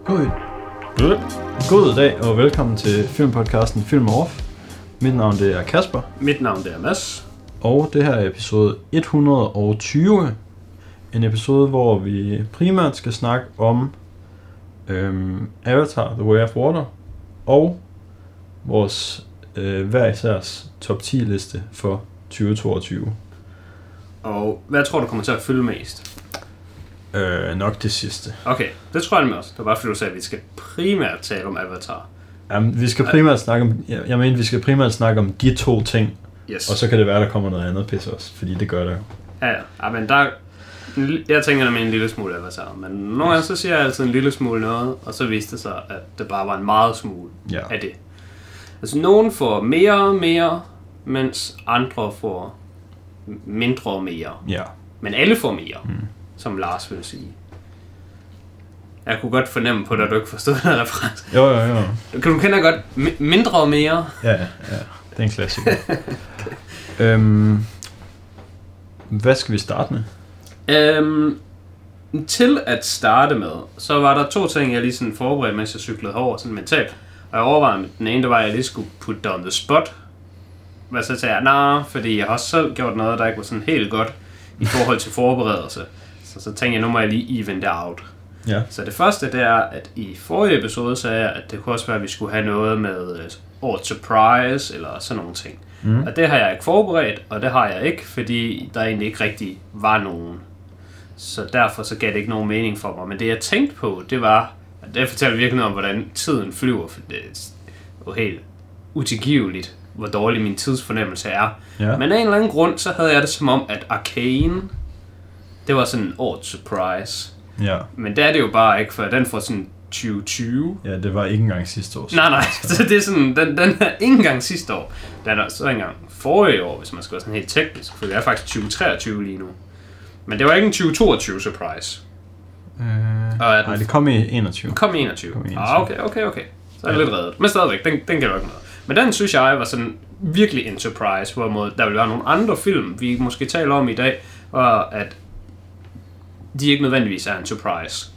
God dag og velkommen til filmpodcasten Film Off. Mit navn det er Kasper. Mit navn det er Mads. Og det her er episode 120. En episode, hvor vi primært skal snakke om Avatar The Way of Water og vores hver isærs top 10 liste for 2022. Og hvad tror du kommer til at fylde mest? Nok det sidste. Okay, det tror jeg med også. Det var bare fordi du sagde, at vi skal primært tale om Avatar. Jamen, vi skal primært snakke om, vi skal primært snakke om de to ting. Yes. Og så kan det være, der kommer noget andet pisse også, fordi det gør der jo. Ja, men der... Jeg tænker nemlig en lille smule Avatar, men nogle gange så siger jeg altid en lille smule noget, og så viste det sig, at det bare var en meget smule af det. Altså, nogen får mere, mens andre får mindre og mere. Ja. Men alle får mere, som Lars vil sige. Jeg kunne godt fornemme på dig, at du ikke forstod den reference. Jo. Du kender godt mindre og mere. Ja, det er en klassiker. Hvad skal vi starte med? Til at starte med, så var der to ting, jeg lige sådan forberedte, mens jeg cyklede herover sådan mentalt. Og jeg overvejede med den ene, det var, at jeg lige skulle putte det on the spot. Men så sagde jeg, fordi jeg har også selv gjort noget, der ikke var sådan helt godt i forhold til forberedelse. Så tænkte jeg, nu må jeg lige even det out. Ja. Så det første, det er, at i forrige episode sagde jeg, at det kunne også være, at vi skulle have noget med årets surprise, eller sådan nogle ting. Og det har jeg ikke forberedt, og det har jeg ikke, fordi der egentlig ikke rigtig var nogen. Så derfor så gav det ikke nogen mening for mig. Men det jeg tænkte på, det var, at det fortæller virkelig noget om, hvordan tiden flyver, for det er jo helt utilgiveligt, hvor dårlig min tidsfornemmelse er. Ja. Men af en eller anden grund, så havde jeg det som om, at Arcane, det var sådan en årets surprise. Ja. Men det er det jo bare ikke, for den får sådan 2020. Ja, det var ikke engang sidste år. Nej, så det er sådan, den er ikke engang sidste år. Den er så ikke engang forrige år, hvis man skal være sådan helt teknisk, for det er faktisk 2023 lige nu. Men det var ikke en 2022 surprise. Nej, det kom i 21. Kom i 21. Okay. Så er det lidt reddet. Men stadigvæk, den kan jo ikke noget. Men den synes jeg var sådan virkelig en surprise, hvorimod der vil være nogle andre film, vi måske taler om i dag, og at de ikke nødvendigvis er en surprise.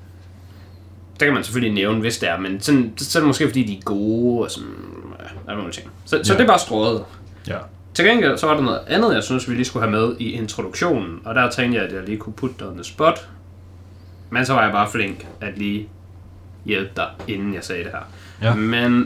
Der kan man selvfølgelig nævne, hvis det er, men så er det måske fordi de er gode og sådan nogle ting. Så det er bare strået. Ja. Til gengæld så var der noget andet, jeg synes vi lige skulle have med i introduktionen, og der tænkte jeg, at jeg lige kunne putte det on the spot. Men så var jeg bare flink at lige hjælpe dig, inden jeg sagde det her. Ja. Men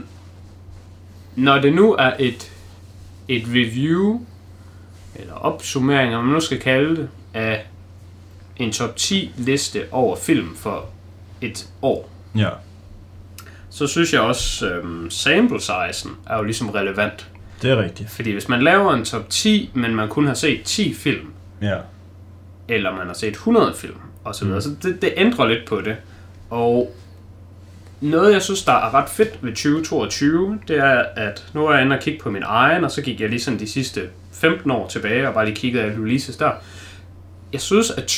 når det nu er et review, eller opsummering, om man nu skal kalde det, af en top 10 liste over film for et år, Ja. så synes jeg også, sample sizen er jo ligesom relevant. Det er rigtigt. Fordi hvis man laver en top 10, men man kun har set 10 film, Ja. eller man har set 100 film, og så videre, så det ændrer lidt på det. Og noget, jeg synes, der er ret fedt ved 2022, det er, at nu er jeg inde og kigge på min egen, og så gik jeg lige sådan de sidste 15 år tilbage, og bare lige kiggede af releases der. Jeg synes, at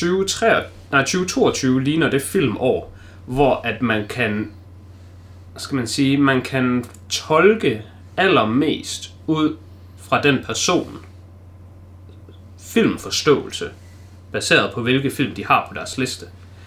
2022 ligner det filmår, hvor at man kan, man kan tolke allermest ud fra den person filmforståelse, baseret på hvilke film de har på deres liste.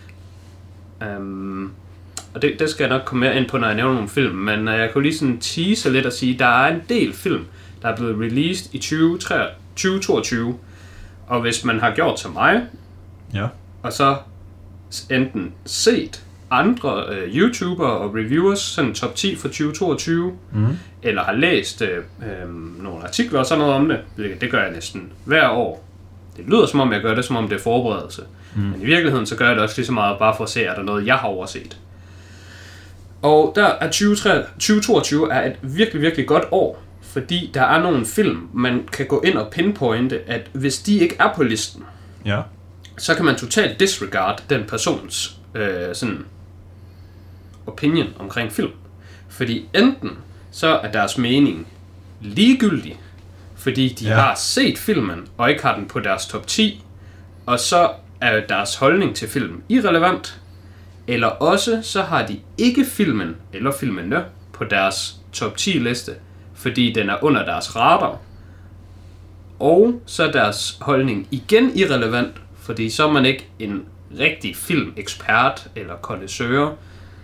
Og det skal jeg nok komme mere ind på, når jeg nævner nogle film, men jeg kunne lige sådan tease lidt og sige, at der er en del film, der er blevet released i 2022, og hvis man har gjort som mig, og så enten set andre YouTubere og reviewers, sådan top 10 for 2022, eller har læst nogle artikler og sådan noget om det. Det gør jeg næsten hver år. Det lyder som om jeg gør det, som om det er forberedelse. Men i virkeligheden så gør jeg det også lige så meget bare for at se, at der er noget, jeg har overset. Og der er 2022 er et virkelig, virkelig godt år, fordi der er nogle film, man kan gå ind og pinpointe, at hvis de ikke er på listen, så kan man totalt disregard den persons sådan opinion omkring film. Fordi enten så er deres mening ligegyldig, fordi de har set filmen og ikke har den på deres top 10, og så er deres holdning til filmen irrelevant, eller også så har de ikke filmen eller filmene på deres top 10 liste, fordi den er under deres radar, og så er deres holdning igen irrelevant, fordi så er man ikke en rigtig filmekspert eller connoisseur,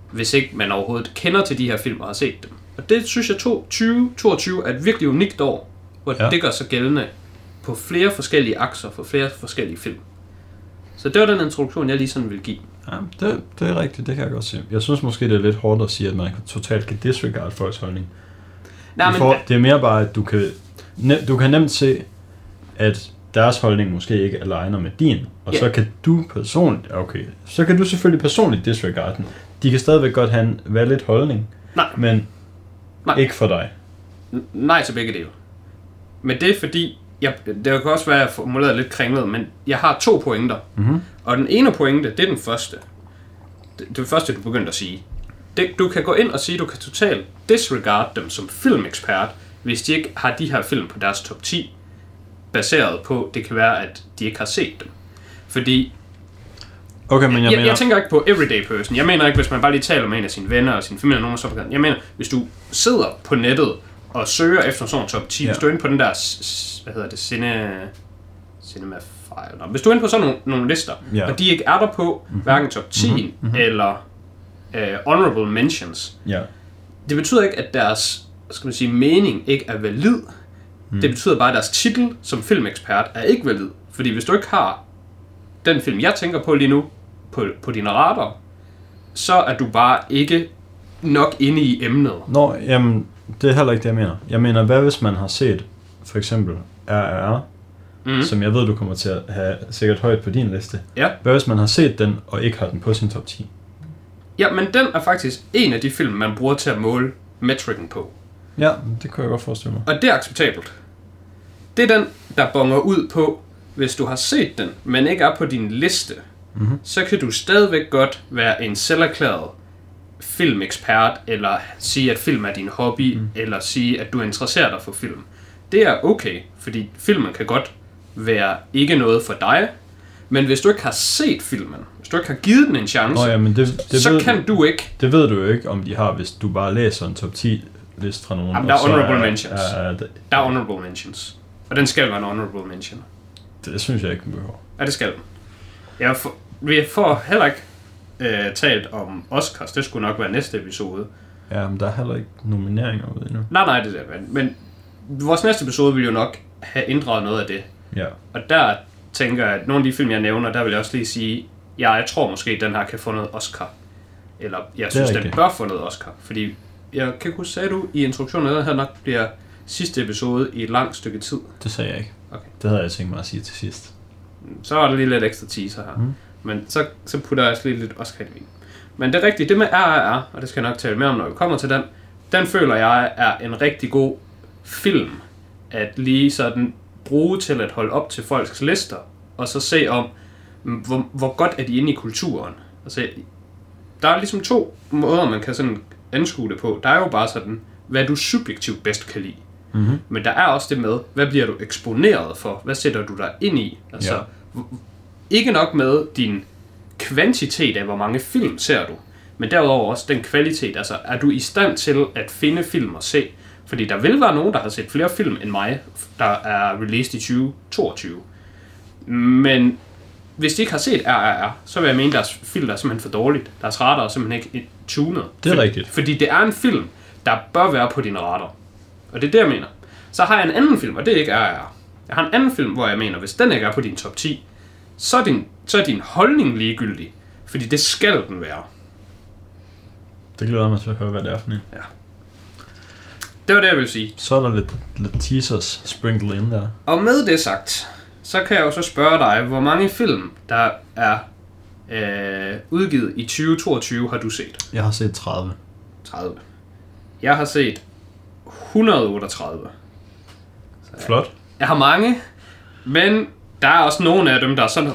hvis ikke man overhovedet kender til de her film og har set dem. Og det synes jeg 2022 er et virkelig unikt år, hvor det gør sig gældende på flere forskellige akser for flere forskellige film. Så det var den introduktion, jeg lige sådan vil give. Ja, det er rigtigt, det kan jeg godt se. Jeg synes måske, det er lidt hårdt at sige, at man totalt kan disregard folks holdning. Det er mere bare, at du kan nemt se, at deres holdning måske ikke aligner med din, og så kan du så kan du selvfølgelig personligt disregard den. De kan stadigvæk godt have en valid holdning, men ikke for dig. Nej til begge dele. Men det er fordi, det kan også være, at jeg formulerer lidt kringlet, men jeg har 2 pointer. Mm-hmm. Og den ene pointe, det er den første. Det første, du begyndte at sige. Du kan gå ind og sige, at du kan totalt disregard dem som filmekspert, hvis de ikke har de her film på deres top 10, baseret på, det kan være, at de ikke har set dem. Fordi men jeg tænker ikke på everyday person. Jeg mener ikke, hvis man bare lige taler med en af sine venner og sin familie, nogen så. Jeg mener, hvis du sidder på nettet og søger efter sådan en top 10, hvis du er inde på den der, hvad hedder det, Cinema File. Hvis du er inde på sådan nogle lister, og de ikke er der på, hverken top 10 eller honorable mentions, det betyder ikke, at deres mening ikke er valid. Det betyder bare, at deres titel som filmekspert er ikke valid. Fordi hvis du ikke har den film, jeg tænker på lige nu, på dine radar, så er du bare ikke nok inde i emnet. Jamen, det er heller ikke det, jeg mener. Jeg mener, hvad hvis man har set, for eksempel, RRR, som jeg ved, du kommer til at have sikkert højt på din liste. Ja. Hvad hvis man har set den, og ikke har den på sin top 10? Ja, men den er faktisk en af de film, man bruger til at måle metricen på. Ja, det kan jeg godt forestille mig. Og det er acceptabelt. Det er den, der bonger ud på, hvis du har set den, men ikke er på din liste, så kan du stadigvæk godt være en selverklæret filmekspert, eller sige, at film er din hobby, eller sige, at du interesserer dig for film. Det er okay, fordi filmen kan godt være ikke noget for dig, men hvis du ikke har set filmen, hvis du ikke har givet den en chance, så kan du ikke. Det ved du jo ikke, om de har, hvis du bare læser en top 10 liste fra nogen. Jamen, der er honorable mentions. Der er honorable mentions. Og den skal være en honorable mention. Det synes jeg ikke, den behøver. Ja, det skal den. Vi får heller ikke talt om Oscars. Det skulle nok være næste episode. Ja, men der er heller ikke nomineringer ude endnu. Nej, det er det. Men vores næste episode vil jo nok have inddraget noget af det. Ja. Og der tænker jeg, at nogle af de film, jeg nævner, der vil jeg også lige sige, jeg tror måske, at den her kan få noget Oscar. Eller jeg synes, den bør få noget Oscar. Fordi jeg kan huske, sagde du i introduktionen, at den her nok bliver sidste episode i et langt stykke tid. Det sagde jeg ikke. Okay. Det havde jeg tænkt mig at sige til sidst. Så er der lige lidt ekstra teaser her. Men så putter jeg også lige lidt Oscar i det. Men det er rigtigt, det med RRR, og det skal jeg nok tale mere om, når vi kommer til den føler jeg er en rigtig god film, at lige sådan bruge til at holde op til folks lister, og så se om, hvor godt er de inde i kulturen. Altså, der er ligesom 2 måder, man kan sådan anskue det på. Der er jo bare sådan, hvad du subjektivt bedst kan lide. Men der er også det med, hvad bliver du eksponeret for? Hvad sætter du dig ind i? Altså, ikke nok med din kvantitet af, hvor mange film ser du, men derudover også den kvalitet. Altså, er du i stand til at finde film og se? Fordi der vil være nogen, der har set flere film end mig, der er released i 2022. Men hvis de ikke har set RRR, så vil jeg mene, at deres film er simpelthen for dårligt. Deres radar er simpelthen ikke tunet. Det er rigtigt. Fordi det er en film, der bør være på din radar. Og det er det, jeg mener. Så har jeg en anden film, og det er ikke RRR. Jeg har en anden film, hvor jeg mener, hvis den ikke er på din top 10, så er din holdning ligegyldig. Fordi det skal den være. Det glæder mig til at høre, hvad det er for en. Ja. Det var det, jeg ville sige. Så er der lidt teasers sprinklet ind der. Og med det sagt, så kan jeg jo så spørge dig, hvor mange film, der er udgivet i 2022, har du set? Jeg har set 30. 30. Jeg har set 138. Så flot. Jeg har mange, men der er også nogle af dem, der er sådan,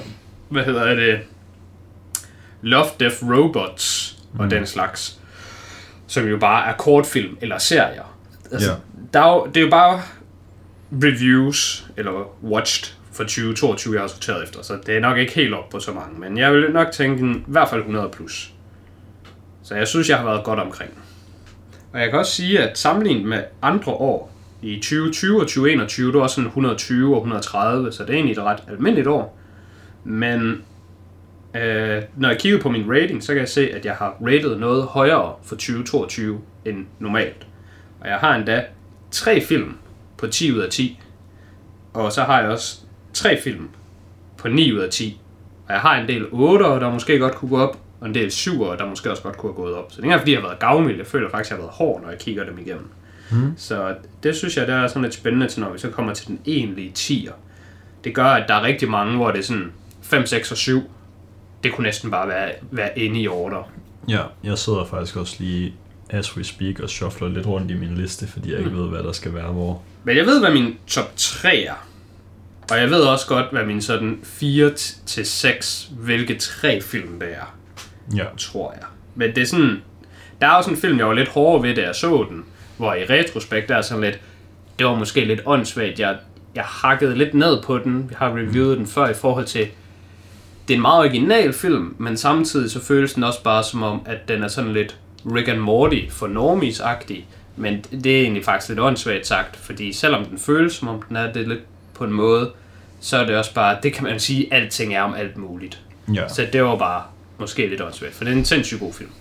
Love, Death, Robots og den slags, som jo bare er kortfilm eller serier. Altså, det er jo bare reviews eller watched for 2022, jeg har sorteret efter, så det er nok ikke helt op på så mange, men jeg vil nok tænke i hvert fald 100 plus. Så jeg synes, jeg har været godt omkring. Og jeg kan også sige, at sammenlignet med andre år, i 2020 og 2021, det var sådan 120 og 130, så det er egentlig et ret almindeligt år. Men når jeg kigger på min rating, så kan jeg se, at jeg har rated noget højere for 2022 end normalt. Og jeg har endda 3 film på 10 ud af 10. Og så har jeg også 3 film på 9 ud af 10. Og jeg har en del 8'ere, der måske godt kunne gå op, og en del 7'ere, der måske også godt kunne have gået op. Så det er ikke fordi, jeg har været gavmild. Jeg føler faktisk, at jeg har været hård, når jeg kigger dem igennem. Så det synes jeg, der er sådan lidt spændende til, når vi så kommer til den egentlige 10'er. Det gør, at der er rigtig mange, hvor det er sådan 5, 6 og 7. Det kunne næsten bare være inde i order. Ja, jeg sidder faktisk også lige as we speak og shuffler lidt rundt i min liste, fordi jeg ikke ved, hvad der skal være hvor. Men jeg ved, hvad min top 3 er. Og jeg ved også godt, hvad min sådan 4-6, hvilke 3 film det er. Ja. Tror jeg. Men det er sådan, der er også en film, jeg var lidt hårdere ved, da jeg så den. Hvor i retrospekt, der er sådan lidt, det var måske lidt åndssvagt. Jeg hakkede lidt ned på den. Jeg har reviewet den før i forhold til, det er en meget original film, men samtidig så føles den også bare som om, at den er sådan lidt Rick and Morty for normies-agtig. Men det er egentlig faktisk lidt åndssvagt sagt, fordi selvom den føles som om den er det lidt på en måde, så er det også bare, det kan man sige, alting er om alt muligt. Ja. Så det var bare måske lidt åndssvagt, for det er en sindssygt god film.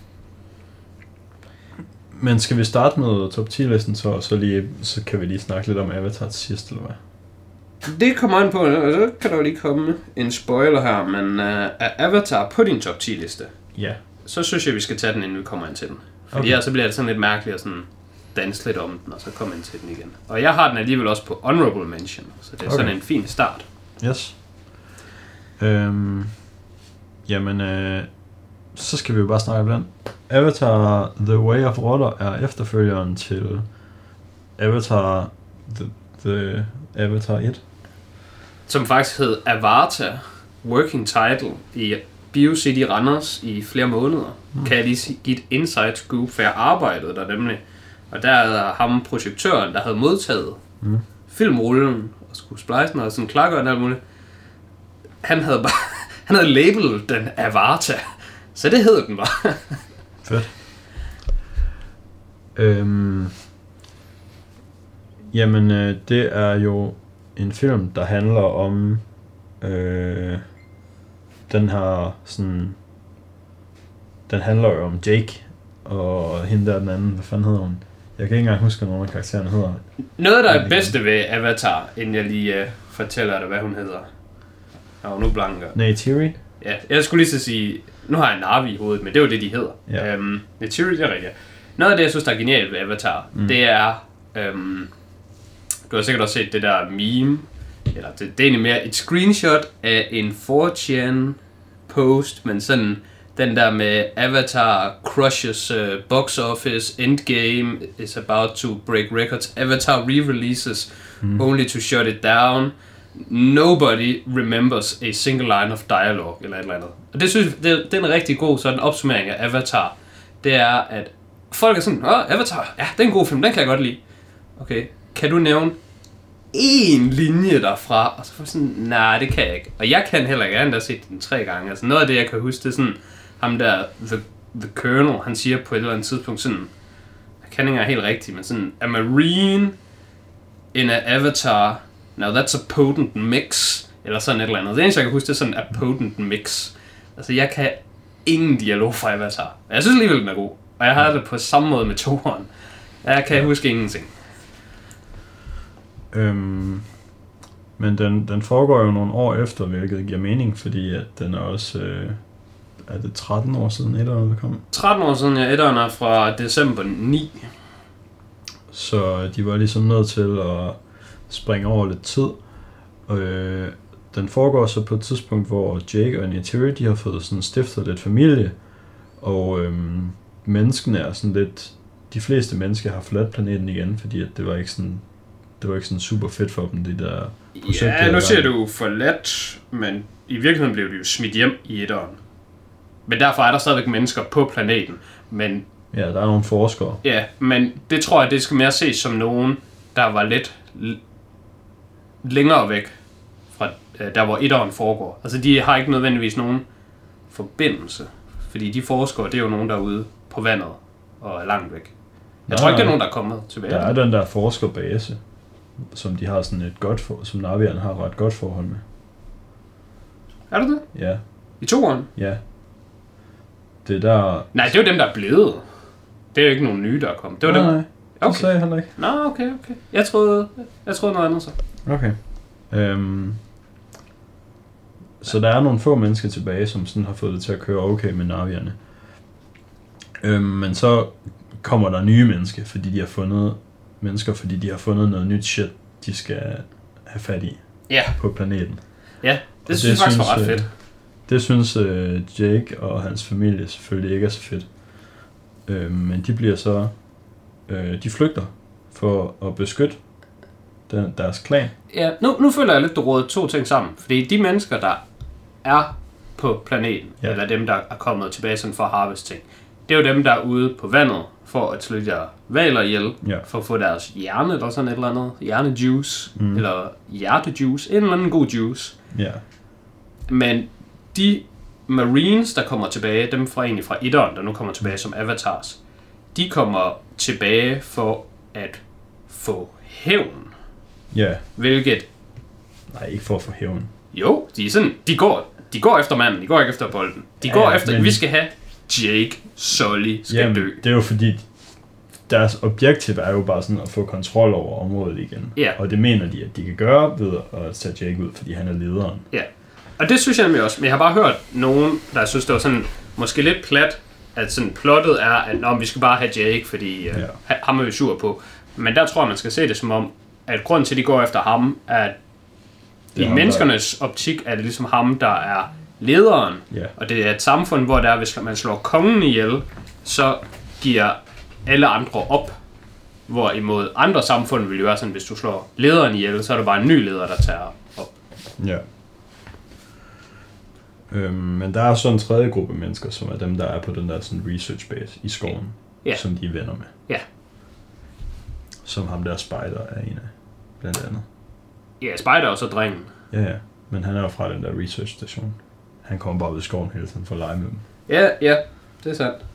Men skal vi starte med top 10-listen, så kan vi lige snakke lidt om Avatar til sidst, eller hvad? Det kommer an på, og så kan der jo lige komme en spoiler her, men er Avatar på din top 10-liste? Ja. Så synes jeg, vi skal tage den, inden vi kommer ind til den. Fordi her så bliver det sådan lidt mærkeligt at sådan danse lidt om den, og så komme ind til den igen. Og jeg har den alligevel også på honorable mention, så det er sådan en fin start. Yes. Så skal vi jo bare snakke om den. Avatar The Way of Water er efterfølgeren til Avatar The Avatar 1. Som faktisk hed Avatar, working title i BioCity Randers i flere måneder. Kan jeg lige give et inside scoop, for jeg arbejdede der nemlig. Og der er ham projektøren, der havde modtaget filmrullen og skulle splice den og sådan klakker og alt muligt. Han havde labelet den Avatar. Så det hed den bare. Fedt. Det er jo en film, der handler om den handler jo om Jake og hende der den anden. Hvad fanden hedder hun? Jeg kan ikke engang huske, hvad nogle af karaktererne hedder. Noget, der er bedste ved Avatar, inden jeg lige fortæller dig, hvad hun hedder. Og nu blanker. Neytiri? Ja, jeg skulle lige så sige, nu har jeg Na'vi i hovedet, men det er jo det, de hedder. Ja. Neytiri, det er rigtigt. Noget af det, jeg synes, der er genialt ved Avatar, det er, du har sikkert også set det der meme, eller det er egentlig mere et screenshot af en 4chan post, men sådan den der med Avatar crushes box office, Endgame is about to break records, Avatar re-releases only to shut it down, nobody remembers a single line of dialogue, eller et eller andet. Og det synes det er en rigtig god sådan opsummering af Avatar. Det er, at folk er sådan, Avatar, ja, det er en god film, den kan jeg godt lide. Okay, kan du nævne en linje derfra? Og så får sådan, nej, det kan jeg ikke. Og jeg kan heller ikke, jeg har set den 3 gange. Altså noget af det, jeg kan huske, det er sådan, ham der, the Colonel, han siger på et eller andet tidspunkt sådan, jeg kan ikke engang helt rigtigt, men sådan, a marine in a Avatar, now that's a potent mix, eller sådan et eller andet. Det eneste, jeg kan huske, det er sådan a potent mix. Altså, jeg kan ingen dialog fra Avatar. Jeg synes alligevel, den er god. Og jeg har det på samme måde med toeren. Jeg kan huske ingenting. Men den foregår jo nogle år efter, hvilket giver mening, fordi at den er også... er det 13 år siden etteren kom? 13 år siden, ja. Etteren er fra december 9. Så de var ligesom nødt til at springe over lidt tid. Den foregår så på et tidspunkt, hvor Jake og Neytiri, de har fået sådan stiftet lidt familie, og menneskene er sådan lidt... De fleste mennesker har forladt planeten igen, fordi at det var ikke sådan super fedt for dem, det der projekt. Ja, nu siger du forladt, men i virkeligheden blev de jo smidt hjem i etteren. Men derfor er der stadigvæk mennesker på planeten. Men, ja, der er nogle forskere. Ja, men det tror jeg, det skal mere ses som nogen, der var lidt længere væk fra der, hvor etteren foregår. Altså, de har ikke nødvendigvis nogen forbindelse. Fordi de forskere, det er jo nogen, der er ude på vandet og er langt væk. Jeg tror ikke, det er nogen, der er kommet tilbage. Der er den der forskerbase, som de har sådan et godt som Navi'erne har ret godt forhold med. Er det det? Ja. I 2'eren? Ja. Det der... Nej, det er jo dem, der er blevet. Det er jo ikke nogen nye, der er kommet. Det var nej, dem. Nej, det sagde jeg heller ikke. Nå, okay. Jeg troede noget andet så. Okay. Så der er nogle få mennesker tilbage, som sådan har fået det til at køre okay med Na'vierne. Men så kommer der nye mennesker, fordi de har fundet noget nyt shit, de skal have fat i på planeten. Ja, det synes jeg faktisk var ret fedt. Det synes Jake og hans familie selvfølgelig ikke er så fedt. Men de bliver så... de flygter for at beskytte deres klan. Ja, nu føler jeg lidt, du råder 2 ting sammen. Fordi de mennesker, der er på planeten, eller dem, der er kommet tilbage sådan for at harvest ting, det er jo dem, der er ude på vandet for at slå de der hvaler ihjel, for at få deres hjerne eller sådan et eller andet, hjernejuice, eller hjertejuice, en eller anden god juice. Ja. Men de Marines, der kommer tilbage, dem fra egentlig fra 1'eren, der nu kommer tilbage som avatars, de kommer tilbage for at få hævn. Ja. Hvilket... Nej, ikke for at få hævn. Jo, de går efter manden, de går ikke efter bolden. De går efter, men... vi skal have Jake Sully skal dø. Det er jo fordi, deres objektiv er jo bare sådan at få kontrol over området igen. Ja. Og det mener de, at de kan gøre ved at tage Jake ud, fordi han er lederen. Ja, og det synes jeg nemlig også. Men jeg har bare hørt nogen, der synes, det var sådan måske lidt plat, at sådan plottet er, at vi skal bare have Jake, fordi ham er vi sur på. Men der tror jeg, man skal se det som om, at grunden til, at de går efter ham, er, at i menneskernes optik er det ligesom ham, der er lederen. Yeah. Og det er et samfund, hvor der, hvis man slår kongen ihjel, så giver alle andre op. Hvorimod andre samfund vil jo være sådan, hvis du slår lederen ihjel, så er der bare en ny leder, der tager op. Ja. Men der er så en tredje gruppe mennesker, som er dem, der er på den der sådan research base i skoven, som de er venner med. Ja. Som ham der Spider er en af, blandt andet. Ja, Spider er også drengen. Ja, men han er jo fra den der research station. Han kommer bare ud i skoven hele tiden for at lege med dem. Ja, det er sandt.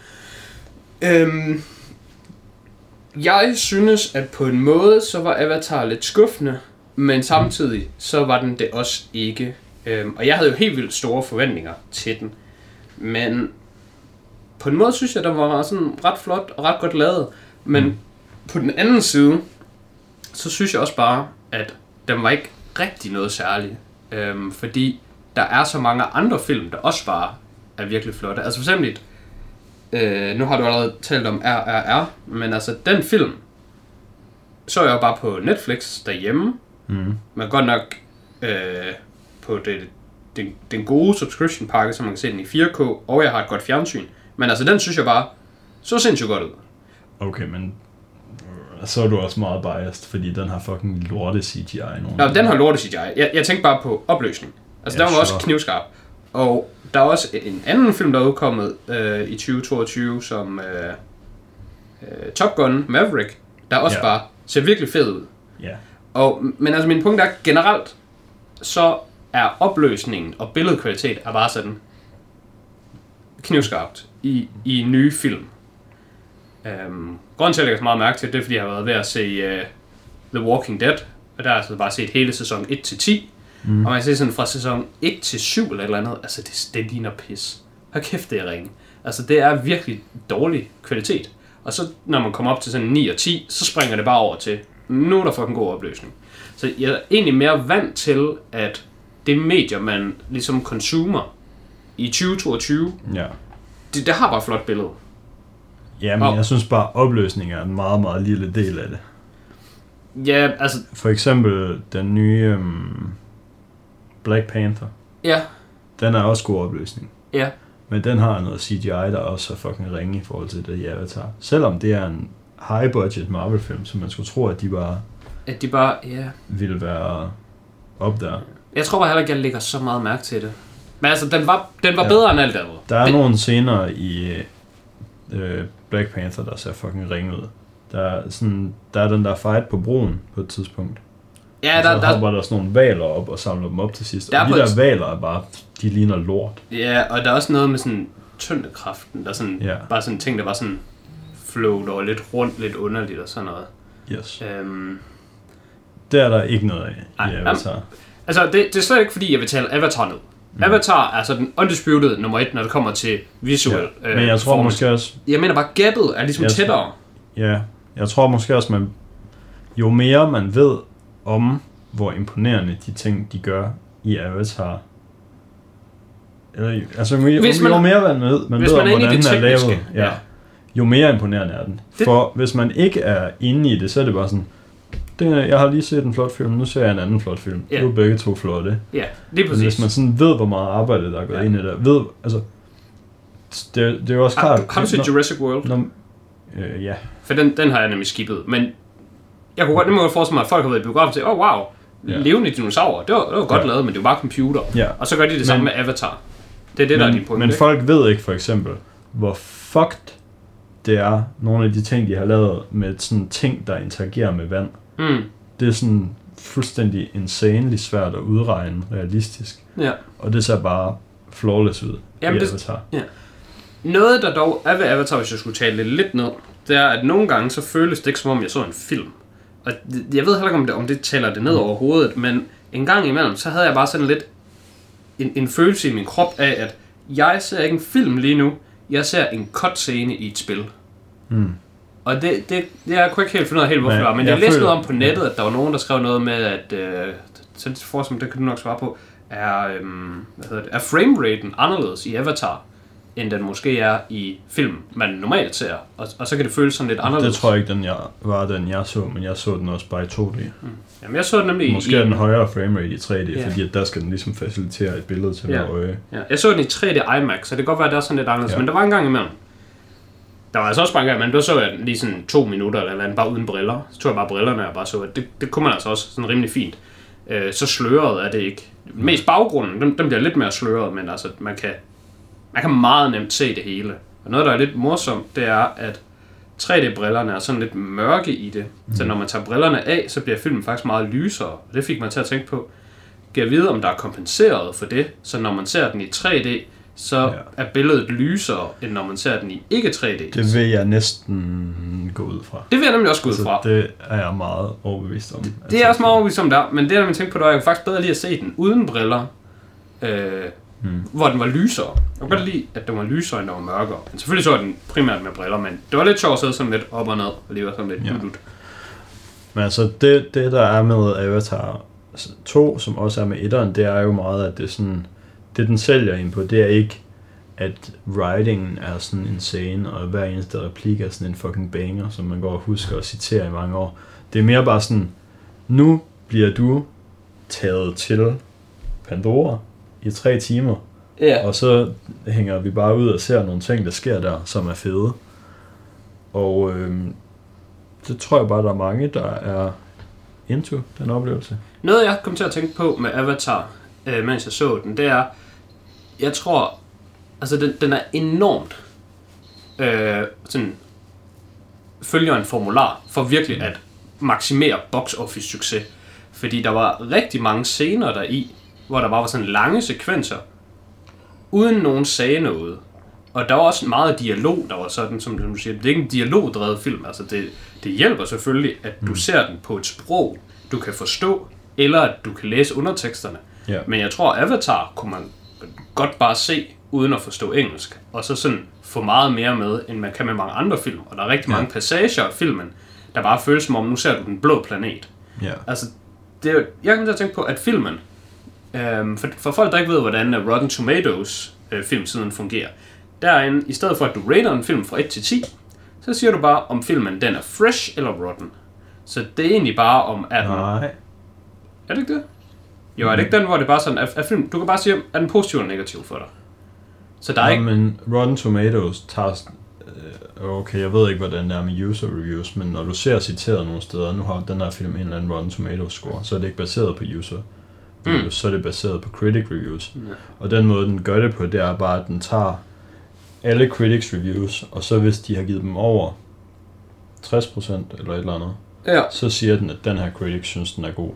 Jeg synes, at på en måde, så var Avatar lidt skuffende, men samtidig, så var den det også ikke. Og jeg havde jo helt vildt store forventninger til den. Men på en måde synes jeg, den var sådan ret flot og ret godt lavet. Men på den anden side, så synes jeg også bare, at den var ikke rigtig noget særligt. Fordi der er så mange andre film, der også bare er virkelig flotte. Altså for eksempel, nu har du allerede talt om RRR, men altså den film, så jeg jo bare på Netflix derhjemme. Men godt nok på den gode subscription pakke, så man kan se den i 4K, og jeg har et godt fjernsyn. Men altså den synes jeg bare så sindssygt godt ud. Okay, men så er du også meget biased, fordi den har fucking lorte CGI. Ja, den har lorte CGI. Jeg tænkte bare på opløsning. Altså, der var også knivskarp. Og der er også en anden film, der er udkommet i 2022, som Top Gun Maverick, der også bare ser virkelig fed ud. Men altså, min punkt er generelt, så er opløsningen og billedkvalitet er bare sådan knivskarpt i nye film. Grunden til, at jeg lægger så meget mærke til det, er, fordi jeg har været ved at se The Walking Dead, og der har jeg altså bare set hele sæson 1-10, og man kan se sådan fra sæson 1-7 eller et eller andet, altså det ligner pis. Hold kæft, det er ringe. Altså det er virkelig dårlig kvalitet. Og så når man kommer op til sådan 9 og 10, så springer det bare over til, nu er der fucking god opløsning. Så jeg er egentlig mere vant til, at det medier, man ligesom konsumer i 2022, det har bare flot billede. Ja, men jeg synes bare, opløsning er en meget, meget lille del af det. Ja, altså... For eksempel den nye Black Panther. Ja. Den er også god opløsning. Ja. Men den har noget CGI, der også er fucking ringe i forhold til det i Avatar. Selvom det er en high-budget Marvel-film, så man skulle tro, at de bare ville være op der. Jeg tror bare heller ikke, jeg lægger så meget mærke til det. Men altså, den var bedre end alt andet. Der er nogle scener i Black Panther, der ser fucking ringe ud. Der er den der fight på broen på et tidspunkt. Ja, og så hopper der sådan nogle valer op og samler dem op til sidst. Og de der valer er bare, de ligner lort. Ja, og der er også noget med sådan tyngdekraften, der sådan, bare sådan ting, der var sådan float og lidt rundt, lidt underligt og sådan noget. Yes. Det er der ikke noget af i Avatar. Altså, det er slet ikke fordi, jeg vil tale Avatar ned. Avatar er altså den undisputed nummer 1, når det kommer til visual men jeg tror måske også... Jeg mener bare, gapet er ligesom tættere. Jeg tror måske også, jo mere man ved om, hvor imponerende de ting, de gør i Avatar, eller, altså jo mere man ved om, hvordan den er lavet, jo mere imponerende er den. For hvis man ikke er inde i det, så er det bare sådan, jeg har lige set en flot film, nu ser jeg en anden flot film. Nu er begge to flotte. Ja, det er præcis. Hvis man sådan ved, hvor meget arbejde der er gået ind i det, altså, det er jo også klart... Har du set Jurassic World? Ja. For den har jeg nemlig skippet, men jeg kunne godt forestille mig, at folk har været i biografen og wow, levende dinosaurer, det var godt lavet, men det var bare computer. Og så gør de det samme med Avatar. Det er det, der er din pointe. Men folk ved ikke, for eksempel, hvor fucked det er, nogle af de ting, de har lavet med sådan ting, der interagerer med vand. Det er sådan fuldstændig insanely svært at udregne realistisk. Og det ser bare flawless ud i Avatar. Noget, der dog er ved Avatar, hvis jeg skulle tale lidt ned, det er, at nogle gange så føles det ikke, som om jeg så en film. Og jeg ved heller ikke, om det taler det ned over hovedet, men en gang imellem, så havde jeg bare sådan lidt en følelse i min krop af, at jeg ser ikke en film lige nu, jeg ser en cutscene i et spil. Og jeg kunne ikke helt finde ud af helt, hvorfor det var, men jeg læste noget om på nettet, at der var nogen, der skrev noget med, at så det kan du nok svare på, er frameraten anderledes i Avatar, end den måske er i film, man normalt ser, og så kan det føles sådan lidt anderledes. Det tror jeg ikke, den jeg så, men jeg så den også bare i 2D. Jamen jeg så den nemlig måske er den højere framerate i 3D, fordi at der skal den ligesom facilitere et billede til hver øje. Jeg så den i 3D IMAX, så det kan godt være, at det er sådan lidt anderledes, men der var en gang imellem. Der var altså også bare en gang, men der så jeg den lige sådan 2 minutter eller andet, bare uden briller. Så tog jeg bare brillerne og bare så, at det kunne man altså også sådan rimelig fint. Så sløret er det ikke. Mest baggrunden, den bliver lidt mere sløret, men altså man kan meget nemt se det hele. Og noget, der er lidt morsomt, det er, at 3D-brillerne er sådan lidt mørke i det. Så når man tager brillerne af, så bliver filmen faktisk meget lysere. Og det fik man til at tænke på. Kan jeg vide, om der er kompenseret for det? Så når man ser den i 3D, så er billedet lysere, end når man ser den i ikke 3D. Det vil jeg næsten gå ud fra. Det vil jeg nemlig også gå ud fra. Det er jeg meget overbevist om. Det er også meget overbevist om der, men det, der man tænker på, det er, at jeg faktisk bedre lige at se den uden briller. Hvor den var lysere. Jeg kan godt lide, at den var lysere, end den var mørkere. Men selvfølgelig så den primært med briller, men det var lidt sjovt at sidde sådan lidt op og ned, og lige var sådan lidt ulut. Men altså, det der er med Avatar 2, som også er med 1'eren, det er jo meget, at det er sådan, det den sælger ind på, det er ikke, at writingen er sådan insane, og hver eneste replik er sådan en fucking banger, som man går og husker at citere i mange år. Det er mere bare sådan, nu bliver du taget til Pandora i 3 timer, og så hænger vi bare ud og ser nogle ting, der sker der, som er fede. Og det tror jeg bare, der er mange, der er into den oplevelse. Noget, jeg kom til at tænke på med Avatar, mens jeg så den, det er, jeg tror, altså den er enormt sådan, følger en formular for virkelig at maksimere box office succes. Fordi der var rigtig mange scener deri, hvor der bare var sådan lange sekvenser, uden nogen sagde noget. Og der var også meget dialog, der var sådan, som du siger, det er ikke en dialogdrevet film, altså det hjælper selvfølgelig, at du ser den på et sprog, du kan forstå, eller at du kan læse underteksterne. Men jeg tror, Avatar kunne man godt bare se, uden at forstå engelsk, og så sådan få meget mere med, end man kan med mange andre film. Og der er rigtig mange passager af filmen, der bare føles som om, nu ser du den blå planet. Altså, jeg kan til at tænke på, at filmen, for folk, der ikke ved, hvordan Rotten Tomatoes filmsiden fungerer, derinde, i stedet for at du rater en film fra 1 til 10, så siger du bare, om filmen den er fresh eller rotten. Så det er egentlig bare om, at den... Nej. Er det ikke det? Jo, er det ikke den, hvor det bare sådan, at film, du kan bare sige, er den positiv eller negativ for dig? Så der er ikke... men Rotten Tomatoes tager... Okay, jeg ved ikke, hvordan det er med user reviews, men når du ser citeret nogle steder, nu har den her film en eller anden Rotten Tomatoes score, så er det ikke baseret på user reviews, så er det baseret på critic reviews. Og den måde, den gør det på, det er bare, at den tager alle critics reviews, og så hvis de har givet dem over 60% eller et eller andet, så siger den, at den her critic synes, den er god.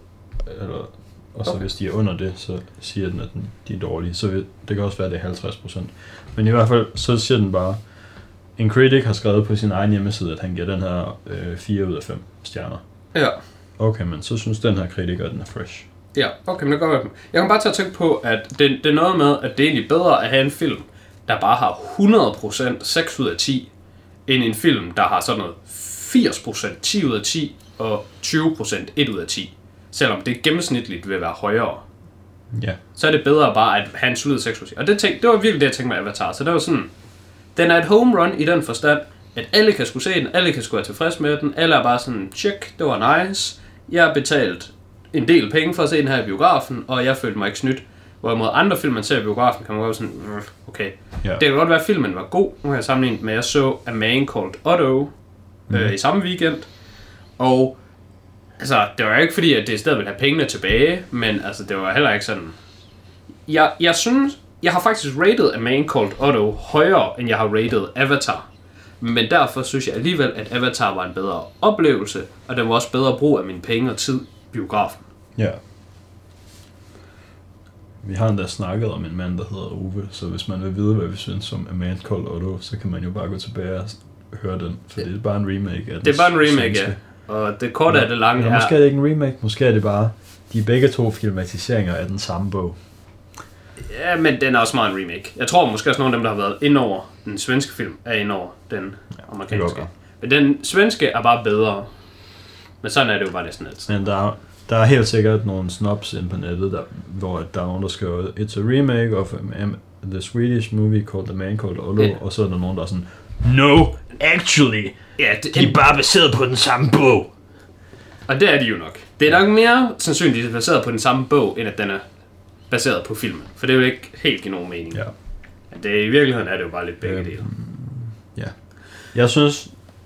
Og så hvis de er under det, så siger den, at de er dårlige. Så det kan også være, at det er 50%. Men i hvert fald, så siger den bare, en critic har skrevet på sin egen hjemmeside, at han giver den her 4 ud af 5 stjerner. Okay, men så synes den her kritiker, at den er fresh. Ja, okay, men det går godt. Jeg kan bare til at tænke på, at det er noget med, at det er egentlig bedre at have en film, der bare har 100% 6 ud af 10, end en film, der har sådan noget 80% 10 ud af 10 og 20% 1 ud af 10. Selvom det gennemsnitligt vil være højere. Ja. Så er det bedre bare at have en solid 6 ud af 10. Og det var virkelig det, jeg tænkte med Avatar. Så det var sådan, den er et home run i den forstand, at alle kan skulle se den, alle kan skulle være tilfreds med den, alle er bare sådan, check, det var nice, jeg har betalt en del penge for at se den her i biografen, og jeg følte mig ikke snydt. Hvorimod andre film, man ser i biografen, kan man godt sådan, okay. Yeah. Det kan godt være, at filmen var god. Nu har jeg sammenlignet med, at jeg så A Man Called Otto i samme weekend. Og altså, det var ikke fordi, at det stadig ville have pengene tilbage, men altså, det var heller ikke sådan. Jeg synes, jeg har faktisk rated A Man Called Otto højere, end jeg har rated Avatar. Men derfor synes jeg alligevel, at Avatar var en bedre oplevelse, og den var også bedre brug af mine penge og tid i biografen. Ja. Vi har endda snakket om en mand, der hedder Ove, så hvis man vil vide, hvad vi synes om A Man Called Otto, så kan man jo bare gå tilbage og høre den, for det er bare en remake af den. Det er bare en remake, ja. Og det korte af det lange er... Måske er det ikke en remake, måske er det bare de begge to filmatiseringer af den samme bog. Ja, men den er også meget en remake. Jeg tror måske også nogle af dem, der har været ind over den svenske film, er ind over den amerikanske. Men den svenske er bare bedre. Men sådan er det jo bare næsten altid. Men der er helt sikkert nogle snobs inde på nettet, hvor der er nogen, der skriver, it's a remake of the Swedish movie called The Man Called Otto, og så er der nogen, der er sådan, no, actually, de er bare baseret på den samme bog. Og det er de jo nok. Det er nok mere sandsynligt, at det er baseret på den samme bog, end at den er baseret på filmen. For det er jo ikke helt give nogen mening. Ja. I virkeligheden er det jo bare lidt begge dele. Ja. Jeg synes,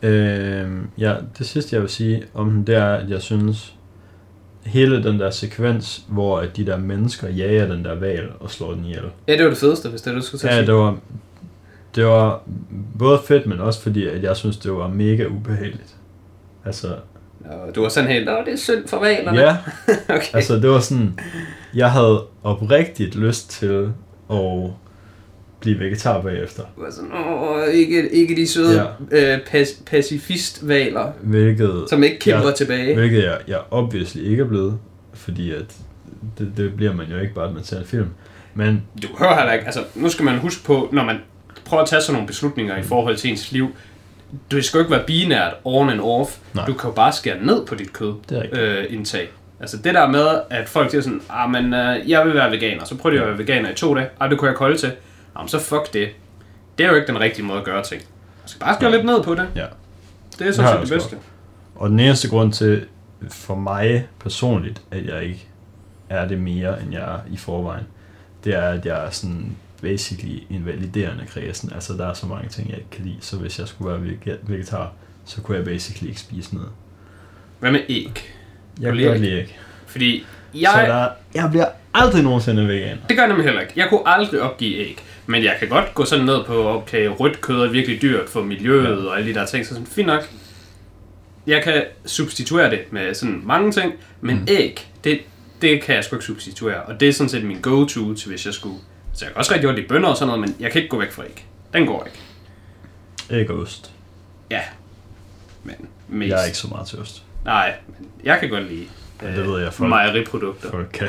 det sidste jeg vil sige om den, det er, at jeg synes, hele den der sekvens, hvor de der mennesker jager den der hval og slår den ihjel. Ja, det var det fedeste, hvis det er, du skulle sige. Ja, det var både fedt, men også fordi, at jeg synes, det var mega ubehageligt. Altså... Du var sådan helt, det er synd for hvalerne. Ja, okay. Altså det var sådan, jeg havde oprigtigt lyst til at blive vegetar bagefter. Det var sådan, ikke de søde pacifist-hvaler, som ikke kæmper tilbage. Hvilket jeg obviously ikke er blevet, fordi at det bliver man jo ikke bare, at man ser en film. Men du hører heller ikke, altså nu skal man huske på, når man prøver at tage sådan nogle beslutninger i forhold til ens liv, du skal jo ikke være binært on and off. Nej. Du kan jo bare skære ned på dit kød indtag. Altså det der med, at folk siger sådan, jeg vil være veganer, så prøver de at være veganer i 2 dage. Det kunne jeg kolde til. Så fuck det. Det er jo ikke den rigtige måde at gøre ting. Man skal bare skære lidt ned på det. Ja. Det er sådan set det bedste. Og den eneste grund til, for mig personligt, at jeg ikke er det mere, end jeg er i forvejen, det er, at jeg er sådan basically invaliderende kredsen. Altså der er så mange ting, jeg ikke kan lide, så hvis jeg skulle være vegetar, så kunne jeg basically ikke spise noget. Hvad med æg? Jeg kan godt lide æg. Fordi jeg bliver aldrig nogensinde veganer. Det gør jeg nemlig heller ikke. Jeg kunne aldrig opgive æg. Men jeg kan godt gå sådan ned på, okay, rødt kød er virkelig dyrt for miljøet og alle de der ting, så sådan, fint nok. Jeg kan substituere det med sådan mange ting, men æg, det kan jeg sgu ikke substituere. Og det er sådan set min go-to til, hvis jeg skulle. Så jeg kan også rigtig godt lide bønner og sådan noget, men jeg kan ikke gå væk fra æg. Den går ikke. Æg og ost. Ja. Men mest. Jeg er ikke så meget til ost. Nej, men jeg kan godt lide det ved jeg, mejeriprodukter. Folk kan.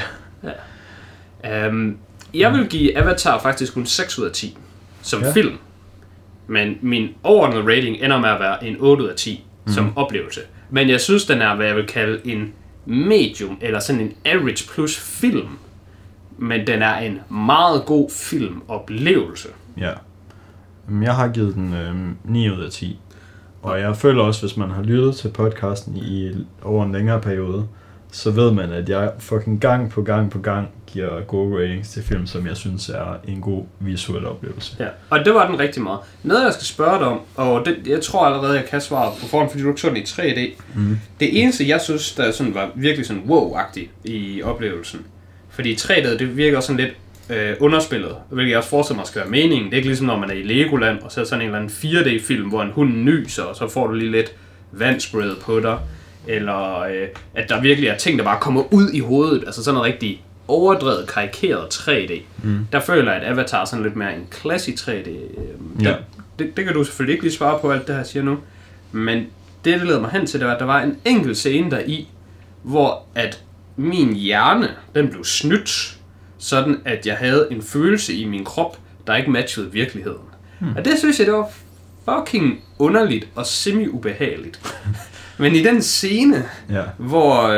Ja. Jeg vil give Avatar faktisk kun 6 ud af 10 som film. Men min overordnede rating ender med at være en 8 ud af 10 som oplevelse. Men jeg synes, den er, hvad jeg vil kalde en medium, eller sådan en average plus film. Men den er en meget god filmoplevelse. Ja. Jeg har givet den 9 ud af 10. Og jeg føler også, hvis man har lyttet til podcasten over en længere periode, så ved man, at jeg fucking gang på gang giver gode ratings til film, som jeg synes er en god visuel oplevelse. Ja, og det var den rigtig meget. Noget, jeg skal spørge dig om, og det, jeg tror allerede, jeg kan svare på forhånd, fordi du ikke så den i 3D. Det eneste, jeg synes, der sådan var virkelig sådan wow-agtigt i oplevelsen, fordi 3D, det virker sådan lidt underspillet, hvilket jeg også forestiller mig skal være meningen. Det er ikke ligesom, når man er i Legoland, og så er sådan en eller anden 4D-film, hvor en hund nyser, og så får du lige lidt vandsprayet på dig. Eller at der virkelig er ting, der bare kommer ud i hovedet. Altså sådan noget rigtig overdrevet, karikeret 3D. Der føler jeg, at Avatar er sådan lidt mere en classy 3D. Det kan du selvfølgelig ikke lige svare på alt det her, jeg siger nu. Men det leder mig hen til, det var, at der var en enkelt scene der i, hvor at min hjerne, den blev snydt, sådan at jeg havde en følelse i min krop, der ikke matchede virkeligheden. Og det synes jeg, det var fucking underligt og semi-ubehageligt. Men i den scene, hvor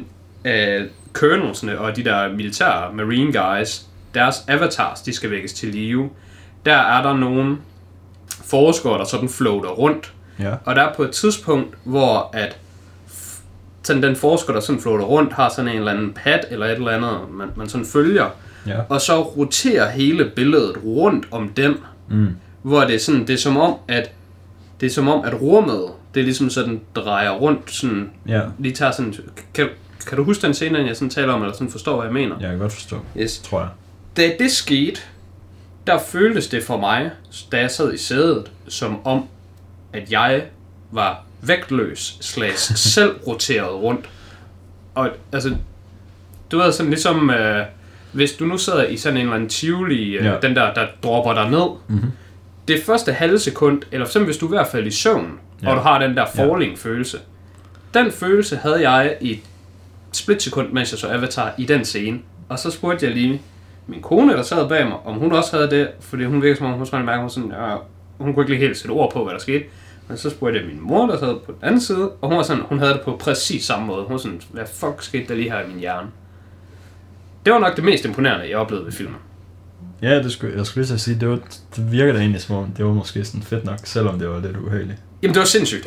colonelsene og de der militære marine guys, deres avatars, de skal vækkes til live, der er der nogle forskere, der sådan floater rundt. Ja. Og der er på et tidspunkt, hvor at sådan den forsker, der sådan floater rundt, har sådan en eller anden pad eller et eller andet, man sådan følger. Ja. Og så roterer hele billedet rundt om den, hvor det er sådan, det er som om at rummet, det er ligesom sådan drejer rundt, sådan lige tager sådan. Kan du huske den scene, jeg sådan taler om, eller sådan forstår, hvad jeg mener? Jeg kan godt forstå. Yes. Tror jeg. Da det skete, der føltes det for mig, da jeg sad i sædet, som om, at jeg var vægtløs, selv roteret rundt. Og altså, du ved sådan ligesom, hvis du nu sidder i sådan en eller anden tivoli, den der dropper dig ned, det første halve sekund, eller for eksempel hvis du er i hvert fald i søvn, og du har den der falling-følelse, den følelse havde jeg i et splitsekund, mens jeg så Avatar i den scene. Og så spurgte jeg lige min kone, der sad bag mig, om hun også havde det, fordi hun virker som om, hun skulle mærke, hun kunne ikke lige helt sætte ord på, hvad der skete. Men så spurgte jeg min mor, der sad på den anden side, og hun var sådan, hun havde det på præcis samme måde. Hun var sådan, hvad fuck skete der lige her i min hjerne? Det var nok det mest imponerende, jeg oplevede ved filmen. Ja, jeg skulle lige sige, det virker da egentlig som om, det var måske sådan fedt nok, selvom det var lidt uheldigt. Jamen det var sindssygt.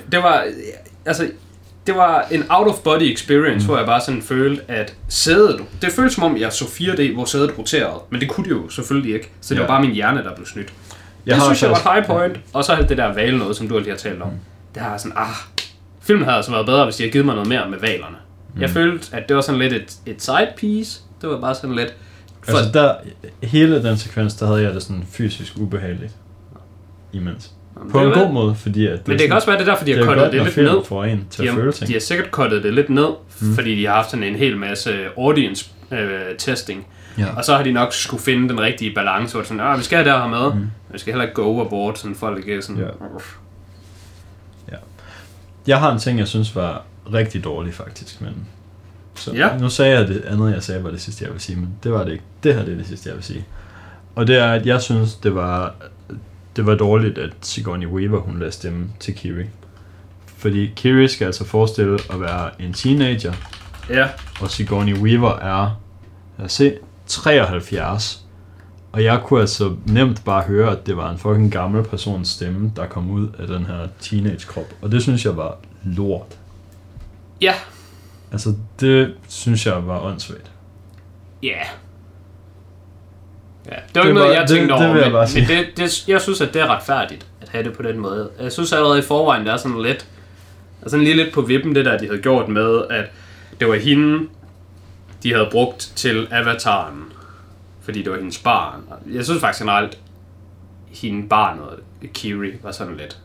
Det var en out-of-body experience, hvor jeg bare sådan følte, at sædet, det føltes som om, jeg så 4D, hvor sædet roterede, men det kunne det jo selvfølgelig ikke, så det var bare min hjerne, der blev snydt. Det synes jeg var et high point, og så alt det der vale noget, som du lige har talt om. Det har sådan, filmen havde altså været bedre, hvis de havde givet mig noget mere med valerne. Jeg følte, at det var sådan lidt et side piece, det var bare sådan lidt. Altså der, hele den sekvens, der havde jeg det sådan fysisk ubehageligt imens. På en god måde, fordi at men det kan også være det derfor, de har cuttet det lidt ned. For en til at føle ting. De har sikkert cuttet det lidt ned, fordi de har haft sådan en hel masse audience testing. Ja. Og så har de nok skulle finde den rigtige balance, hvor det sådan, vi skal have det her med, men vi skal heller ikke gå overboard, sådan folk ikke sådan. Ja. Jeg har en ting, jeg synes var rigtig dårlig faktisk, men så nu sagde jeg det andet, jeg sagde var det sidste, jeg vil sige, men det var det ikke. Det her det er det sidste, jeg vil sige. Og det er, at jeg synes, det var dårligt, at Sigourney Weaver, hun lagde stemme til Kiri. Fordi Kiri skal altså forestille at være en teenager, og Sigourney Weaver er, lad os se, 73. Og jeg kunne altså nemt bare høre, at det var en fucking gammel persons stemme, der kom ud af den her teenage-krop. Og det synes jeg var lort. Ja. Altså, det synes jeg var åndssvagt. Ja. Det var ikke noget, jeg tænkte over, men jeg synes, at det er retfærdigt at have det på den måde. Jeg synes allerede i forvejen, der er sådan lidt, altså lige lidt på vippen, det der, de havde gjort med, at det var hende, de havde brugt til avataren, fordi det var hendes barn. Jeg synes faktisk generelt, hende barnet, Kiri, var sådan lidt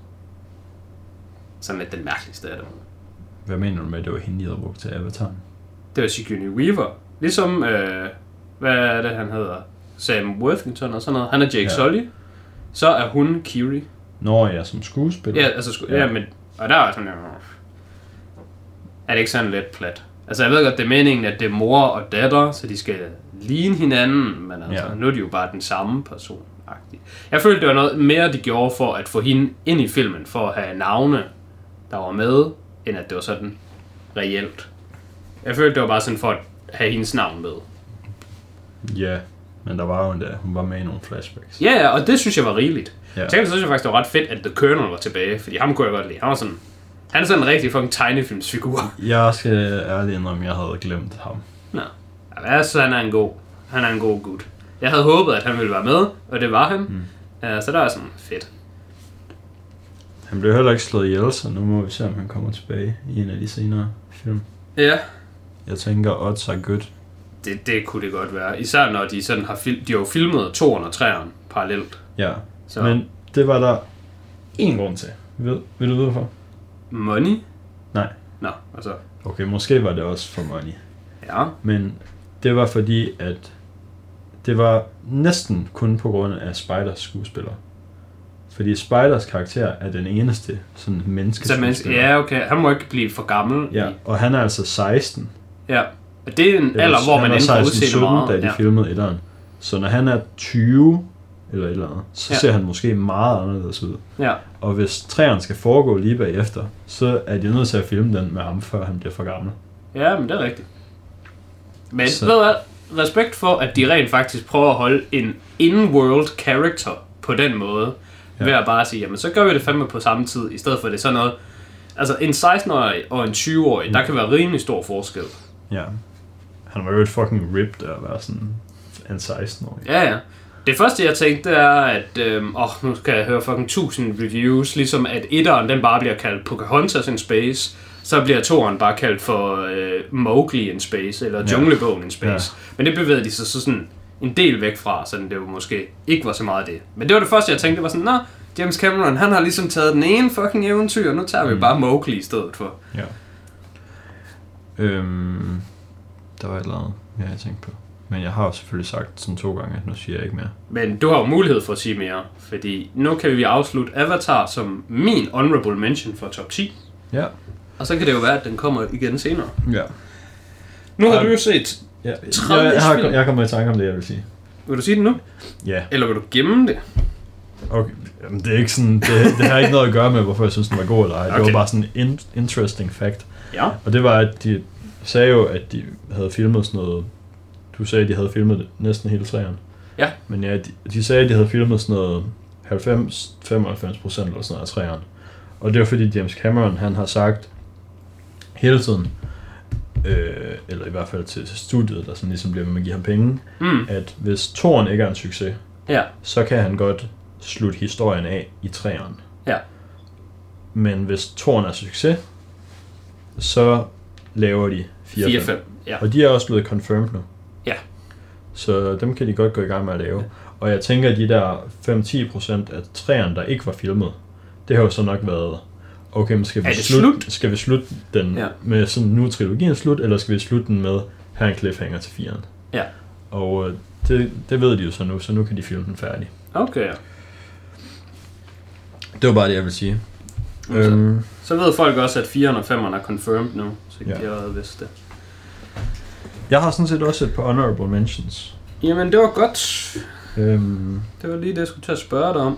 den mærkeligste af dem. Hvad mener du med, at det var hende, de havde brugt til avataren? Det var Sigourney Weaver. Ligesom, hvad er det, han hedder? Sam Worthington og sådan noget. Han er Jake Sully. Så er hun Kiri. Nå ja, som skuespiller. Ja, altså men og der er sådan er det ikke sådan lidt plat. Altså jeg ved godt, det er meningen, at det er mor og datter, så de skal ligne hinanden, men altså nu er de jo bare den samme person. Jeg følte, det var noget mere, de gjorde for at få hende ind i filmen, for at have navne, der var med, end at det var sådan reelt. Jeg følte, det var bare sådan for at have hendes navn med. Ja, men der var jo endda, hun var med i nogle flashbacks. Ja, og det synes jeg var rigeligt. Ja. Så synes jeg faktisk, det var ret fedt, at The Colonel var tilbage, fordi ham kunne jeg godt lide. Han er sådan en rigtig fucking tegnefilmsfigur. Jeg skal ærligt indrømme, jeg havde glemt ham. Nå, altså han er en god gut. Jeg havde håbet, at han ville være med, og det var han. Så der er sådan fedt. Han blev heller ikke slået ihjel, så nu må vi se, om han kommer tilbage i en af de senere film. Ja. Jeg tænker, odds are good. Det kunne det godt være. Især når de sådan de har jo filmet 2'eren og 3'eren parallelt. Ja, så. Men det var der en grund til. Vil du vide for? Money? Nej. Nå, altså. Okay, måske var det også for money. Ja. Men det var fordi, at det var næsten kun på grund af Spiders skuespiller. Fordi Spiders karakter er den eneste sådan menneskeskuespiller. Ja, okay. Han må ikke blive for gammel. Ja, og han er altså 16. Ja. Men det er en alder, hvor man ændrer udseende meget. Da de filmede etteren. Så når han er 20 eller et eller andet, så ser han måske meget anderledes ud. Ja. Og hvis træerne skal foregå lige bagefter, så er de nødt til at filme den med ham, før han bliver for gammel. Ja, men det er rigtigt. Men ved du hvad? Respekt for, at de rent faktisk prøver at holde en in-world character på den måde. Ja. Ved at bare sige, jamen så gør vi det fandme på samme tid, i stedet for det sådan noget. Altså en 16-årig og en 20-årig, der kan være rimelig stor forskel. Ja. Han var jo et fucking ripped at være sådan en 16-årig. Ja. Det første jeg tænkte, det er, at nu skal jeg høre fucking 1000 reviews, ligesom at etteren den bare bliver kaldt Pocahontas in Space, så bliver toeren bare kaldt for Mowgli in Space, eller Junglebogen in Space. Ja. Men det bevægede de sig så sådan en del væk fra, så det var måske ikke var så meget det. Men det var det første jeg tænkte, det var sådan, James Cameron, han har ligesom taget den ene fucking eventyr, og nu tager vi bare Mowgli i stedet for. Ja. Der var et eller andet, jeg tænkte på. Men jeg har jo selvfølgelig sagt sådan 2 gange, at nu siger jeg ikke mere. Men du har jo mulighed for at sige mere, fordi nu kan vi afslutte Avatar som min honorable mention for top 10. Ja. Og så kan det jo være, at den kommer igen senere. Ja. Nu har du jo set 30 film. Jeg kommer i tanke om det, jeg vil sige. Vil du sige det nu? Ja. Eller vil du gemme det? Okay. Jamen, det er ikke sådan, det har ikke noget at gøre med, hvorfor jeg synes, den var god eller ej. Okay. Det var bare sådan en interesting fact. Ja. Og det var, at de sagde jo, at de havde filmet sådan noget. Du sagde, at de havde filmet næsten hele træerne. Ja. Men ja, de sagde, at de havde filmet sådan noget 90-95% eller sådan noget af træerne. Og det var fordi James Cameron, han har sagt hele tiden, eller i hvert fald til studiet, der sådan ligesom bliver med at give ham penge, at hvis toren ikke er en succes, så kan han godt slutte historien af i træerne. Ja. Men hvis toren er succes, så laver de 4-5. Ja. Og de er også blevet confirmed nu. Ja. Så dem kan de godt gå i gang med at lave. Ja. Og jeg tænker, at de der 5-10% af træerne, der ikke var filmet, det har jo så nok været, okay, men skal vi slutte den med sådan, nu er trilogien slut, eller skal vi slutte den med, her en cliffhanger til 4'eren? Ja. Og det ved de jo så nu kan de filme den færdig. Okay, ja. Det var bare det, jeg vil sige. Så ved folk også, at 4'eren og 5'eren er confirmed nu, så de har vidst det. Jeg har sådan set også et par honorable mentions. Jamen, det var godt. Det var lige det, jeg skulle til at spørge dig om.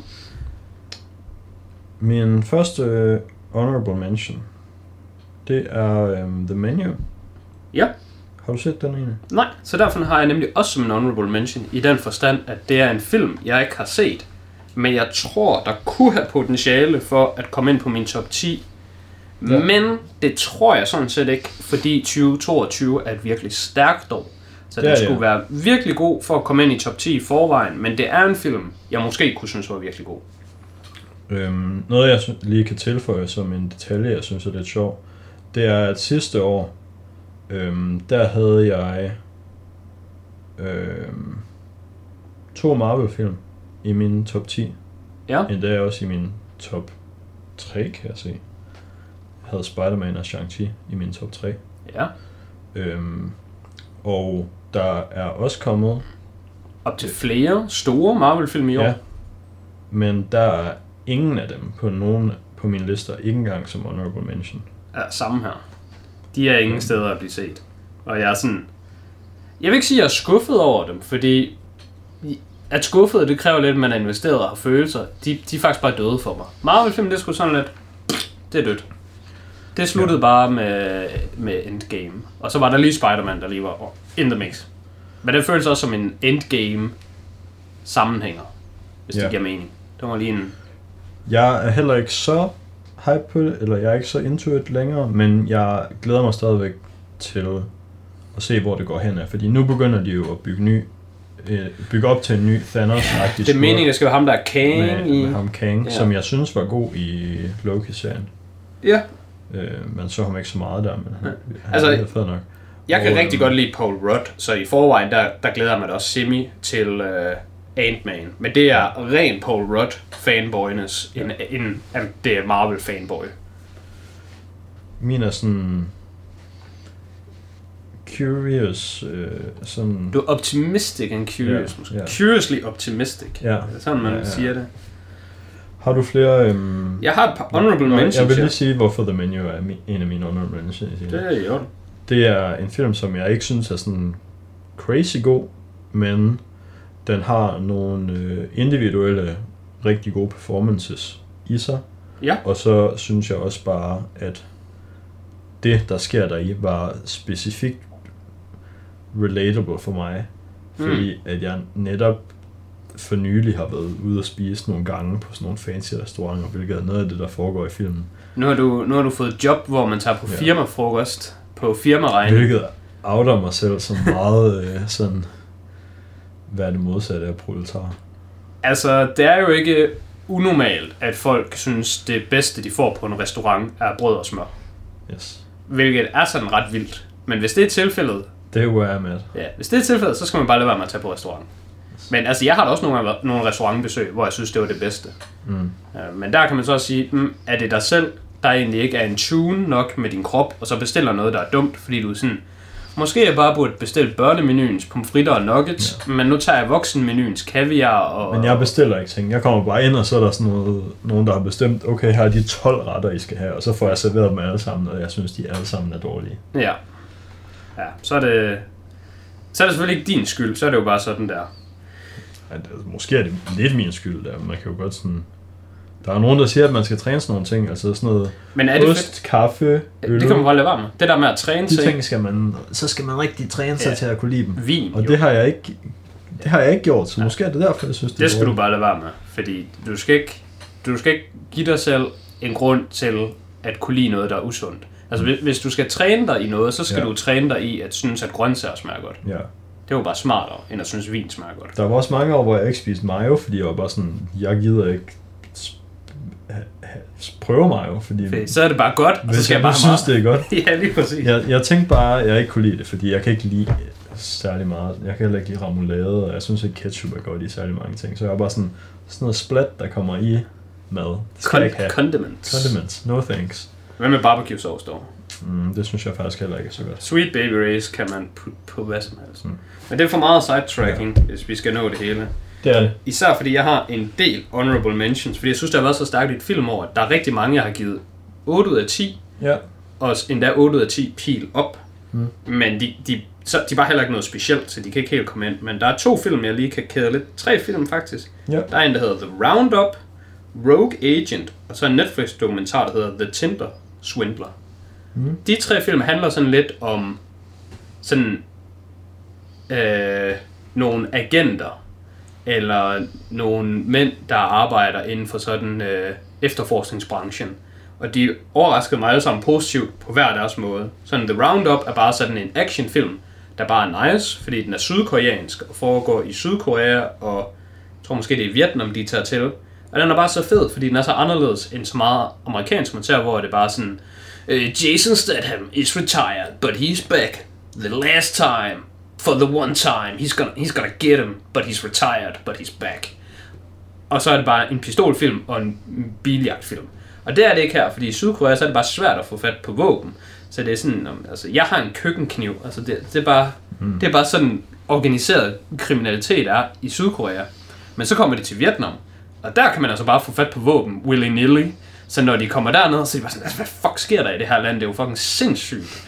Min første honorable mention, det er The Menu. Ja. Har du set den egentlig? Nej, så derfor har jeg nemlig også som en honorable mention, i den forstand, at det er en film, jeg ikke har set, men jeg tror, der kunne have potentiale for at komme ind på min top 10. Ja. Men det tror jeg sådan set ikke, fordi 2022 er et virkelig stærkt år. Så den skulle være virkelig god for at komme ind i top 10 i forvejen, men det er en film, jeg måske kunne synes var virkelig god. Noget jeg lige kan tilføje som en detalje, jeg synes er lidt sjov, det er at sidste år, der havde jeg 2 Marvel-film i min top 10. Ja. Endda også i min top 3, kan jeg se. Jeg havde Spider-Man og Shang-Chi i min top 3. Ja. Og der er også kommet op til flere store Marvel-film i år. Ja. Men der er ingen af dem på min lister, ikke engang som honorable mention. Ja, samme her. De er ingen steder at blive set. Og jeg er sådan... Jeg vil ikke sige, at jeg er skuffet over dem, fordi... At skuffet, det kræver lidt, at man er investeret og har følelser. De er faktisk bare døde for mig. Marvel-film, det er sgu sådan lidt... Det er dødt. Det sluttede bare med Endgame. Og så var der lige Spider-Man, der lige var in the mix. Men det føles også som en Endgame sammenhænger, hvis det giver mening. Det var lige en... Jeg er heller ikke så hype på det, eller jeg er ikke så into it længere, men jeg glæder mig stadigvæk til at se, hvor det går hen af. Fordi nu begynder de jo at bygge op til en ny Thanos-agtig. Det er meningen, at skal være ham, der er Kang med ham Kang, som jeg synes var god i Loki-serien. Ja. Man så ham ikke så meget der, men han altså, er fed nok. Jeg kan rigtig godt lide Paul Rudd, så i forvejen, der glæder man også semi til Ant-Man. Men det er ren Paul Rudd fanboyness, end det er Marvel fanboy. Min er sådan... curious, sådan... Du er optimistic and curious, måske. Yeah. Curiously optimistic. Ja. Sådan man siger det. Har du flere... Jeg har et par honorable mentions. Jeg vil lige sige, hvorfor The Menu er en af mine honorable mentions. Det er i orden. det er en film, som jeg ikke synes er sådan crazy god, men den har nogle individuelle, rigtig gode performances i sig. Ja. Og så synes jeg også bare, at det, der sker deri, var specifikt relatable for mig. Fordi at jeg netop for nylig har været ude og spise nogle gange på sådan nogle fancy restauranter, hvilket er noget af det, der foregår i filmen. Nu har du fået et job, hvor man tager på firmafrokost på firmaregning. Hvilket outer mig selv som meget sådan, hvad er det modsatte af proletar? Altså, det er jo ikke unormalt, at folk synes, det bedste, de får på en restaurant, er brød og smør. Yes. Hvilket er sådan ret vildt. Men hvis det er tilfældet... Det er jo med. Ja, hvis det er tilfældet, så skal man bare lade være med at tage på restaurant. Yes. Men altså, jeg har da også nogle restaurantbesøg, hvor jeg synes, det var det bedste. Men der kan man så også sige, er det dig selv, der egentlig ikke er en tune nok med din krop, og så bestiller noget, der er dumt, fordi du er sådan... Måske jeg bare burde bestille børnemenuens pomfritter og nuggets, men nu tager jeg voksenmenuens kaviar og... Men jeg bestiller ikke ting. Jeg kommer bare ind, og så er der sådan nogen, der har bestemt, okay, her er de 12 retter, I skal have, og så får jeg serveret dem alle sammen, og jeg synes, de alle sammen er dårlige. Ja, så er det selvfølgelig ikke din skyld, så er det jo bare sådan der. Ja, måske er det lidt min skyld, der. Man kan jo godt sådan... Der er nogen, der siger, at man skal træne sådan nogle ting, altså sådan noget men er det ost, kaffe, øl. Det kan man godt lade være med. Det der med at træne de ting skal man, så skal man rigtig træne sig til at kunne lide dem. Vin, og det har jeg ikke gjort, så måske er det derfor, jeg synes, det skal du bare lade være med, fordi du skal ikke give dig selv en grund til at kunne lide noget, der er usundt. Altså hvis du skal træne dig i noget, så skal du træne dig i at synes, at grøntsager smager godt. Ja. Det var bare smartere, end at synes, vin smager godt. Der var også mange år, hvor jeg ikke spiste mayo, fordi jeg var bare sådan, jeg gider ikke prøve mayo, fordi... Så er det bare godt, og så skal jeg bare synes, det er godt. Ja, lige præcis. Jeg tænkte bare, at jeg ikke kunne lide det, fordi jeg kan ikke lide særlig meget. Jeg kan heller ikke lide remoulade, og jeg synes ikke, ketchup er godt i særlig mange ting. Så jeg er bare sådan noget splat, der kommer i mad. Det skal jeg ikke have. Condiments. No thanks. Hvad med barbecue sauce dog? Det synes jeg faktisk heller ikke er så godt. Sweet Baby Ray's kan man putte på hvad som helst. Men det er for meget sidetracking, hvis vi skal nå det hele. Det er det. Især fordi jeg har en del honorable mentions, fordi jeg synes, det har været så stærkt i et film over, at der er rigtig mange, jeg har givet 8 ud af 10, og endda 8 ud af 10 pil op. Men de er bare heller ikke noget specielt, så de kan ikke helt komme ind. Men der er 2 film, jeg lige kan kæde lidt. 3 film faktisk. Der er en, der hedder The Roundup, Rogue Agent, og så en Netflix-dokumentar, der hedder The Tinder Swindler. De 3 film handler sådan lidt om sådan nogle agenter, eller nogle mænd, der arbejder inden for sådan efterforskningsbranchen. Og de overraskede mig alle sammen positivt på hver deres måde. Sådan The Roundup er bare sådan en actionfilm, der bare er nice, fordi den er sydkoreansk og foregår i Sydkorea, og jeg tror måske det er Vietnam, de tager til. Og den er bare så fed, fordi den er så anderledes end så meget amerikansk man ser, hvor det bare sådan Jason Statham is retired, but he's back. The last time. For the one time, he's gonna get him, but he's retired, but he's back. Og så er det bare en pistolfilm og en biljagtfilm. Og det er det ikke her, fordi i Sydkorea så er det bare svært at få fat på våben. Så det er sådan, altså jeg har en køkkenkniv, altså det er bare sådan organiseret kriminalitet er i Sydkorea. Men så kommer de til Vietnam, og der kan man altså bare få fat på våben willy-nilly. Så når de kommer derned, så er de bare sådan, altså, hvad fuck sker der i det her land? Det er jo fucking sindssygt.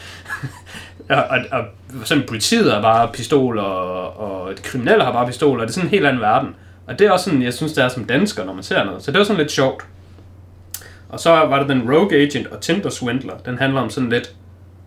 og sådan politiet har bare pistoler, og de kriminelle har bare pistoler, og det er sådan en helt anden verden. Og det er også sådan, jeg synes, det er som dansker, når man ser noget. Så det var sådan lidt sjovt. Og så var der den Rogue Agent og Tinder Swindler. Den handler om sådan lidt,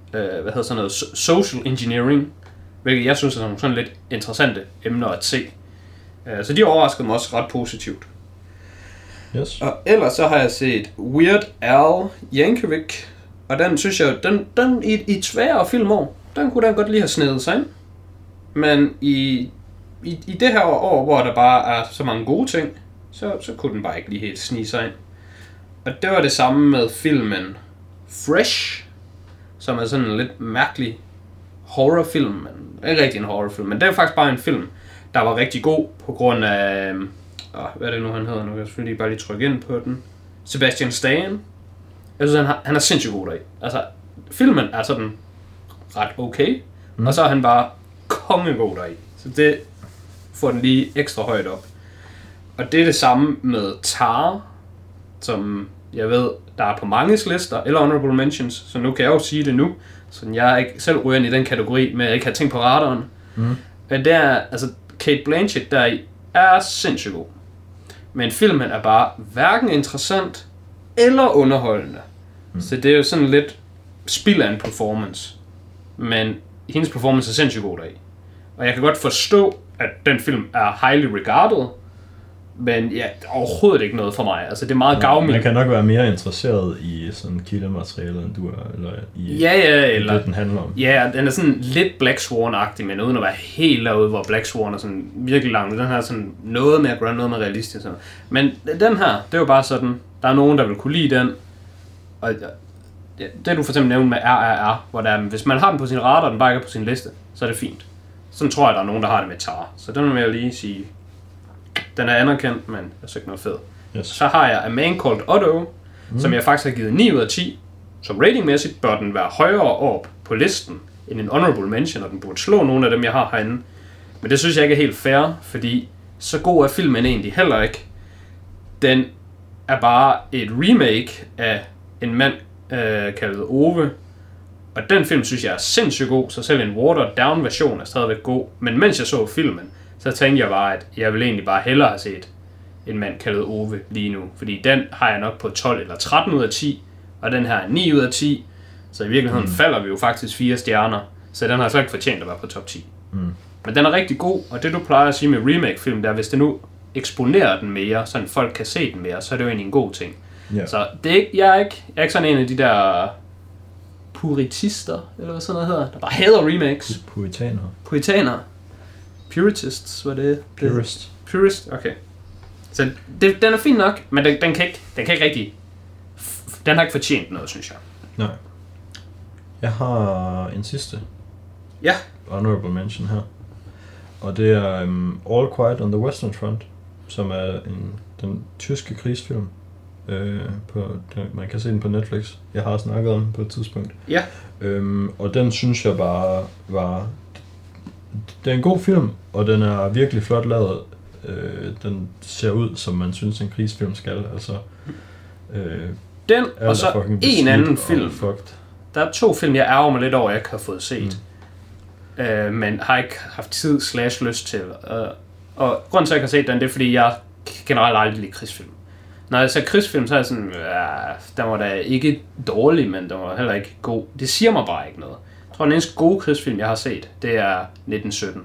social engineering, hvilket jeg synes er nogle sådan lidt interessante emner at se. Så de overraskede mig også ret positivt. Yes. Og ellers så har jeg set Weird Al Yankovic, og den synes jeg, den i et sværere filmår, den kunne den godt lige have snedet sig ind. Men i det her år, hvor der bare er så mange gode ting, så kunne den bare ikke lige helt snige sig ind. Og det var det samme med filmen Fresh, som er sådan en lidt mærkelig horrorfilm, men ikke rigtig en horrorfilm, men det er faktisk bare en film, der var rigtig god på grund af, hvad er det nu han hedder, nu kan jeg selvfølgelig bare lige trykke ind på den, Sebastian Stan. Jeg synes han er sindssygt god deri. Altså filmen er sådan ret okay, og så er han bare kongegod deri, så det får den lige ekstra højt op. Og det er det samme med Tar, som Jeg ved, der er på manges lister, eller honorable mentions, så nu kan jeg jo sige det nu, så jeg ikke selv ryger i den kategori, med at jeg ikke har tænkt på radaren. Men det er, altså Cate Blanchett deri er sindssygt god. Men filmen er bare hverken interessant eller underholdende. Så det er jo sådan lidt spild af en performance. Men hendes performance er sindssygt god deri. Og jeg kan godt forstå, at den film er highly regarded, men ja, overhovedet ikke noget for mig. Altså det er meget gavmildt. Man kan nok være mere interesseret i sådan kildemateriale, end du er, eller i eller det, den handler om. Ja, den er sådan lidt Black Swan-agtig, men uden at være helt derude, hvor Black Swan er sådan virkelig lang. Den her sådan noget mere grøn, noget mere realistisk. Sådan. Men den her, det er jo bare sådan, der er nogen, der vil kunne lide den. Og det du for eksempel nævnte med RRR, hvor der er, hvis man har den på sin radar, og den bare ikke er på sin liste, så er det fint. Sådan tror jeg, der er nogen, der har det med Tar. Så den vil jeg lige sige, den er anerkendt, men det er så ikke noget fedt. Yes. Så har jeg A Man Called Otto, som jeg faktisk har givet 9 ud af 10. Som ratingmæssigt bør den være højere op på listen end en honorable mention, og den burde slå nogle af dem, jeg har herinde. Men det synes jeg ikke er helt fair, fordi så god er filmen egentlig heller ikke. Den er bare et remake af en mand kaldet Ove. Og den film synes jeg er sindssygt god, så selv en watered down version er stadigvæk god. Men mens jeg så filmen, så tænkte jeg bare, at jeg ville egentlig bare hellere have set en mand kaldet Ove lige nu. Fordi den har jeg nok på 12 eller 13 ud af 10, og den her er 9 ud af 10. Så i virkeligheden falder vi jo faktisk 4 stjerner, så den har så ikke fortjent at være på top 10. Men den er rigtig god, og det du plejer at sige med remake-film, der hvis det nu eksponerer den mere, så folk kan se den mere, så er det jo egentlig en god ting. Yeah. Så det er ikke, jeg er ikke sådan en af de der puritister, eller hvad sådan noget hedder, der bare hader remakes. Puritaner. Puritists, hvad det er? Purist, okay. Så den er fin nok, men den kan ikke rigtig, den har ikke fortjent noget, synes jeg. Nej. Jeg har en sidste. Ja. Honorable mention her. Og det er All Quiet on the Western Front, som er den tyske krigsfilm. Man kan se den på Netflix. Jeg har snakket om den på et tidspunkt. Ja. Og den synes jeg bare var... Det er en god film, og den er virkelig flot lavet. Den ser ud, som man synes en krigsfilm skal. Altså, den, og så en anden film. Der er 2 film, jeg ærger mig lidt over, jeg ikke har fået set. Men har ikke haft tid / lyst til. Og grunden til, at jeg ikke har set den, det er, fordi jeg generelt aldrig lide krigsfilm. Når jeg ser krigsfilm, så er jeg sådan, den var da ikke dårlig, men den var heller ikke god. Det siger mig bare ikke noget. Jeg tror, den eneste gode krigsfilm, jeg har set, det er 1917.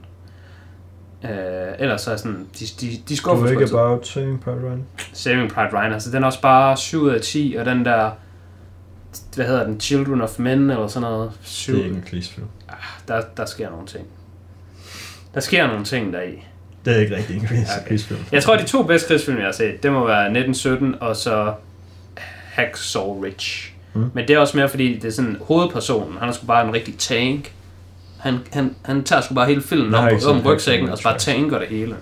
Ellers så er sådan, de skuffer. Du er ikke about Saving Private Ryan? Saving Private Ryan, altså den er også bare 7 ud af 10, og den der, hvad hedder den, Children of Men, eller sådan noget. 7. Det er ikke en krigsfilm. Der sker nogle ting. Der sker nogle ting deri. Det er ikke rigtig en krigsfilm. Jeg tror, de 2 bedste krigsfilm, jeg har set, det må være 1917 og så Hacksaw Ridge. Men det er også mere, fordi det er sådan hovedpersonen. Han er sgu bare en rigtig tank. Han tager sgu bare hele filmen om rygsækken og så bare tanker det hele.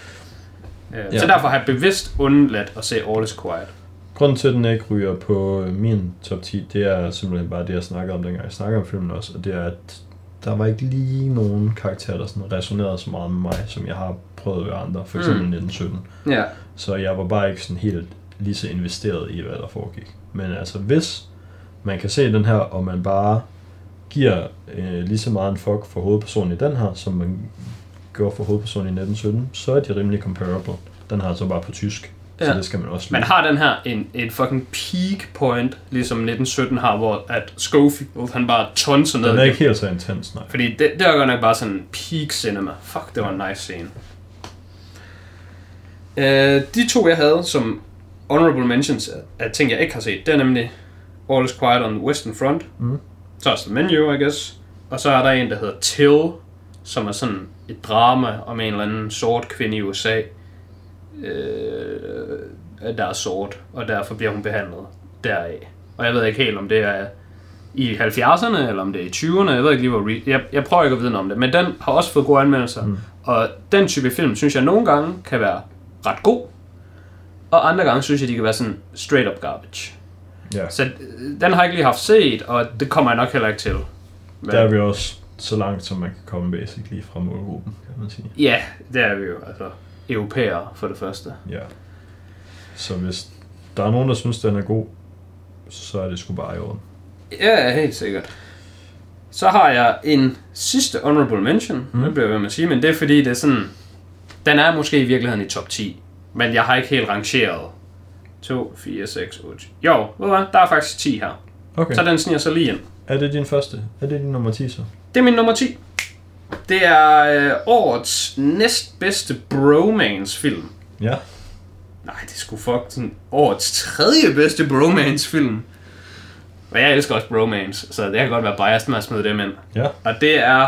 Så derfor har jeg bevidst undladt at se All is Quiet. Grunden til, at den ikke ryger på min top 10, det er simpelthen bare det, jeg snakkede om dengang jeg snakkede om filmen også. Og det er, at der var ikke lige nogen karakterer, der sådan resonerede så meget med mig, som jeg har prøvet ved andre. For eksempel 1917. Ja. Så jeg var bare ikke sådan helt lige så investeret i, hvad der foregik. Men altså, hvis man kan se den her, og man bare giver lige så meget en fuck for hovedpersonen i den her, som man gjorde for hovedpersonen i 1917, så er de rimelig comparable. Den her er så bare på tysk, så det skal man også lide. Man har den her en fucking peak point, ligesom 1917 har, hvor at Schofield, han bare tonser ned. Den er ikke helt så intens, nej. Fordi det er godt nok bare sådan peak cinema. Fuck, det var en nice scene. De 2, jeg havde som honorable mentions af ting, jeg ikke har set, det er nemlig All is Quiet on the Western Front. Så er The Menu, I guess. Og så er der en, der hedder Till, som er sådan et drama om en eller anden sort kvinde i USA, der er sort, og derfor bliver hun behandlet deraf. Og jeg ved ikke helt, om det er i 70'erne, eller om det er i 20'erne, jeg ved ikke lige, hvor jeg prøver ikke at vide om det, men den har også fået gode anmeldelser, og den type film, synes jeg nogle gange kan være ret god, og andre gange synes jeg, de kan være sådan straight up garbage. Yeah. Så den har jeg ikke lige haft set, og det kommer jeg nok heller ikke til. Men der er vi også så langt, som man kan komme basically fra målgruppen, kan man sige. Ja, det er vi jo, altså europæere for det første. Ja. Så hvis der er nogen, der synes, den er god, så er det sgu bare i orden. Ja, helt sikkert. Så har jeg en sidste honorable mention, det bliver jeg ved med at sige, men det er fordi, det er sådan, den er måske i virkeligheden i top 10, men jeg har ikke helt rangeret 2, 4, 6, 8. Jo, der er faktisk 10 her. Okay. Så den sniger sig lige ind. Er det din første? Er det din nummer 10 så? Det er min nummer 10. Det er årets næstbedste bromance-film. Ja. Nej, det er sgu sådan årets tredje bedste bromance-film. Og jeg elsker også bromance, så det kan godt være biased med at smide dem ind. Ja. Og det er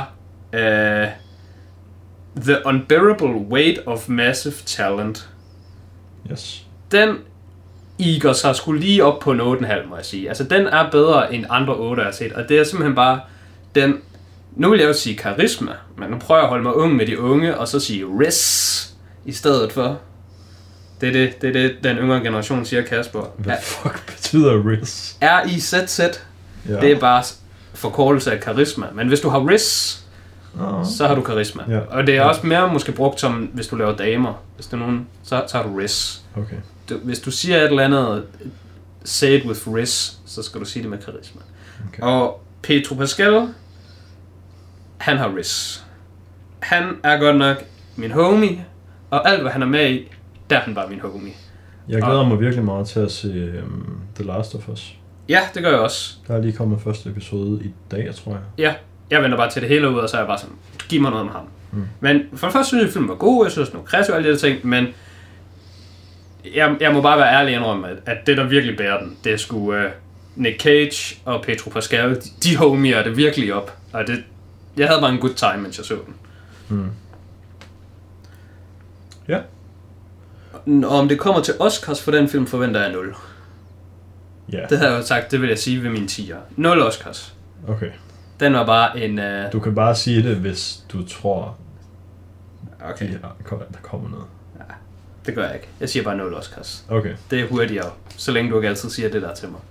The Unbearable Weight of Massive Talent. Yes. Den iger sig sgu lige op på en 8,5, må jeg sige. Altså, den er bedre end andre 8, jeg har set. Og det er simpelthen bare den... Nu vil jeg jo sige karisma, men nu prøver jeg at holde mig ung med de unge, og så sige ris i stedet for. Det er det, den yngre generation siger, Kasper. Hvad fuck betyder ris? R-I-Z-Z. Ja. Det er bare forkortelse af karisma. Men hvis du har ris, så har du karisma. Ja. Og det er også mere måske brugt som, hvis du laver damer. Hvis der er nogen, så har du ris. Okay. Hvis du siger et eller andet, say it with ris, så skal du sige det med karisma. Okay. Og Pedro Pascal, han har ris. Han er godt nok min homie, og alt hvad han er med i, der er han bare min homie. Jeg glæder mig virkelig meget til at se The Last of Us. Ja, det gør jeg også. Der er lige kommet første episode i dag, tror jeg. Ja, jeg venter bare til det hele ud, og så er jeg bare sådan, giv mig noget om ham. Men for det første synes jeg, at filmen var god, jeg synes, den var kreativ og alle de der ting, men jeg må bare være ærlig indrømme, at det, der virkelig bærer den, det er sgu Nick Cage og Pedro Pascal, de homier det virkelig op, og jeg havde bare en good time, mens jeg så den. Ja. Og om det kommer til Oscars for den film, forventer jeg 0. Ja. Det har jeg jo sagt, det vil jeg sige ved mine 10'er. 0 Oscars. Okay. Den var bare en... Du kan bare sige det, hvis du tror, okay, der kommer noget. Ja, det gør jeg ikke. Jeg siger bare 0 Oscars. Okay. Det er hurtigere, så længe du ikke altid siger det der til mig.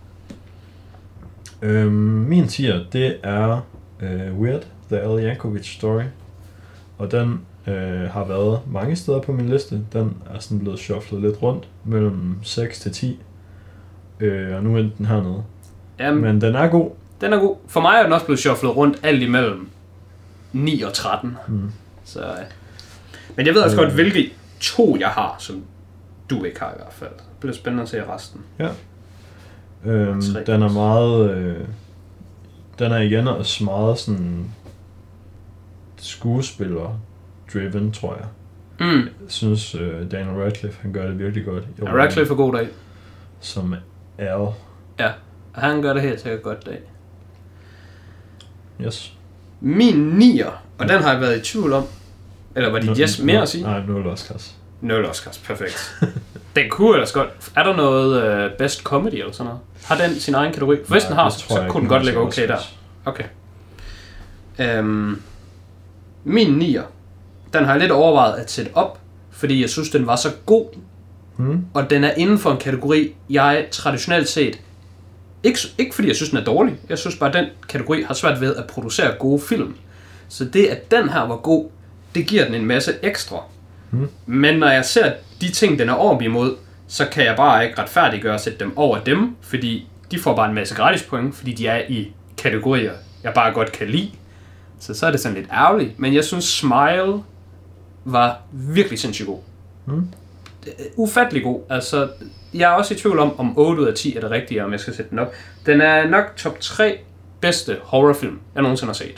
Min 10'er, det er Weird, The Al Yankovic Story. Og den har været mange steder på min liste. Den er sådan blevet shufflet lidt rundt mellem 6 til 10. Og nu er den hernede. Men den er god. Den er god. For mig er den også blevet shufflet rundt alt imellem 9 og 13. Så, men jeg ved også godt, hvilke 2 jeg har, som du ikke har i hvert fald. Det bliver spændende at se resten. Ja. Den er meget... den er igen også meget sådan... skuespiller-driven, tror jeg. Jeg synes, Daniel Radcliffe, han gør det virkelig godt. Radcliffe er god dag. Som Al. Ja, og han gør det helt sikkert godt dag. Yes. Min 9'er, og den har jeg været i tvivl om. Eller var det yes mere at sige? Nej, 0 Oscars. 0 Oscars, perfekt. Den kunne ellers godt. Er der noget best comedy eller sådan noget? Har den sin egen kategori? Hvis den har, så kunne den godt ligge okay der. Okay. Min 9'er, den har jeg lidt overvejet at sætte op, fordi jeg synes, den var så god. Og den er inden for en kategori, jeg traditionelt set... Ikke fordi jeg synes, den er dårlig. Jeg synes bare, at den kategori har svært ved at producere gode film. Så det, at den her var god, det giver den en masse ekstra. Men når jeg ser de ting, den er over imod, så kan jeg bare ikke retfærdiggøre at sætte dem over dem, fordi de får bare en masse gratis point, fordi de er i kategorier, jeg bare godt kan lide. Så er det sådan lidt ærgerligt. Men jeg synes, Smile var virkelig sindssygt god. Ufattelig god. Altså, jeg er også i tvivl om 8 ud af 10 er det rigtige, om jeg skal sætte den op. Den er nok top 3 bedste horrorfilm, jeg nogensinde har set.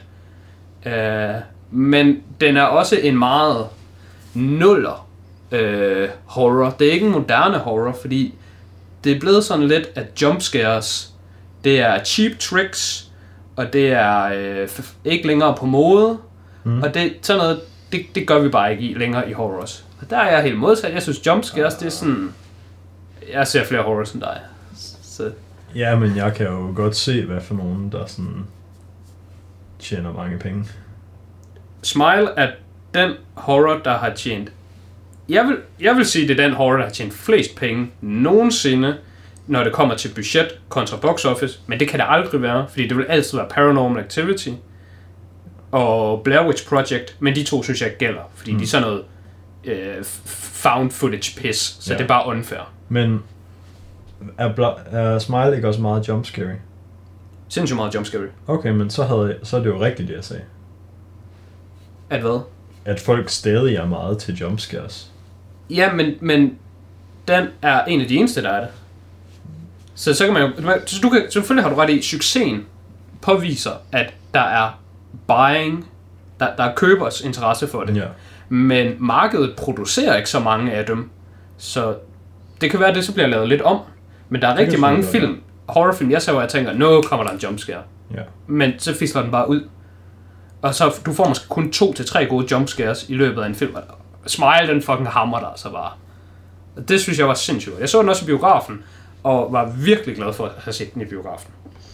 Men den er også en meget nuller horror. Det er ikke en moderne horror, fordi det er blevet sådan lidt, at jumpscares, det er cheap tricks, og det er ikke længere på mode, og det, sådan noget, det gør vi bare ikke i længere i horrors. Og der er jeg helt modsat. Jeg synes jumpscares, det er sådan... Jeg ser flere horrors end dig. Så. Ja, men jeg kan jo godt se, hvad for nogen, der sådan tjener mange penge. Smile er den horror, der har tjent... Jeg vil sige, det er den horror, der har tjent flest penge nogensinde, når det kommer til budget kontra box office. Men det kan det aldrig være, fordi det vil altid være Paranormal Activity og Blair Witch Project. Men de 2 synes jeg gælder, fordi de er sådan noget found footage piss, så det er bare unfair. Men Er Smile ikke også meget jumpscary? Sindssygt meget jumpscary. Okay, men så er det jo rigtigt, det jeg sagde. At hvad? At folk stadig er meget til jumpscares. Ja, men den er en af de eneste, der er det. Så kan man jo... Selvfølgelig har du ret i, succesen påviser, at der er buying, der er købers interesse for det. Ja. Men markedet producerer ikke så mange af dem, så det kan være, at det så bliver lavet lidt om. Men der er rigtig mange film, horrorfilm, jeg ser, hvor jeg tænker, nu kommer der en jumpscare. Ja. Men så fisler den bare ud. Og så du får måske kun 2-3 gode jumpscares i løbet af en film. Smile, den fucking hammer der så bare. Det synes jeg var sindssygt. Jeg så den også i biografen, og var virkelig glad for at have set den i biografen.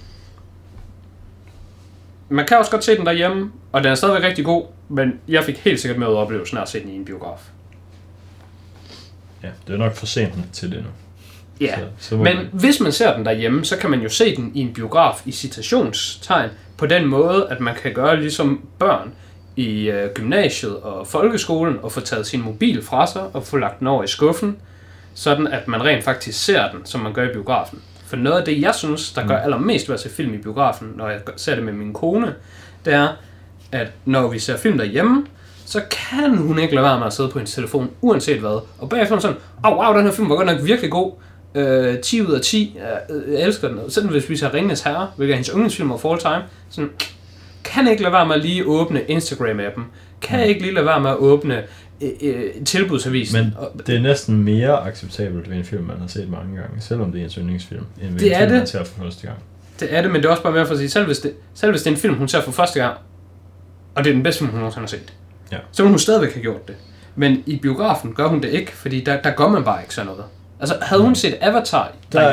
Man kan også godt se den derhjemme, og den er stadigvæk rigtig god, men jeg fik helt sikkert med at oplevelsen af at se den i en biograf. Ja, det er nok for sent til det nu. Ja, så men hvis man ser den derhjemme, så kan man jo se den i en biograf i citationstegn, på den måde, at man kan gøre ligesom børn i gymnasiet og folkeskolen, og få taget sin mobil fra sig, og få lagt den over i skuffen, sådan at man rent faktisk ser den, som man gør i biografen. For noget af det, jeg synes, der gør allermest ved at se film i biografen, når jeg ser det med min kone, det er, at når vi ser film derhjemme, så kan hun ikke lade være med at sidde på hendes telefon, uanset hvad. Og bagefter sådan, wow, den her film var godt nok virkelig god. 10 ud af 10, jeg elsker den. Sådan hvis vi ser Ringenes Herre, hvilket er hendes yndlingsfilm of all time, sådan, kan ikke lade være med at lige åbne Instagram-appen. Kan ikke lige lade være med at åbne tilbudsavisen. Men det er næsten mere acceptabelt ved en film, man har set mange gange, selvom det er en yndlingsfilm, end ved det en film, man ser for første gang. Det er det, men det er også bare mere for at sige, selv hvis det er en film, hun ser for første gang, og det er den bedste film, hun nogensinde har set, så vil hun stadigvæk have gjort det. Men i biografen gør hun det ikke, fordi der gør man bare ikke sådan noget. Altså, havde hun set Avatar?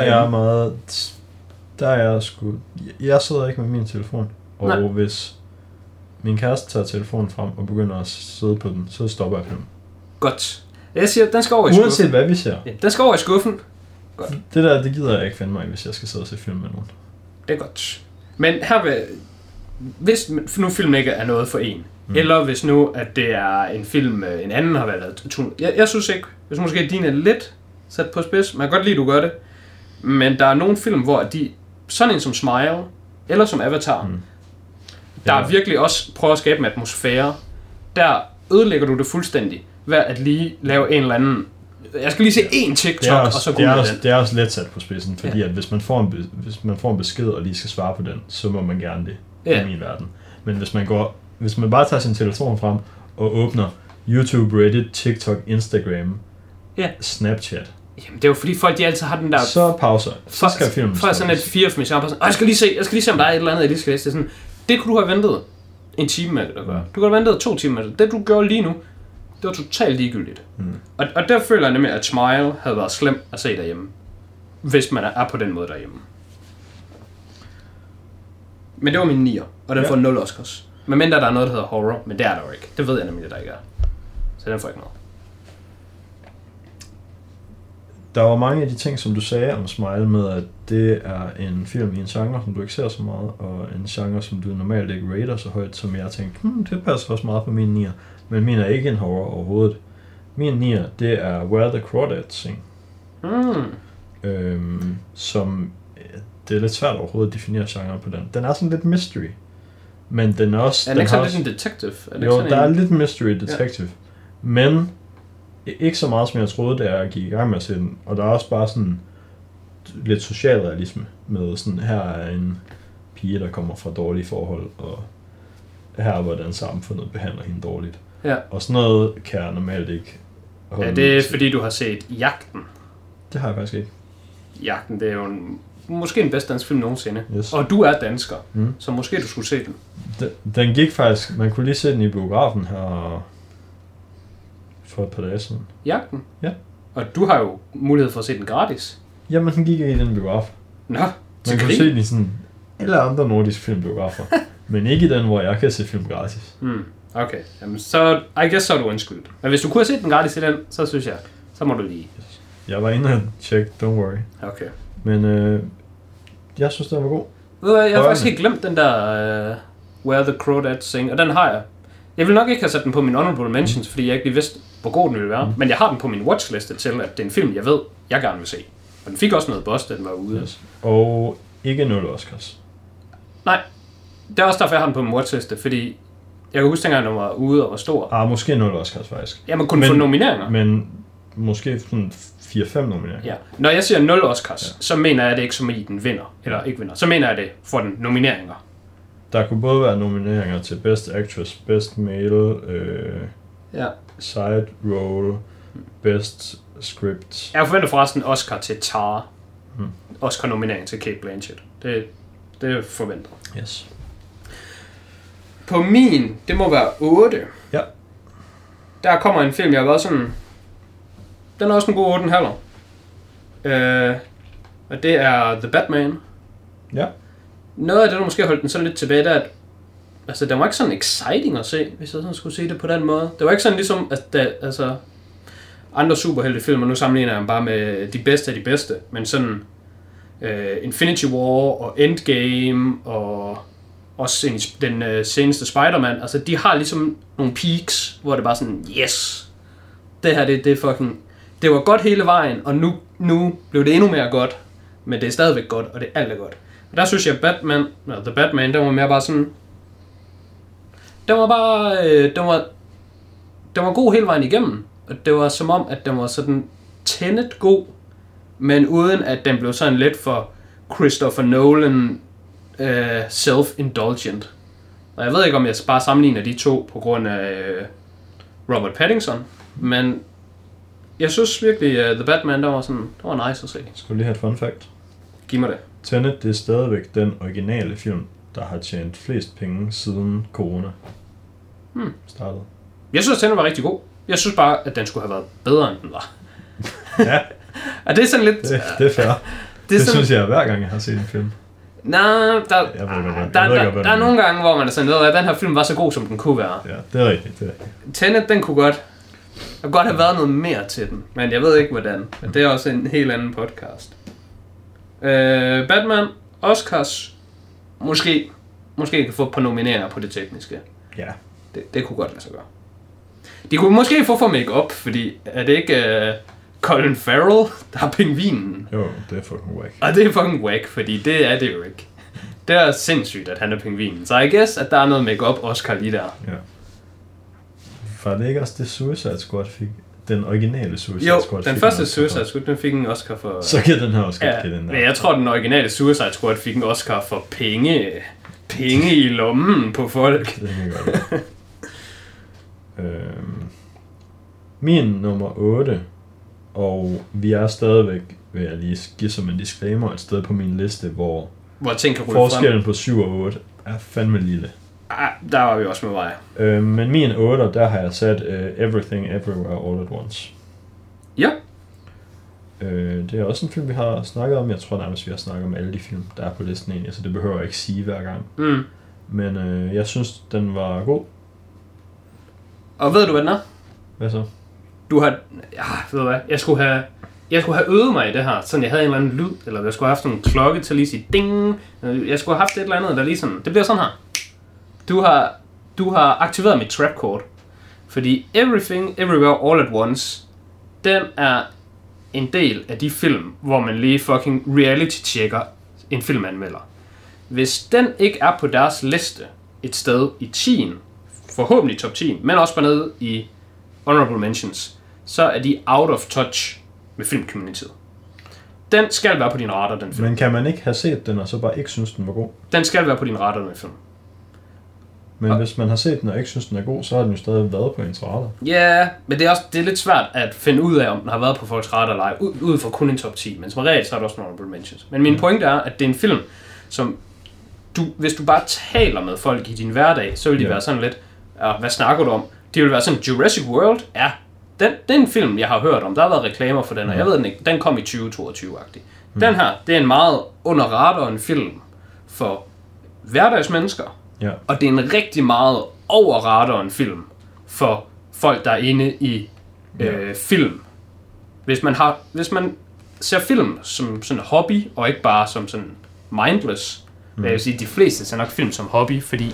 Jeg sidder ikke med min telefon, og hvis min kæreste tager telefonen frem og begynder at sidde på den, så stopper jeg filmen. Godt. Jeg siger, den skal over i skuffen. Uanset hvad vi ser. Ja, den skal over i skuffen. Godt. Det gider jeg ikke finde mig i, hvis jeg skal sidde og se film med nogen. Det er godt. Men her hvis nu filmen ikke er noget for en, eller hvis nu, at det er en film, en anden har været... Jeg synes ikke, jeg synes måske, at din er lidt sat på spids. Man kan godt lide, at du gør det. Men der er nogle film, hvor de, sådan en som Smile, eller som Avatar, der virkelig også prøver at skabe en atmosfære, der ødelægger du det fuldstændig, ved at lige lave en eller anden... Jeg skal lige se én TikTok, og så gå med den. Det er også let sat på spidsen, fordi at hvis man får en besked, og lige skal svare på den, så må man gerne det i min verden. Men hvis man bare tager sin telefon frem, og åbner YouTube, Reddit, TikTok, Instagram, Snapchat... Jamen, det er jo fordi folk, de altid har den der... Så pauser. Så skal filmen stoppes. Sådan et 4-5 sådan, jeg skal lige se, om der er et eller andet, jeg lige skal læse. Det er sådan, det kunne du have ventet en time med det at gøre. Du kunne have ventet 2 timer med det. Det du gjorde lige nu, det var totalt ligegyldigt. Og der føler jeg nemlig, at Smile havde været slem at se derhjemme. Hvis man er på den måde derhjemme. Men det var min 9'er, og den får 0 Oscars. Men mindre der er noget, der hedder horror, men det er der jo ikke. Det ved jeg nemlig, at der ikke er. Så den får ikke noget. Der var mange af de ting, som du sagde om Smile, med at det er en film i en genre, som du ikke ser så meget, og en genre, som du normalt ikke rater så højt, som jeg tænkte, det passer også meget på min 9'er. Men min er ikke en horror overhovedet. Min 9'er, det er Where the Crawdads Sing. Som, det er lidt svært overhovedet at definere genre på den. Den er sådan lidt mystery. Men den er også... Er den ikke sådan lidt en detective? Jo, der er lidt mystery detective. Ja. Men ikke så meget, som jeg troede, da jeg gik i gang med at se den. Og der er også bare sådan lidt socialrealisme med sådan, her er en pige, der kommer fra dårlige forhold, og her er, hvordan samfundet behandler hende dårligt. Ja. Og sådan noget kan jeg normalt ikke holde. Ja, det er fordi, du har set Jagten. Det har jeg faktisk ikke. Jagten, det er jo måske den bedste dansk film nogensinde. Yes. Og du er dansker, så måske du skulle se den. Den gik faktisk, man kunne lige se den i biografen her for et par dage siden. Jagten? Ja. Og du har jo mulighed for at se den gratis. Jamen, den gik ikke i den biograf. Nå, man kunne se den i sådan alle andre nordiske filmbiografer. Men ikke i den, hvor jeg kan se film gratis. Okay, jamen så, I guess så er du undskyldt. Men hvis du kunne have set den gratis i den, så synes jeg, så må du lige. Jeg var inde og tjekke, don't worry. Okay. Men jeg synes, den var god. Jeg har faktisk helt glemt den der Where the Crawdads Sing, og den har jeg. Jeg vil nok ikke have sat den på min honorable mentions, fordi jeg ikke lige vidste, hvor god den ville være. Men jeg har den på min watchliste til, at det er en film, jeg ved, jeg gerne vil se. Og den fik også noget buzz, da den var ude. Yes. Og ikke 0 Oscars. Nej, det er også derfor, jeg har den på min watchliste, fordi jeg kan huske, dengang den var ude og var stor. Måske 0 Oscars faktisk. Ja, man kunne få nomineringer. Men måske sådan 4-5 nomineringer. Ja. Når jeg siger 0 Oscars, så mener jeg det ikke som i den vinder, eller ikke vinder. Så mener jeg det for den nomineringer. Der kunne både være nomineringer til Best Actress, Best Male, Side Role, Best Script. Jeg forventer forresten Oscar til Tar. Oscar-nominering til Cate Blanchett. Det forventer. Yes. På min, det må være 8. Ja. Der kommer en film, jeg har været sådan... Den er også en god 8,5. Og det er The Batman. Ja. Noget af det, der måske holdt den sådan lidt tilbage, der at... Altså, den var ikke sådan exciting at se, hvis jeg sådan skulle se det på den måde. Det var ikke sådan ligesom, at andre superheltefilmer, nu sammenligner jeg bare med de bedste af de bedste, men sådan Infinity War og Endgame og også den seneste Spider-Man, altså de har ligesom nogle peaks, hvor det bare sådan, yes, det her, det er fucking, det var godt hele vejen, og nu blev det endnu mere godt, men det er stadigvæk godt, og det er alt er godt. Og der synes jeg, The Batman, den var mere bare sådan, den var god hele vejen igennem, og det var som om, at den var sådan Tenet god, men uden at den blev sådan lidt for Christopher Nolan self-indulgent. Og jeg ved ikke, om jeg bare sammenligner de to på grund af Robert Pattinson, men jeg synes virkelig, The Batman, det var nice at se. Skal du lige have et fun fact? Giv mig det. Tenet, det er stadigvæk den originale film, der har tjent flest penge siden corona startede. Jeg synes, Tenet var rigtig god. Jeg synes bare, at den skulle have været bedre, end den var. Ja. Og det er sådan lidt... Det er fair. Det synes jeg hver gang, jeg har set en film. Nej, der er nogle gange, hvor man er sådan, at den her film var så god, som den kunne være. Ja, det er rigtigt. Tenet, den kunne godt have været noget mere til den, men jeg ved ikke, hvordan. Men det er også en helt anden podcast. Batman, Oscars, måske kan få et par nomineringer på det tekniske. Ja. Det kunne godt lade sig gøre. De kunne måske få for make-up, fordi er det ikke Colin Farrell, der har pingvinen? Jo, det er fucking whack. Og det er fucking whack, fordi det er det jo ikke. Det er sindssygt, at han er pingvinen. Så I guess, at der er noget make-up Oscar lige der. Ja. For det ikke også det Suicide Squad fik? Den originale Suicide Squad den første Suicide Squad, den fik en Oscar for... Så kan den her Oscar give den der. Men jeg tror, den originale Suicide Squad fik en Oscar for penge i lommen på folk. Det kan godt. Min nummer 8, og vi er stadigvæk, vil jeg lige give som en disclaimer, et sted på min liste, hvor forskellen på 7 og 8 er fandme lille. Der var vi også med vej. Men min 8, der har jeg sat Everything Everywhere All at Once. Ja. Det er også en film, vi har snakket om. Jeg tror nærmest, vi har snakket om alle de film, der er på listen egentlig, så det behøver jeg ikke sige hver gang. Men jeg synes, den var god. Og ved du, hvad den er? Hvad så? Du har... Ja, ved du hvad? Jeg skulle have øvet mig i det her, sådan jeg havde en eller anden lyd, eller jeg skulle have haft en klokke til at lige sige ding. Jeg skulle have haft et eller andet, der lige sådan... Det bliver sådan her. Du har aktiveret mit trapcord, fordi Everything Everywhere All at Once, den er en del af de film, hvor man lige fucking reality-checker en filmanmelder. Hvis den ikke er på deres liste et sted i 10'en, forhåbentlig top 10, men også bare nede i honorable mentions, så er de out of touch med filmcommunityet. Den skal være på din radar, den film. Men kan man ikke have set den, og så bare ikke synes, den var god? Den skal være på din radar, den film. Men hvis man har set den, og ikke synes, den er god, så har den jo stadig været på ens radar. Ja, men det er lidt svært at finde ud af, om den har været på folks radar eller ej, ud fra kun en top 10, men som regel, så er der også honorable mentions. Men min pointe er, at det er en film, som hvis du bare taler med folk i din hverdag, så vil de være sådan lidt, hvad snakker du om? De vil være sådan, Jurassic World, ja, det er en film, jeg har hørt om. Der har været reklamer for den, og jeg ved den ikke. Den kom i 2022-agtig. Den her, det er en meget under radaren film for hverdagsmennesker. Ja. Og det er en rigtig meget over radaren film for folk, der er inde i film. Hvis man ser film som sådan en hobby, og ikke bare som sådan mindless, vil jeg sige, de fleste ser nok film som hobby, fordi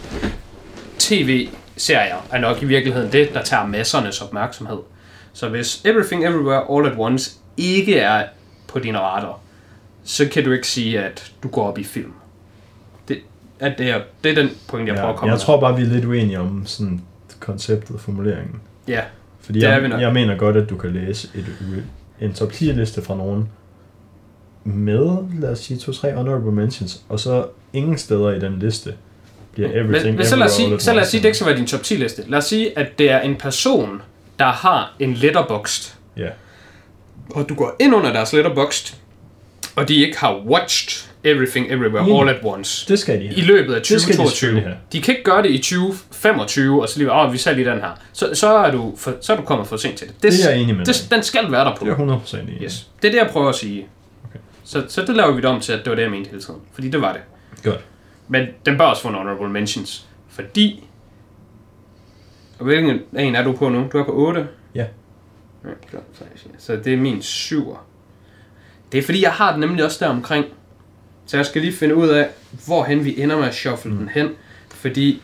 tv-serier er nok i virkeligheden det, der tager massernes opmærksomhed. Så hvis Everything Everywhere All at Once ikke er på din radar, så kan du ikke sige, at du går op i film. Det er den point, jeg prøver at komme Jeg tror bare, vi er lidt uenige om sådan konceptet og formuleringen. Ja, fordi jeg mener godt, at du kan læse en top 10 liste fra nogen med, lad os sige, 2-3 honorable mentions, og så ingen steder i den liste bliver everything. Men så lad os sige, at det ikke skal være din top 10 liste. Lad os sige, at det er en person, der har en Letterboxd. Ja. Og du går ind under deres Letterboxd, og de ikke har watched Everything Everywhere All at Once. Det skal de have. I løbet af 2022. De kan ikke gøre det i 2025, og så lige, vi sagde lige den her. Så er du kommet for sent til det. Det er jeg enig med. Den skal være der på. Det er 100% enig. Yes. Det er det, jeg prøver at sige. Okay. Så det laver vi det om til, at det var det, jeg mente hele tiden. Fordi det var det. Godt. Men den bør også få en honorable mentions. Fordi... Og hvilken en er du på nu? Du er på 8? Ja. Så det er min 7'er. Det er fordi, jeg har den nemlig også der omkring. Så jeg skal lige finde ud af, hvorhen vi ender med at shuffle den hen. Fordi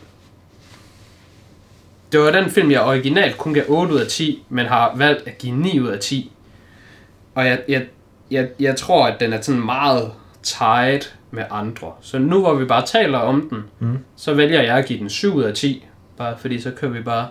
det var den film, jeg originalt kun gav 8 ud af 10, men har valgt at give 9 ud af 10. Og jeg tror, at den er sådan meget tight med andre. Så nu hvor vi bare taler om den, så vælger jeg at give den 7 ud af 10. Bare fordi så kører vi bare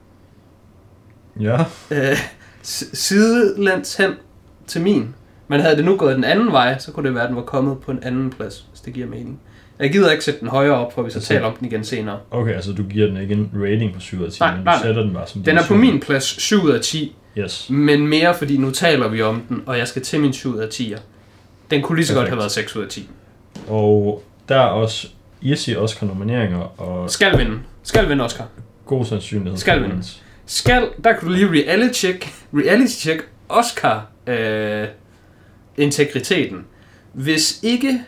sidelæns hen til min. Men havde det nu gået den anden vej, så kunne det være, at den var kommet på en anden plads, hvis det giver mening. Jeg gider ikke sætte den højere op, for vi så taler om den igen senere. Okay, altså du giver den ikke en rating på 7 ud af 10, men du sætter den bare som... Den er på min plads 7 ud af 10, yes. Men mere fordi nu taler vi om den, og jeg skal til min 7 ud af 10'er. Den kunne lige så godt have været 6 ud af 10. Og der er også easy Oscar-nomineringer, og... Skal vinde Oscar. God sandsynlighed. Skal vinde. Der kan du lige reality check Oscar integriteten. Hvis ikke...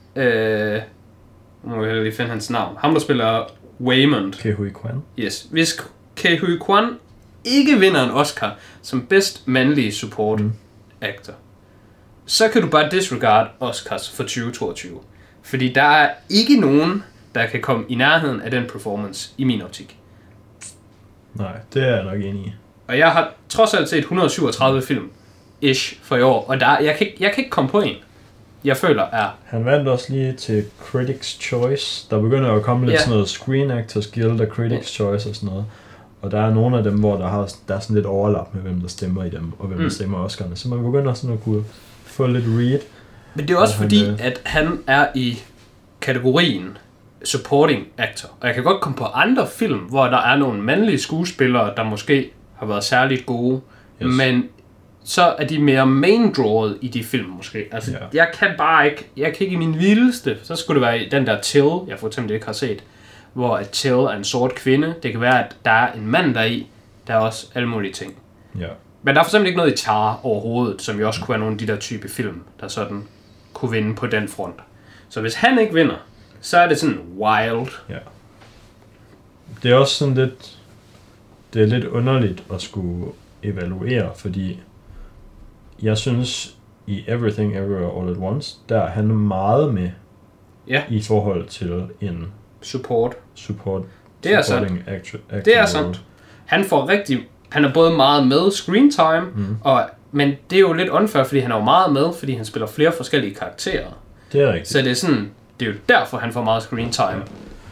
må jeg lige finde hans navn. Ham, der spiller Waymond. Ke Huy Quan. Yes. Hvis Ke Huy Quan ikke vinder en Oscar som bedst mandlige support actor, så kan du bare disregard Oscars for 2022. Fordi der er ikke nogen, der kan komme i nærheden af den performance i min optik. Nej, det er jeg nok enig i. Og jeg har trods alt set 137 film-ish for i år, og jeg kan ikke komme på en, jeg føler er... Han vandt også lige til Critics' Choice. Der begynder at komme lidt sådan noget Screen Actors Guild og Critics' Choice og sådan noget. Og der er nogle af dem, hvor der er sådan lidt overlap med, hvem der stemmer i dem, og hvem der stemmer Oscar'ne. Så man begynder sådan at kunne få lidt read. Men det er også fordi, at han er i kategorien supporting actor. Og jeg kan godt komme på andre film, hvor der er nogle mandlige skuespillere, der måske har været særligt gode, men så er de mere main-drawet i de film måske. Altså, jeg kan ikke i min vildeste, så skulle det være den der Till, jeg for eksempel ikke har set, hvor at Till er en sort kvinde. Det kan være, at der er en mand deri, der er også alle mulige ting. Ja. Men der er for eksempel ikke noget i Tar overhovedet, som jo også kunne være nogle af de der type film, der sådan kunne vinde på den front. Så hvis han ikke vinder, så er det sådan wild. Ja. Det er også sådan lidt... Det er lidt underligt at skulle evaluere, fordi jeg synes i Everything Everywhere All at Once, der er han meget med i forhold til en support. Det er sandt. Det er sandt. Han er både meget med screen time, men det er jo lidt unfair, fordi han er jo meget med, fordi han spiller flere forskellige karakterer. Det er rigtigt. Så det er sådan, det er jo derfor han får meget screen time. Ja.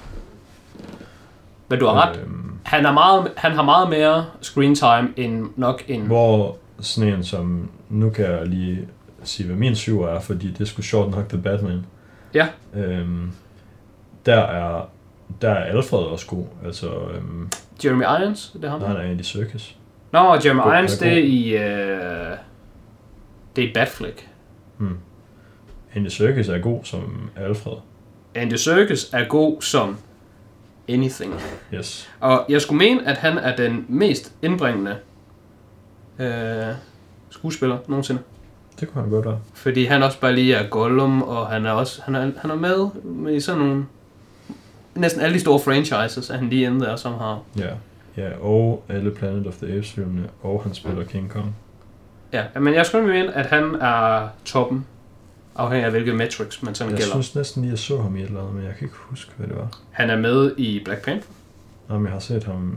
Men du har ret. Han har meget mere screen time end nok en... Hvor sådan en som... Nu kan jeg lige sige, hvad min 7'er er, fordi det er sgu sjovt nok The Batman. Ja. Der er Alfred også god. Altså... Jeremy Irons, det er ham? Nej, han er Andy Serkis. Nå, Jeremy Irons, det er i... det er i Batfleck. Andy Serkis er god som Alfred. Andy Serkis er god som anything. Yes. Og jeg skulle mene, at han er den mest indbringende skuespiller nogensinde. Det kunne han godt være. Fordi han også bare lige er Gollum, og han er også han er med i sådan nogle... Næsten alle de store franchises er han lige inde der, som har... Ja, og alle Planet of the Apes-filmene, og han spiller King Kong. Ja, men jeg skulle mene, at han er toppen, afhængig af hvilket metrics man sådan gælder. Jeg synes næsten lige, jeg så ham i et eller andet, men jeg kan ikke huske, hvad det var. Han er med i Black Panther. Jamen, jeg har set ham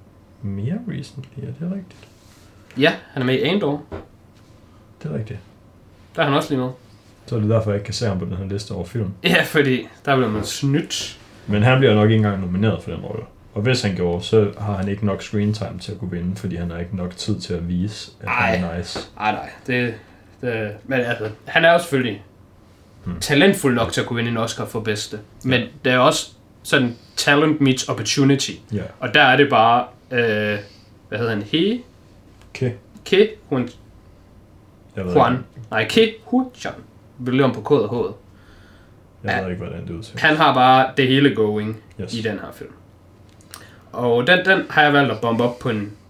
mere recently, er det rigtigt? Ja, han er med i Andor. Det er rigtigt. Der er han også lige med. Så er det derfor, jeg ikke kan se ham på den her liste over film. Ja, fordi der bliver man snydt. Men han bliver nok ikke engang nomineret for den rolle. Og hvis han gjorde, så har han ikke nok screen time til at kunne vinde, fordi han har ikke nok tid til at vise, at han er nice. Nej. Men altså, han er jo selvfølgelig talentfuld nok til at kunne vinde en Oscar for bedste. Men det er også sådan talent meets opportunity. Ja. Og der er det bare, hvad hedder han? Ke Huan. Nej, Ke Huan. Vi løber om på K'et og H'et. Jeg ved ikke, hvordan det udtaler. Han har bare det hele going i den her film. Og den har jeg valgt at bombe op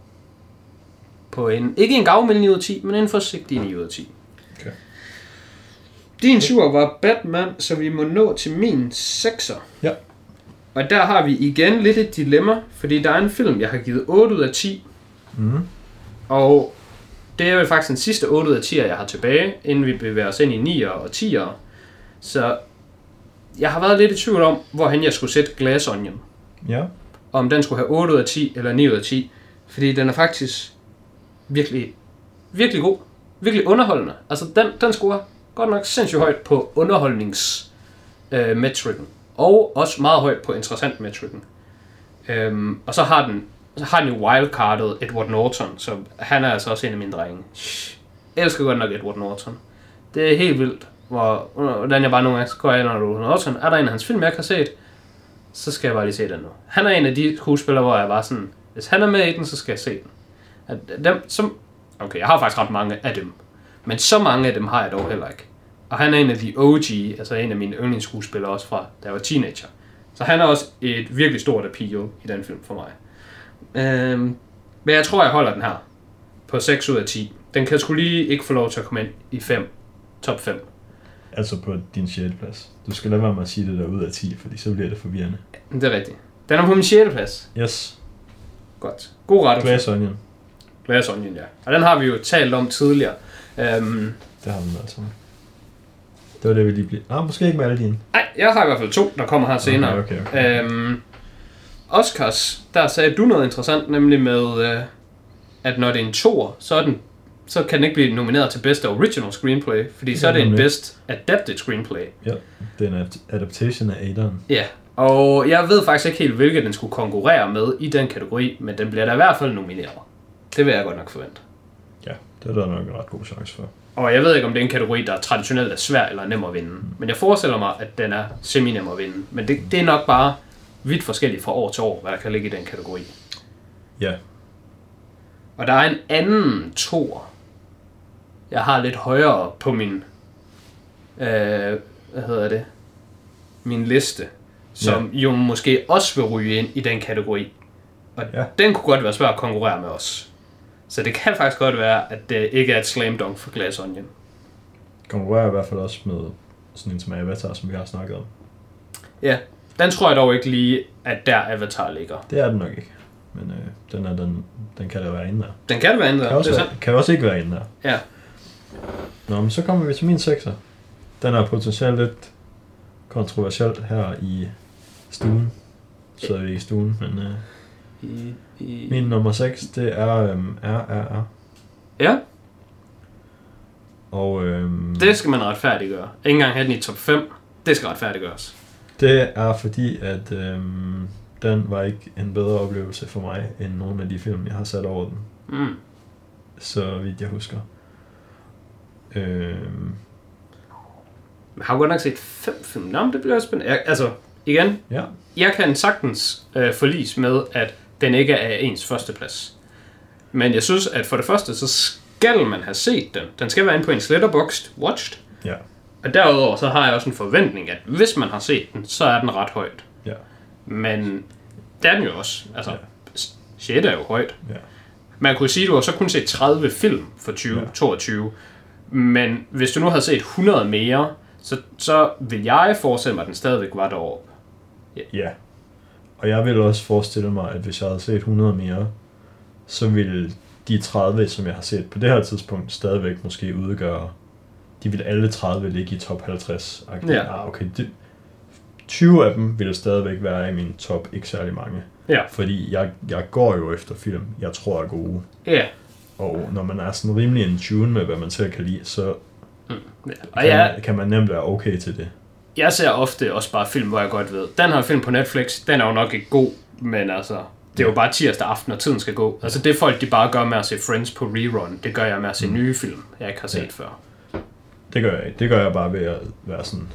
på en ikke en gavmild 9 ud af 10, men en forsigtig 9 ud af 10. Okay. Din 7'er var Batman, så vi må nå til min 6'er. Ja. Og der har vi igen lidt et dilemma, fordi der er en film, jeg har givet 8 ud af 10. Mm. Og det er jo faktisk den sidste 8 ud af 10'er, jeg har tilbage, inden vi bevæger os ind i 9'er og 10'er. Så jeg har været lidt i tvivl om, hvorhen jeg skulle sætte Glass Onion. Ja. Om den skulle have 8 ud af 10 eller 9 ud af 10. Fordi den er faktisk virkelig, virkelig god. Virkelig underholdende. Altså den scorer godt nok sindssygt højt på underholdningsmetrikken. Og også meget højt på interessant metrikken. Og så har den jo wildcardet Edward Norton, så han er altså også en af mine drenge. Jeg elsker godt nok Edward Norton. Det er helt vildt, hvordan jeg bare nogle gange går ind under Edward Norton. Er der en af hans film, jeg ikke har set, så skal jeg bare lige se den nu. Han er en af de skuespillere, hvor jeg bare sådan, hvis han er med i den, så skal jeg se den. Okay, jeg har faktisk ret mange af dem, men så mange af dem har jeg dog heller ikke. Og han er en af de OG, altså en af mine yndlingsskuespillere også fra, da jeg var teenager. Så han er også et virkelig stort appeal i den film for mig. Men jeg tror, jeg holder den her på 6 ud af 10. Den kan sgu lige ikke få lov til at komme ind i top 5. Altså på din 6. plads. Du skal lade være med at sige det der ud af 10, fordi så bliver det forvirrende. Det er rigtigt. Den er på min 6. plads. Yes. Godt. God ret. Glass Onion. Glass Onion, ja. Og den har vi jo talt om tidligere. Det har vi altså. Det var det, vi lige blev. Måske ikke med alle dine. Nej, jeg har i hvert fald 2, der kommer her senere. Okay. Oscars, der sagde du noget interessant, nemlig med, at når det er en 2'er, så kan den ikke blive nomineret til Best Original Screenplay, fordi så er det en Best Adapted Screenplay. Ja, det er en adaptation af Aderen. Ja, og jeg ved faktisk ikke helt, hvilket den skulle konkurrere med i den kategori, men den bliver da i hvert fald nomineret. Det vil jeg godt nok forvente. Ja, det er der nok en ret god chance for. Og jeg ved ikke, om det er en kategori, der traditionelt er svær eller nem at vinde. Men jeg forestiller mig, at den er semi-nem at vinde. Men det er nok bare vidt forskelligt fra år til år, hvad der kan ligge i den kategori. Ja. Og der er en anden 2'er, jeg har lidt højere på min, min liste, som jo måske også vil ryge ind i den kategori. Og den kunne godt være svær at konkurrere med os. Så det kan faktisk godt være, at det ikke er et slam dunk for Glass Onion. Konkurrerer i hvert fald også med sådan en som Avatar, som vi har snakket om. Ja, den tror jeg dog ikke lige, at der Avatar ligger. Det er den nok ikke. Men den kan da være inde der. Den kan være inde der. Kan også ikke være inde der. Ja. Nå, men så kommer vi til min 6'er. Den er potentielt lidt kontroversielt her i stuen. Så er vi i stuen, men min nummer 6, det er RRR. Ja. Og det skal man retfærdiggøre. Ikke engang have den i top 5. Det skal retfærdiggøres. Det er fordi, at den var ikke en bedre oplevelse for mig, end nogle af de film, jeg har sat over den. Så vidt jeg husker. Jeg har godt nok set 5 film. Nå, det bliver spændende. Igen. Ja. Jeg kan sagtens forlis med, at den ikke er ens førsteplads. Men jeg synes, at for det første, så skal man have set den. Den skal være inde på en Letterboxd Watched. Ja. Og derudover, så har jeg også en forventning, at hvis man har set den, så er den ret højt. Ja. Men det er den jo også. Altså, 6 er jo højt. Ja. Man kunne sige, at du har så kun set 30 film for 2022. Men hvis du nu havde set 100 mere, så vil jeg forestille mig, at den stadigvæk var deroppe. Ja. Og jeg vil også forestille mig, at hvis jeg havde set 100 mere, så ville de 30, som jeg har set på det her tidspunkt, stadigvæk måske udgøre, de vil alle 30 ligge i top 50. Ja. Okay. 20 af dem vil stadigvæk være i min top, ikke særlig mange. Ja. Fordi jeg går jo efter film, jeg tror er gode. Ja. Og når man er sådan rimelig in tune med, hvad man selv kan lide, så Kan man nemt være okay til det. Jeg ser ofte også bare film, hvor jeg godt ved, den her film på Netflix, den er jo nok ikke god, men altså, det er jo bare tirsdag aften, og tiden skal gå. Altså det folk, de bare gør med at se Friends på rerun, det gør jeg med at se nye film, jeg ikke har set før. Det gør jeg ikke. Det gør jeg bare ved at være sådan,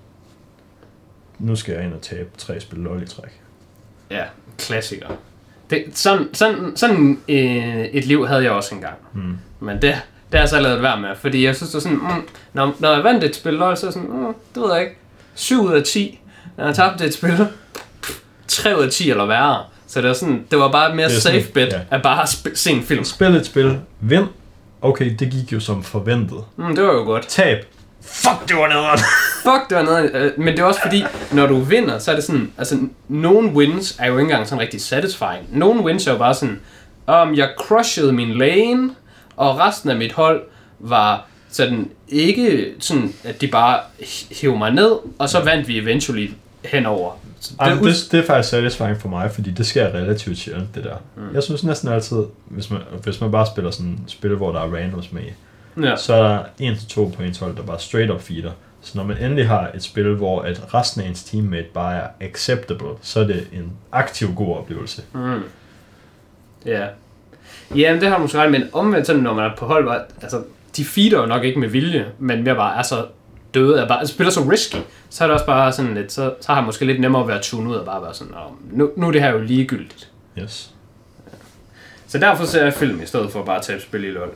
nu skal jeg ind og tabe 3 spil LOL i træk. Ja, klassiker. Sådan et liv havde jeg også engang. Men det har jeg så lavet være med, fordi jeg synes, det er sådan, når jeg vandt et spil LOL, så er sådan, det ved jeg ikke, 7 ud af 10. Når jeg tabte et spil, 3 ud af 10 eller værre. Så det var bare et mere safe bet, at bare se en film. Spil et spil, vind. Okay, det gik jo som forventet. Det var jo godt. Tab. Fuck, det var nederen. Fuck, det var nederen. Men det er også fordi, når du vinder, så er det sådan, altså, nogle wins er jo ikke engang sådan rigtig satisfying. Nogle wins er jo bare sådan, jeg crushede min lane, og resten af mit hold var sådan, ikke sådan, at de bare hævde mig ned, og så vandt vi eventually henover. Det er faktisk satisfying for mig, fordi det sker relativt sjældent, det der. Jeg synes næsten altid, hvis man bare spiller sådan et spil, hvor der er randoms med, så er der 1-2 på ens hold, der bare straight up feeder. Så når man endelig har et spil, hvor at resten af ens teammate bare er acceptable, så er det en aktiv god oplevelse. Ja. Jamen, det har du måske ret, men omvendt sådan, når man er på hold, altså, de feeder jo nok ikke med vilje, men mere bare er så døde, altså spiller så risky, så er det også bare sådan lidt, så har jeg måske lidt nemmere at være tunet ud og bare være sådan, nu er det her jo ligegyldigt. Yes. Ja. Så derfor ser jeg film i stedet for bare at tage spil i LOL.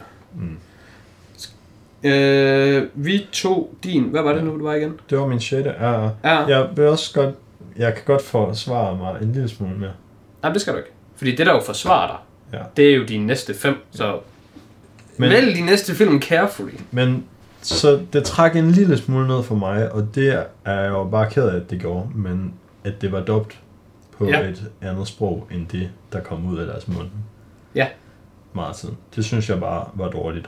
Vi tog din, hvad var det nu, du var igen? Det var min 6. Jeg vil også godt, jeg kan godt forsvare mig en lille smule mere. Nej, det skal du ikke. Fordi det der jo forsvarer dig, det er jo dine næste 5, så vælg de næste film carefully. Men så det trak en lille smule ned for mig, og det er jeg jo bare ked af, at det gjorde, men at det var dubt på et andet sprog, end det, der kom ud af deres mund. Ja. Meget tiden. Det synes jeg bare var dårligt.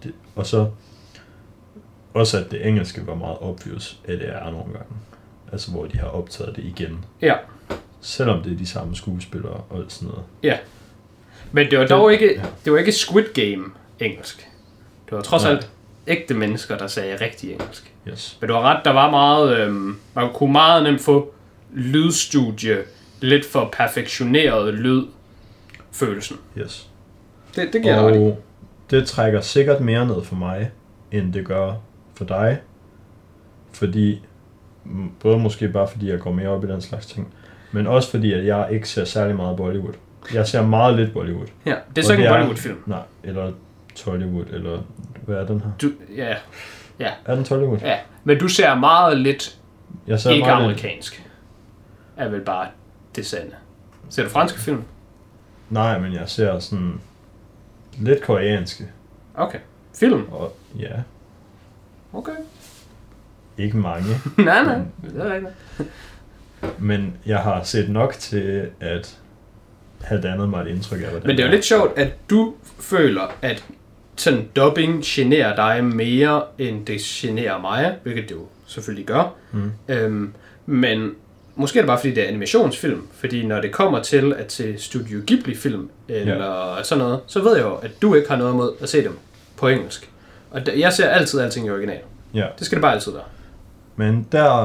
Også at det engelske var meget obvious, at det er nogle gange. Altså hvor de har optaget det igen. Ja. Selvom det er de samme skuespillere og sådan noget. Ja. Men det var dog ikke, det var ikke Squid Game engelsk. Det var trods alt ægte mennesker, der sagde rigtig engelsk. Yes. Men du har ret, der var meget, man kunne meget nemt få lydstudie, lidt for perfektioneret lydfølelsen. Yes. Det giver dig ret i. Det trækker sikkert mere ned for mig, end det gør for dig. Fordi, både måske bare fordi jeg går mere op i den slags ting, men også fordi, at jeg ikke ser særlig meget Bollywood. Jeg ser meget lidt Bollywood. Ja, det er så ikke en Bollywood-film. Nej, eller Tollywood, eller hvad er den her? Ja. Er den Tollywood? Ja, men du ser meget lidt ikke meget amerikansk. Lidt. Er vel bare det sande. Ser du franske film? Nej, men jeg ser sådan lidt koreanske. Okay. Film? Og, ja. Okay. Ikke mange. nej, det er rigtigt. Men jeg har set nok til at have dannet mig et indtryk af, hvordan. Men det er jo lidt sjovt, at du føler, at sådan dubbing generer dig mere, end det generer mig, hvilket det jo selvfølgelig gør. Men måske er det bare, fordi det er animationsfilm, fordi når det kommer til at se Studio Ghibli-film, eller sådan noget, så ved jeg jo, at du ikke har noget imod at se dem på engelsk. Og jeg ser altid alting i original. Ja. Det skal det bare altid være. Men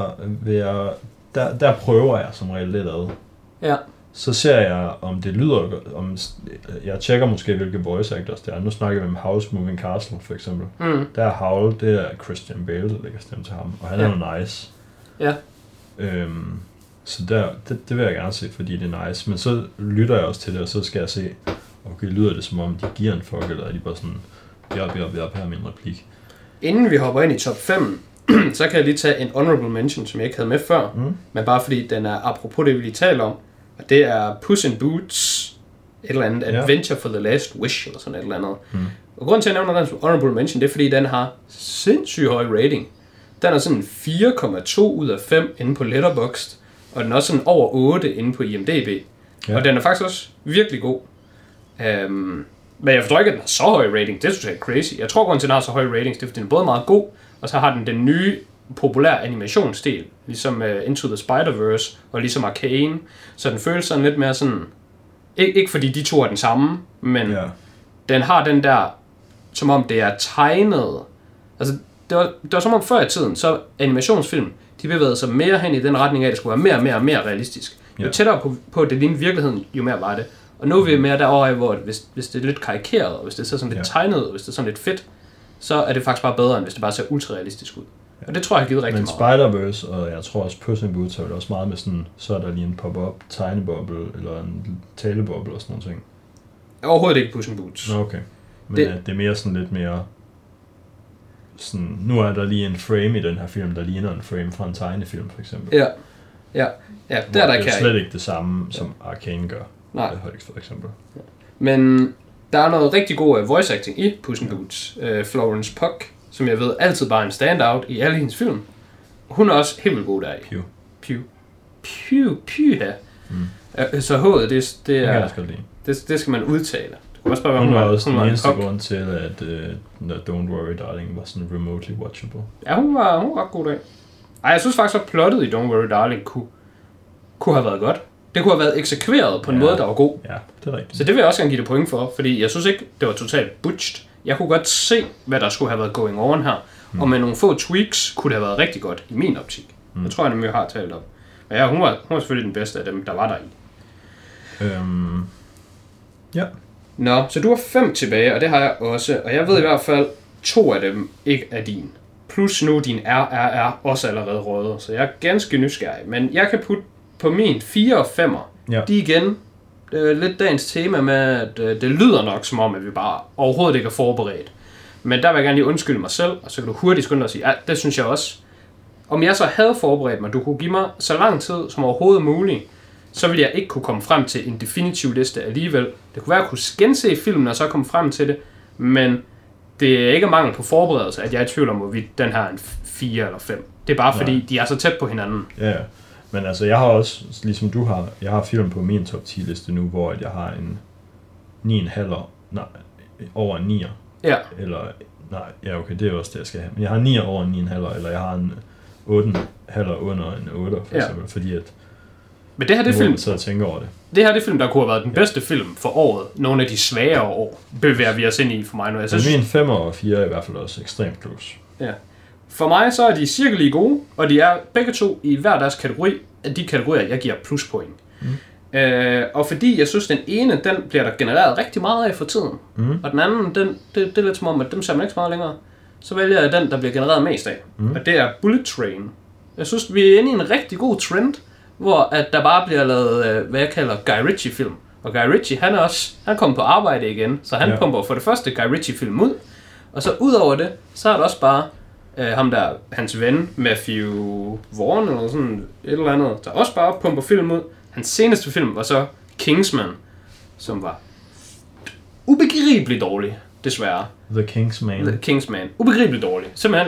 der prøver jeg som regel lidt ad. Ja. Så ser jeg, om det lyder, jeg tjekker måske, hvilke voice actors det er. Nu snakker vi om House Moving Castle, for eksempel. Der er Howl, det er Christian Bale, der lægger stemme til ham, og han er jo nice. Ja. Så det vil jeg gerne se, fordi det er nice. Men så lytter jeg også til det, og så skal jeg se, okay, lyder det som om, de giver en fuck, eller er de bare sådan, her er min replik. Inden vi hopper ind i top 5, så kan jeg lige tage en honorable mention, som jeg ikke havde med før, men bare fordi den er apropos det, vi lige taler om, og det er Puss in Boots, et eller andet Adventure for the Last Wish, eller sådan et eller andet. Og grunden til, at jeg nævner den som honorable mention, det er fordi, den har sindssygt høj rating. Den er sådan 4,2 ud af 5 inde på Letterboxd, og den er også sådan over 8 inde på IMDb. Ja. Og den er faktisk også virkelig god. Men jeg forstår ikke, at den har så høj rating. Det er totalt crazy. Jeg tror, grunden til, at den har så høj ratings, det er, fordi den er både meget god, og så har den nye populær animationsstil, ligesom Into the Spider-Verse, og ligesom Arcane. Så den føles sådan lidt mere sådan, ikke fordi de to er den samme, men den har den der, som om det er tegnet. Altså, det var som om før i tiden, så animationsfilm, de bevægede sig mere hen i den retning af, at det skulle være mere realistisk. Jo tættere på det lignede virkeligheden, jo mere var det. Og nu er vi mere derovre, hvor hvis det er lidt karikeret, og hvis det ser sådan lidt tegnet, og hvis det er sådan lidt fedt, så er det faktisk bare bedre, end hvis det bare ser ultra-realistisk ud. Ja. Og det tror jeg har givet rigtig meget. Men Spider-Verse, og jeg tror også Puss in Boots, er også meget med sådan, så er der lige en pop-up tegneboble, eller en taleboble og sådan noget ting. Overhovedet ikke Puss in Boots. Nå, okay. Men det er mere sådan lidt mere... Sådan, nu er der lige en frame i den her film, der ligner en frame fra en tegnefilm, for eksempel. Ja, det er der ikke. Det er slet ikke det samme, som Arcane gør. Nej. For eksempel. Ja. Men der er noget rigtig god voice acting i Puss in Boots. Florence Pugh, som jeg ved altid bare er en standout i alle hendes film. Hun er også helt vildt god der i. Pew, ja. Så H'et, det er... Det skal man udtale. Det kunne også bare være, hun var også den eneste grund til, at Don't Worry Darling var sådan remotely watchable. Ja, hun var ret god dag. Ej, jeg synes faktisk, at plottet i Don't Worry Darling kunne have været godt. Det kunne have været eksekveret på en måde, der var god. Ja, det er rigtigt. Så det vil jeg også gerne give det point for, fordi jeg synes ikke, det var totalt butched. Jeg kunne godt se, hvad der skulle have været going on her. Og med nogle få tweaks kunne det have været rigtig godt i min optik. Det tror jeg nemlig, jeg har talt om. Men ja, hun var selvfølgelig den bedste af dem, der var der i. Ja. Nå, så du har 5 tilbage, og det har jeg også. Og jeg ved i hvert fald, 2 af dem ikke er din. Plus nu din RRR også allerede røde. Så jeg er ganske nysgerrig. Men jeg kan putte på min 4 og 5'er. Ja. De igen, det er lidt dagens tema med, at det lyder nok som om, at vi bare overhovedet ikke er forberedt. Men der vil jeg gerne lige undskylde mig selv, og så kan du hurtigt skynde dig og sige, ja, det synes jeg også. Om jeg så havde forberedt mig, du kunne give mig så lang tid som overhovedet muligt, så ville jeg ikke kunne komme frem til en definitiv liste alligevel. Det kunne være, at jeg kunne gense filmen og så komme frem til det, men det er ikke mangel på forberedelse, at jeg er i tvivl om, hvorvidt den her er en 4 eller 5. Det er bare fordi, de er så tæt på hinanden. Ja, men altså jeg har også, ligesom du har, jeg har film på min top 10 liste nu, hvor jeg har en 9,5, nej, over en 9'er. Ja. Eller, nej, ja okay, det er også det, jeg skal have. Men jeg har 9'er over en 9,5, eller jeg har en 8,5 under en 8, for eksempel, fordi at men det her det film, så jeg tænker over det. Det her det film, der kunne have været den bedste film for året. Nogle af de svagere år bevæger vi os ind i for mig nu. Jeg synes, min 5 og 4 er i hvert fald også ekstremt close. Ja. For mig så er de cirka lige gode, og de er begge to i hver deres kategori af de kategorier, jeg giver pluspoint. Og fordi jeg synes, den ene, den bliver der genereret rigtig meget af for tiden. Og den anden, det er lidt som om, at dem ser man ikke så meget længere. Så vælger jeg den, der bliver genereret mest af. Og det er Bullet Train. Jeg synes, vi er inde i en rigtig god trend, hvor at der bare bliver lavet, hvad jeg kalder Guy Ritchie-film. Og Guy Ritchie, han kommer på arbejde igen, så han pumper for det første Guy Ritchie-film ud. Og så ud over det, så er der også bare ham der, hans ven, Matthew Vaughn, eller sådan et eller andet, der også bare pumper film ud. Hans seneste film var så Kingsman, som var ubegribeligt dårlig, desværre. The Kingsman. Ubegribeligt dårlig. Simpelthen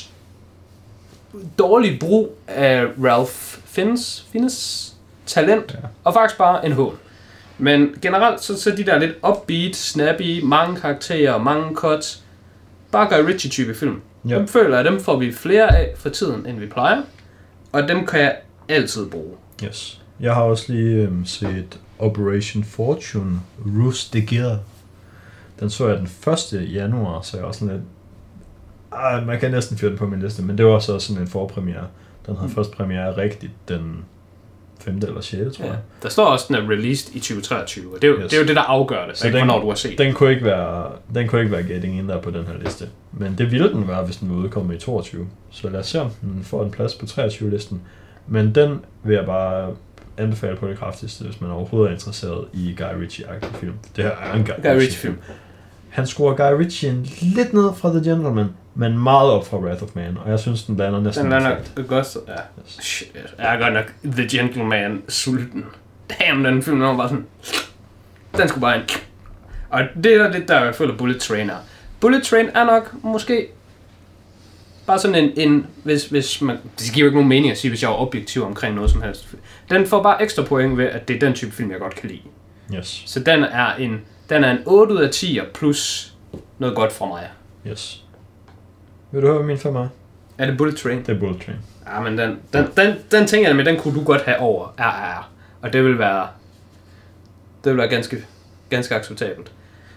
dårlig brug af Ralph Fiennes talent, og faktisk bare en hån. Men generelt så de der lidt upbeat, snappy, mange karakterer, mange cuts, bare Guy Ritchie-type film. Dem føler jeg, dem får vi flere af for tiden, end vi plejer, og dem kan jeg altid bruge. Yes. Jeg har også lige set Operation Fortune, Ruse de Guerre. Den så jeg den 1. januar, så jeg også sådan lidt... man kan næsten fyre den på min liste, men det var så sådan en forpremiere. Den havde først premiere rigtigt den 5. eller 6. tror jeg. Der står også, den er released i 2023, og det er jo det, der afgør det, så hvornår du har set. Den kunne ikke være getting in der på den her liste. Men det ville den være, hvis den var udkommet i 22. Så lad os se, om den får en plads på 23-listen. Men den vil jeg bare anbefale på det kraftigste, hvis man overhovedet er interesseret i Guy Ritchie-agtig film. Det her er en Guy Ritchie-film. Han skruer Guy Ritchie lidt ned fra The Gentleman, men meget op fra Wrath of Man, og jeg synes, den lander næsten den lander godt, ja. Shit, jeg er godt nok The Gentleman sulten. Damn, den film var bare sådan... Den skulle bare ind. Og det er det, der jeg føler Bullet Train er. Bullet Train er nok måske bare sådan en hvis man... Det giver jo ikke nogen mening at sige, hvis jeg er objektiv omkring noget som helst. Den får bare ekstra point ved, at det er den type film, jeg godt kan lide. Yes. Så den er en 8 ud af 10 plus noget godt fra mig. Yes. Vil du høre, hvad min 5 er? Er det Bullet Train? Det er Bullet Train. Ja, men den tænker jeg med, den kunne du godt have over RRR. Og det vil være ganske acceptabelt.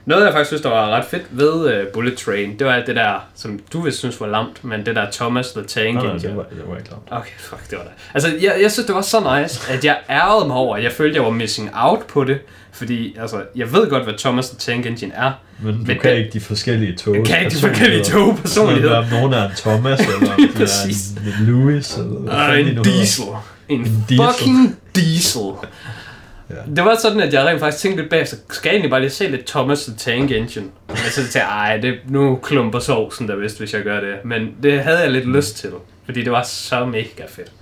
Noget jeg faktisk synes, der var ret fedt ved Bullet Train, det var det der, som du ville synes var lamt, men det der Thomas the Tank Engine. Det var ikke lamt. Okay, fuck, det var det. Altså, jeg synes, det var så nice, at jeg ærgede mig over, at jeg følte, jeg var missing out på det, fordi, altså, jeg ved godt, hvad Thomas the Tank Engine er. Men du kan ikke de forskellige tog. Jeg kan ikke de forskellige togpersonligheder. Om nogen er en Thomas, eller om det er en Louis, eller en Diesel. En fucking Diesel. Ja. Det var sådan, at jeg rent faktisk tænkte lidt bag, så skal jeg egentlig bare lige se lidt Thomas the Tank Engine. Og så tænkte jeg, nu klumper sovsen der vist, hvis jeg gør det. Men det havde jeg lidt lyst til, fordi det var så mega fedt.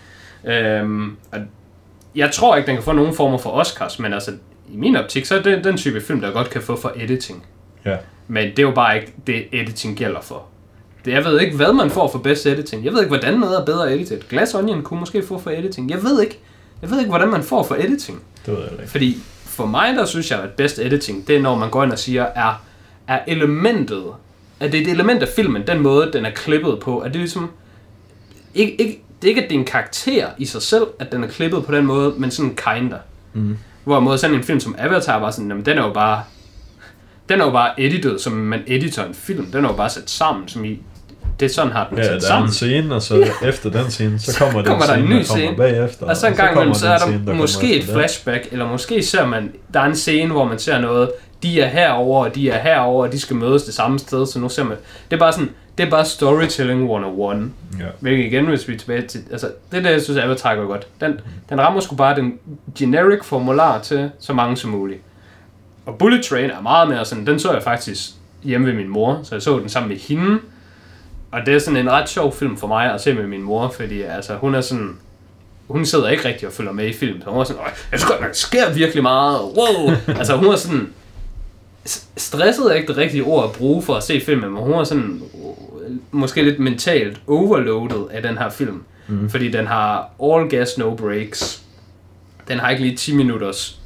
Jeg tror ikke, den kan få nogen former for Oscars, men altså, i min optik, så er det den type film, der godt kan få for editing. Ja. Men det er jo bare ikke det, editing gælder for. Jeg ved ikke, hvad man får for best editing. Jeg ved ikke, hvordan noget er bedre editet. Glass Onion kunne måske få for editing. Jeg ved ikke, hvordan man får for editing. Det ved jeg ikke. Fordi for mig, der synes jeg, at best editing, det er, når man går ind og siger, er elementet, at det er et element af filmen, den måde, den er klippet på, at det ligesom, det er ikke, at det er en karakter i sig selv, at den er klippet på den måde, men sådan kinda. Mm. Hvorimod sådan en film som Avatar var sådan, jamen, den er jo bare editet, som man editer en film. Den er jo bare sat sammen, som i, det er sådan har den sat sammen. Ja, der er en scene, og så efter den scene, så kommer der en ny scene, kommer bagefter. Og så en gang imellem, så er der måske et flashback, eller måske ser man, der er en scene, hvor man ser noget, de er herover og de er herover og de skal mødes det samme sted, så nu ser man, det er bare sådan, det er bare storytelling 101. Ja. Hvilket igen, hvis vi er tilbage til, altså det der, jeg synes, Avatar går godt. Den rammer sgu bare den generic formular til så mange som muligt. Og Bullet Train er meget mere sådan, den så jeg faktisk hjemme ved min mor, så jeg så den sammen med hende. Og det er sådan en ret sjov film for mig at se med min mor, fordi altså, hun sidder ikke rigtig og følger med i film. Så hun er sådan, jeg synes godt, der sker virkelig meget, wow! Altså hun er sådan, stresset er ikke det rigtige ord at bruge for at se filmen, men hun er sådan, måske lidt mentalt overloadet af den her film. Mm. Fordi den har all gas, no breaks. Den har ikke lige 10 minutters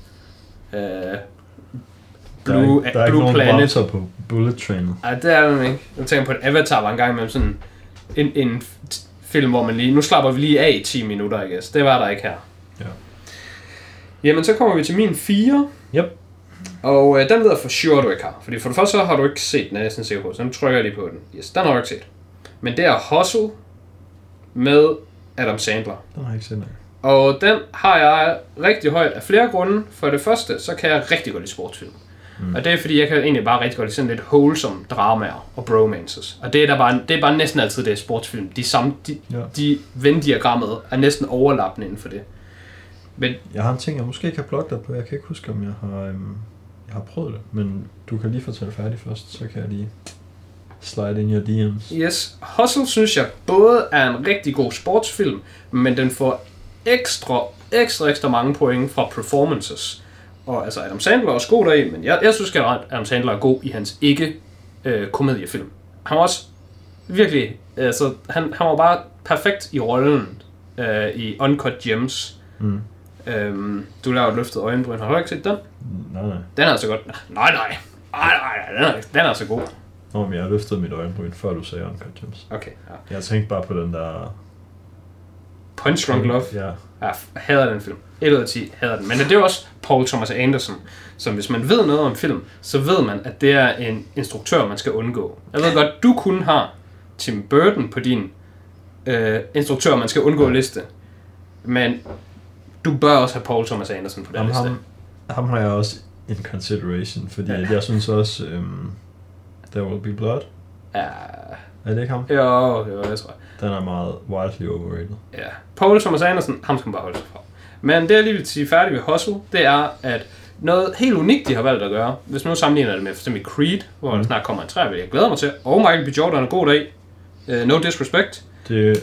Blue der er ikke nogen bremser på Bullet Train. Nej, det er den ikke. Jeg tænker på, at Avatar var en gang med sådan en film, hvor man lige, nu slapper vi lige af i 10 minutter, I guess. Det var der ikke her. Ja. Jamen, så kommer vi til min 4. Yep. Og den ved jeg for sure, du ikke har. Fordi for det første, så har du ikke set den, er jeg sådan sikker på. Så nu trykker jeg lige på den. Yes, den har du ikke set. Men det er Hustle med Adam Sandler. Den har jeg ikke set. Og den har jeg rigtig højt af flere grunde. For det første, så kan jeg rigtig godt lide sportsfilm. Mm. Og det er fordi, jeg kan egentlig bare rigtig godt lide sådan lidt wholesome dramaer og bromances. Og det er bare næsten altid det sportsfilm. De Venn-diagrammet er næsten overlappende inden for det. Men jeg har en ting, jeg måske kan plukke dig på. Jeg kan ikke huske, om jeg har prøvet det. Men du kan lige fortælle færdig først, så kan jeg lige slide in your DM's. Yes. Hustle synes jeg både er en rigtig god sportsfilm, men den får ekstra mange point fra performances. Og altså Adam Sandler er også god deri, men jeg synes generelt, at Adam Sandler er god i hans ikke-komediefilm. Han var også virkelig, altså han var bare perfekt i rollen i Uncut Gems. Mm. Du laver et løftet øjenbryn. Har du ikke set den? Nej. Den er altså godt. Nej, den er så god. Nå, men jeg har løftet mit øjenbryn, før du sagde Uncut Gems. Okay, ja. Jeg tænkte bare på den der Punch Drunk Love. Ja. Jeg hader den film. 1 ud af 10 hader den. Men det er jo også Paul Thomas Anderson, som hvis man ved noget om film, så ved man, at det er en instruktør, man skal undgå. Jeg ved godt, du kun har Tim Burton på din instruktør, man skal undgå liste. Men du bør også have Paul Thomas Anderson på den liste. Ham har jeg også in consideration, fordi jeg synes også, There Will Be Blood. Ja. Er det ikke ham? Jo, det tror jeg. Den er meget wildly overrated. Ja. Paul Thomas Anderson, ham skal man bare holde sig fra. Men det jeg lige vil sige færdigt ved Hustle, det er, at noget helt unikt, de har valgt at gøre, hvis man nu sammenligner det med for eksempel Creed, hvor der snart kommer en træer, jeg glæder mig til, og Michael B. Jordan er god dag. No disrespect. Det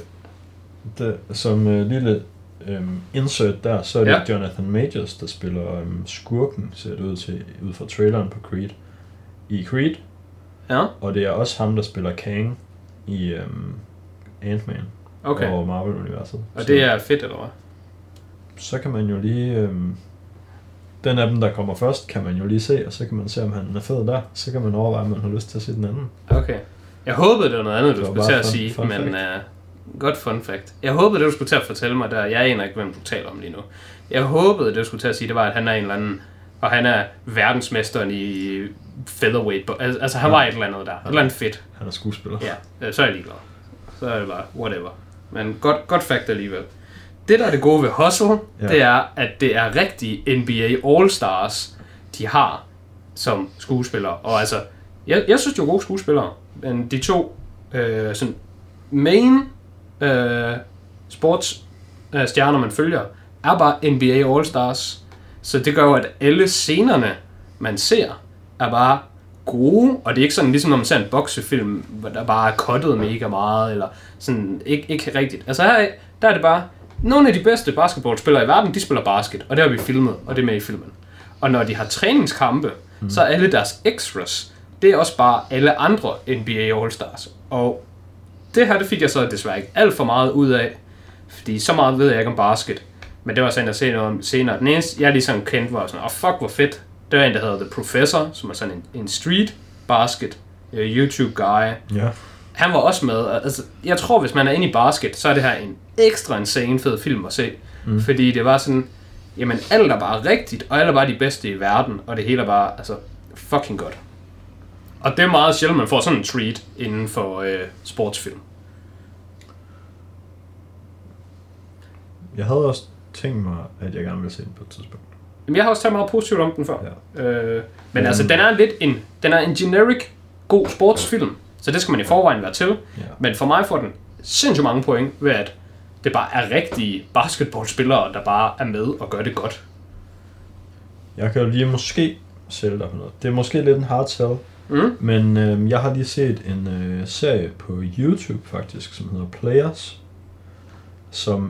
som lille insert der, så er det Jonathan Majors, der spiller skurken, ser det ud fra traileren på Creed. I Creed. Ja. Og det er også ham, der spiller Kang i Ant-Man og Marvel-universet. Og det er fedt, eller hvad? Så kan man jo lige... den af dem, der kommer først, kan man jo lige se, og så kan man se, om han er fed der. Så kan man overveje, om man har lyst til at se den anden. Okay. Jeg håbede, det var noget andet, du skulle til at sige, men... godt fun fact. Jeg håbede, det du skulle til at fortælle mig der. Jeg aner ikke, hvem du taler om lige nu. Jeg håbede, det du skulle til at sige, det var, at han er en eller anden og han er verdensmesteren i featherweight. Altså han var et eller andet der. Et eller andet fedt. Han er skuespiller. Ja, så er jeg ligeglad. Så er det bare whatever. Men godt fact alligevel. Det, der er det gode ved Hustle, det er, at det er rigtige NBA All-Stars, de har som skuespillere. Og altså, jeg synes, de er gode skuespillere. Men de to sådan main sportsstjerner, man følger, er bare NBA All-Stars. Så det gør jo, at alle scenerne, man ser, er bare gode. Og det er ikke sådan, ligesom når man ser en boksefilm, hvor der bare er cuttet mega meget, eller sådan ikke rigtigt. Altså her, der er det bare, nogle af de bedste basketballspillere i verden, de spiller basket, og det har vi filmet, og det er med i filmen. Og når de har træningskampe, så er alle deres extras, det er også bare alle andre NBA All-Stars. Og det her, det fik jeg så desværre ikke alt for meget ud af, fordi så meget ved jeg ikke om basket. Men det var sådan, at se noget om senere. Den eneste, jeg ligesom kendte, var sådan, fuck, hvor fedt. Det var en, der hedder The Professor, som er sådan en street basket YouTube guy. Ja. Han var også med. Altså, jeg tror, hvis man er inde i basket, så er det her en ekstra insane fed film at se. Fordi det var sådan, jamen alt er bare rigtigt, og alle er bare de bedste i verden, og det hele er bare, altså, fucking godt. Og det er meget sjældent, man får sådan en treat inden for sportsfilm. Jeg havde også tænkt mig, at jeg gerne ville se den på et tidspunkt. Jamen, jeg har også taget meget positivt om den før. Ja. Men altså, den er lidt en generic god sportsfilm, så det skal man i forvejen være til. Ja. Men for mig får den sindssygt mange point ved, at det bare er rigtige basketballspillere, der bare er med og gør det godt. Jeg kan jo lige måske sælge dig på noget. Det er måske lidt en hard sell, men jeg har lige set en serie på YouTube faktisk, som hedder Players, som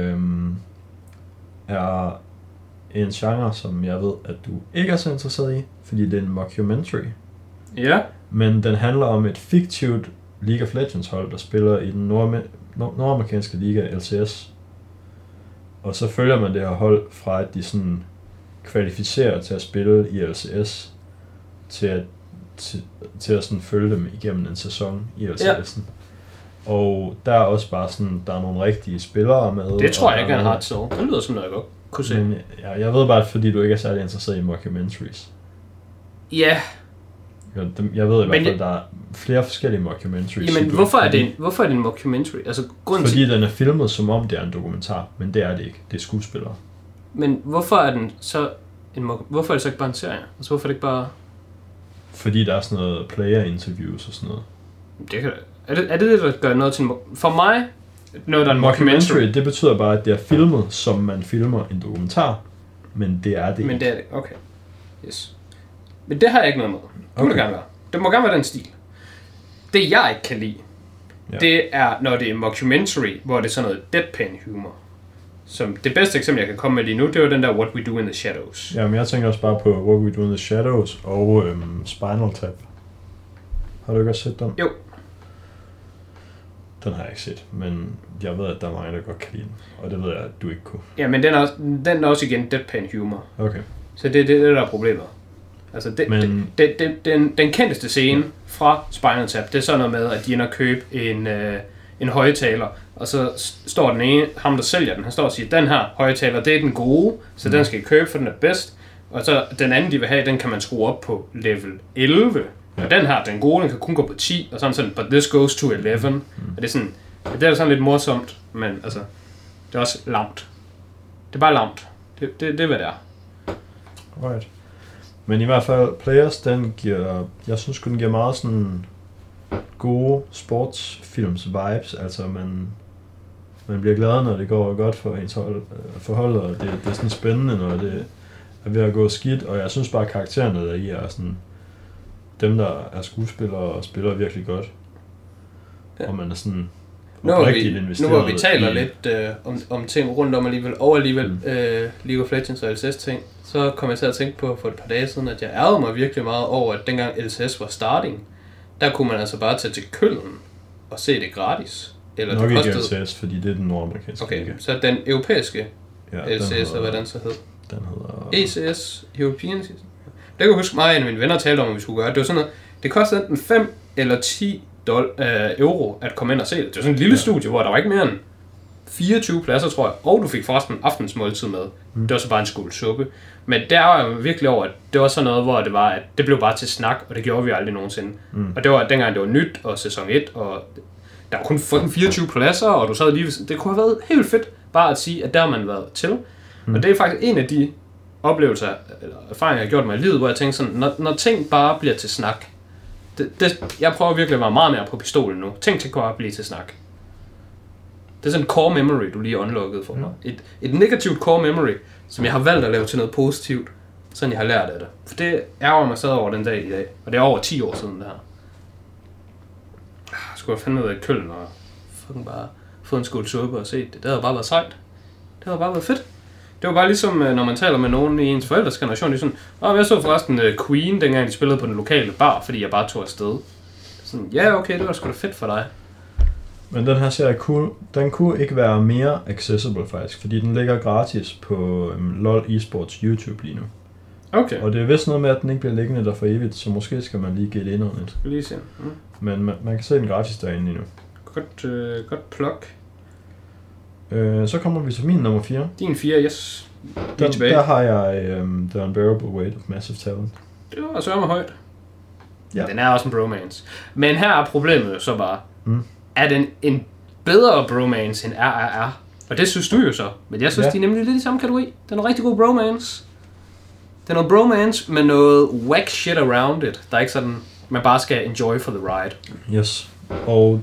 er en genre, som jeg ved, at du ikke er så interesseret i, fordi det er en mockumentary. Ja. Men den handler om et fiktivt League of Legends hold, der spiller i den nordamerikanske liga LCS. Og så følger man det her hold fra, at de sådan kvalificerer til at spille i LCS, til at sådan følge dem igennem en sæson i LCS'en. Ja. Og der er også bare sådan, der er nogle rigtige spillere med. Det tror jeg ikke er en hard sell. Det lyder som noget, jeg godt kunne se. Men, jeg ved bare, fordi du ikke er særlig interesseret i mockumentaries. Ja. Jeg ved i hvert fald, der er flere forskellige mockumentaries. Jamen, hvorfor er det en mockumentary? Altså, fordi den er filmet, som om det er en dokumentar, men det er det ikke. Det er skuespillere. Men hvorfor er den så hvorfor er det så ikke bare en serie? Altså, hvorfor er det ikke bare... Fordi der er sådan noget player-interviews og sådan noget. Det kan er det, der gør noget til for mig, noget der er en mockumentary, det betyder bare, at det er filmet, som man filmer en dokumentar, men det er det ikke. Men det er det, okay. Yes. Men det har jeg ikke noget med. Det må det gerne være. Det må gerne være den stil. Det jeg ikke kan lide, det er, når det er mockumentary, hvor det er sådan noget deadpan humor. Som det bedste eksempel, jeg kan komme med lige nu, det var den der What We Do in the Shadows. Ja, men jeg tænker også bare på What We Do in the Shadows og Spinal Tap. Har du ikke også set den? Jo. Den har jeg ikke set, men jeg ved, at der er mange, der godt kan lide den. Og det ved jeg, at du ikke kunne. Ja, men den er også igen deadpan humor. Okay. Så det er det, der er problemet. Altså, den kendteste scene fra Spinal Tap, det er sådan noget med, at de ender at købe en højtaler, og så står den ene, ham der sælger den, han står og siger, den her højtaler, det er den gode, så den skal I købe, for den er bedst. Og så den anden, de vil have, den kan man skrue op på level 11. Og den her, den gode, den kan kun gå på 10, og sådan, but this goes to 11. Og det er sådan, det er sådan lidt morsomt, men altså, det er også lamt. Det er bare lamt. Det er, hvad det er. Right. Men i hvert fald, Players, den giver, jeg synes, den giver meget sådan gode sportsfilms vibes, altså man bliver glad, når det går godt for ens forhold, og det er sådan spændende, når det er ved at gå skidt, og jeg synes bare, karaktererne der i er sådan, dem der er skuespillere og spiller virkelig godt, og man er sådan oprigtigt investeret. Nu hvor vi taler lidt om ting rundt om alligevel, League of Legends og LCS ting, så kom jeg til at tænke på for et par dage siden, at jeg ærgede mig virkelig meget over, at dengang LCS var starting, der kunne man altså bare tage til Køln og se det gratis. Eller nok det kostede... ikke LCS, fordi det er den nordamerikanske. Okay, så den europæiske LCS, og hvad den så hed? Den hedder... ECS, European Season. Det kan jeg huske mig, en af mine venner talte om, at vi skulle gøre. Det var sådan noget, det kostede enten 5 eller 10 euro at komme ind og se det. Det var sådan et lille studie, hvor der var ikke mere end 24 pladser, tror jeg, og du fik forresten aftensmåltid med. Det var så bare en skål suppe. Men der var jeg virkelig over, at det var sådan noget, hvor det var, at det blev bare til snak, og det gjorde vi aldrig nogensinde. Og det var dengang, det var nyt, og sæson 1, og der var kun 24 pladser, og du sad lige ved, det kunne have været helt fedt, bare at sige, at der har man været til. Og det er faktisk en af de oplevelser, eller erfaringer, jeg har gjort mig i livet, hvor jeg tænkte sådan, når ting bare bliver til snak, jeg prøver virkelig at være meget mere på pistolen nu. Ting kan bare blive til snak. Det er sådan en core memory, du lige unlockede for mig. Et negativt core memory, som jeg har valgt at lave til noget positivt, sådan jeg har lært af det. For det ærger mig stadig over den dag i dag, og det er over 10 år siden det her. Jeg skulle have fandme været i Køln og fucking bare fået en skål suppe og set det. Det havde bare været sejt. Det havde bare været fedt. Det var bare ligesom, når man taler med nogen i ens forældres generation, de er sådan, jeg så forresten Queen, dengang de spillede på den lokale bar, fordi jeg bare tog afsted. Sådan, ja, okay, det var sgu da fedt for dig. Men den her serie, den kunne ikke være mere accessible faktisk, fordi den ligger gratis på LoL Esports YouTube lige nu. Okay. Og det er vist noget med, at den ikke bliver liggende der for evigt, så måske skal man lige give det endnu lidt. Skal lige se. Men man kan se den gratis derinde lige nu. Godt plug. Så kommer vi til min nummer 4. Din 4, yes. Der har jeg The Unbearable Weight of Massive Talent. Det var sørme højt. Ja. Den er også en bromance. Men her er problemet så bare, er den en bedre bromance end RRR? Og det synes du jo så. Men jeg synes, de er nemlig lidt i samme kategori. Den er en rigtig god bromance. Den er noget bromance med noget whack shit around it. Der er ikke sådan, man bare skal enjoy for the ride. Yes. Og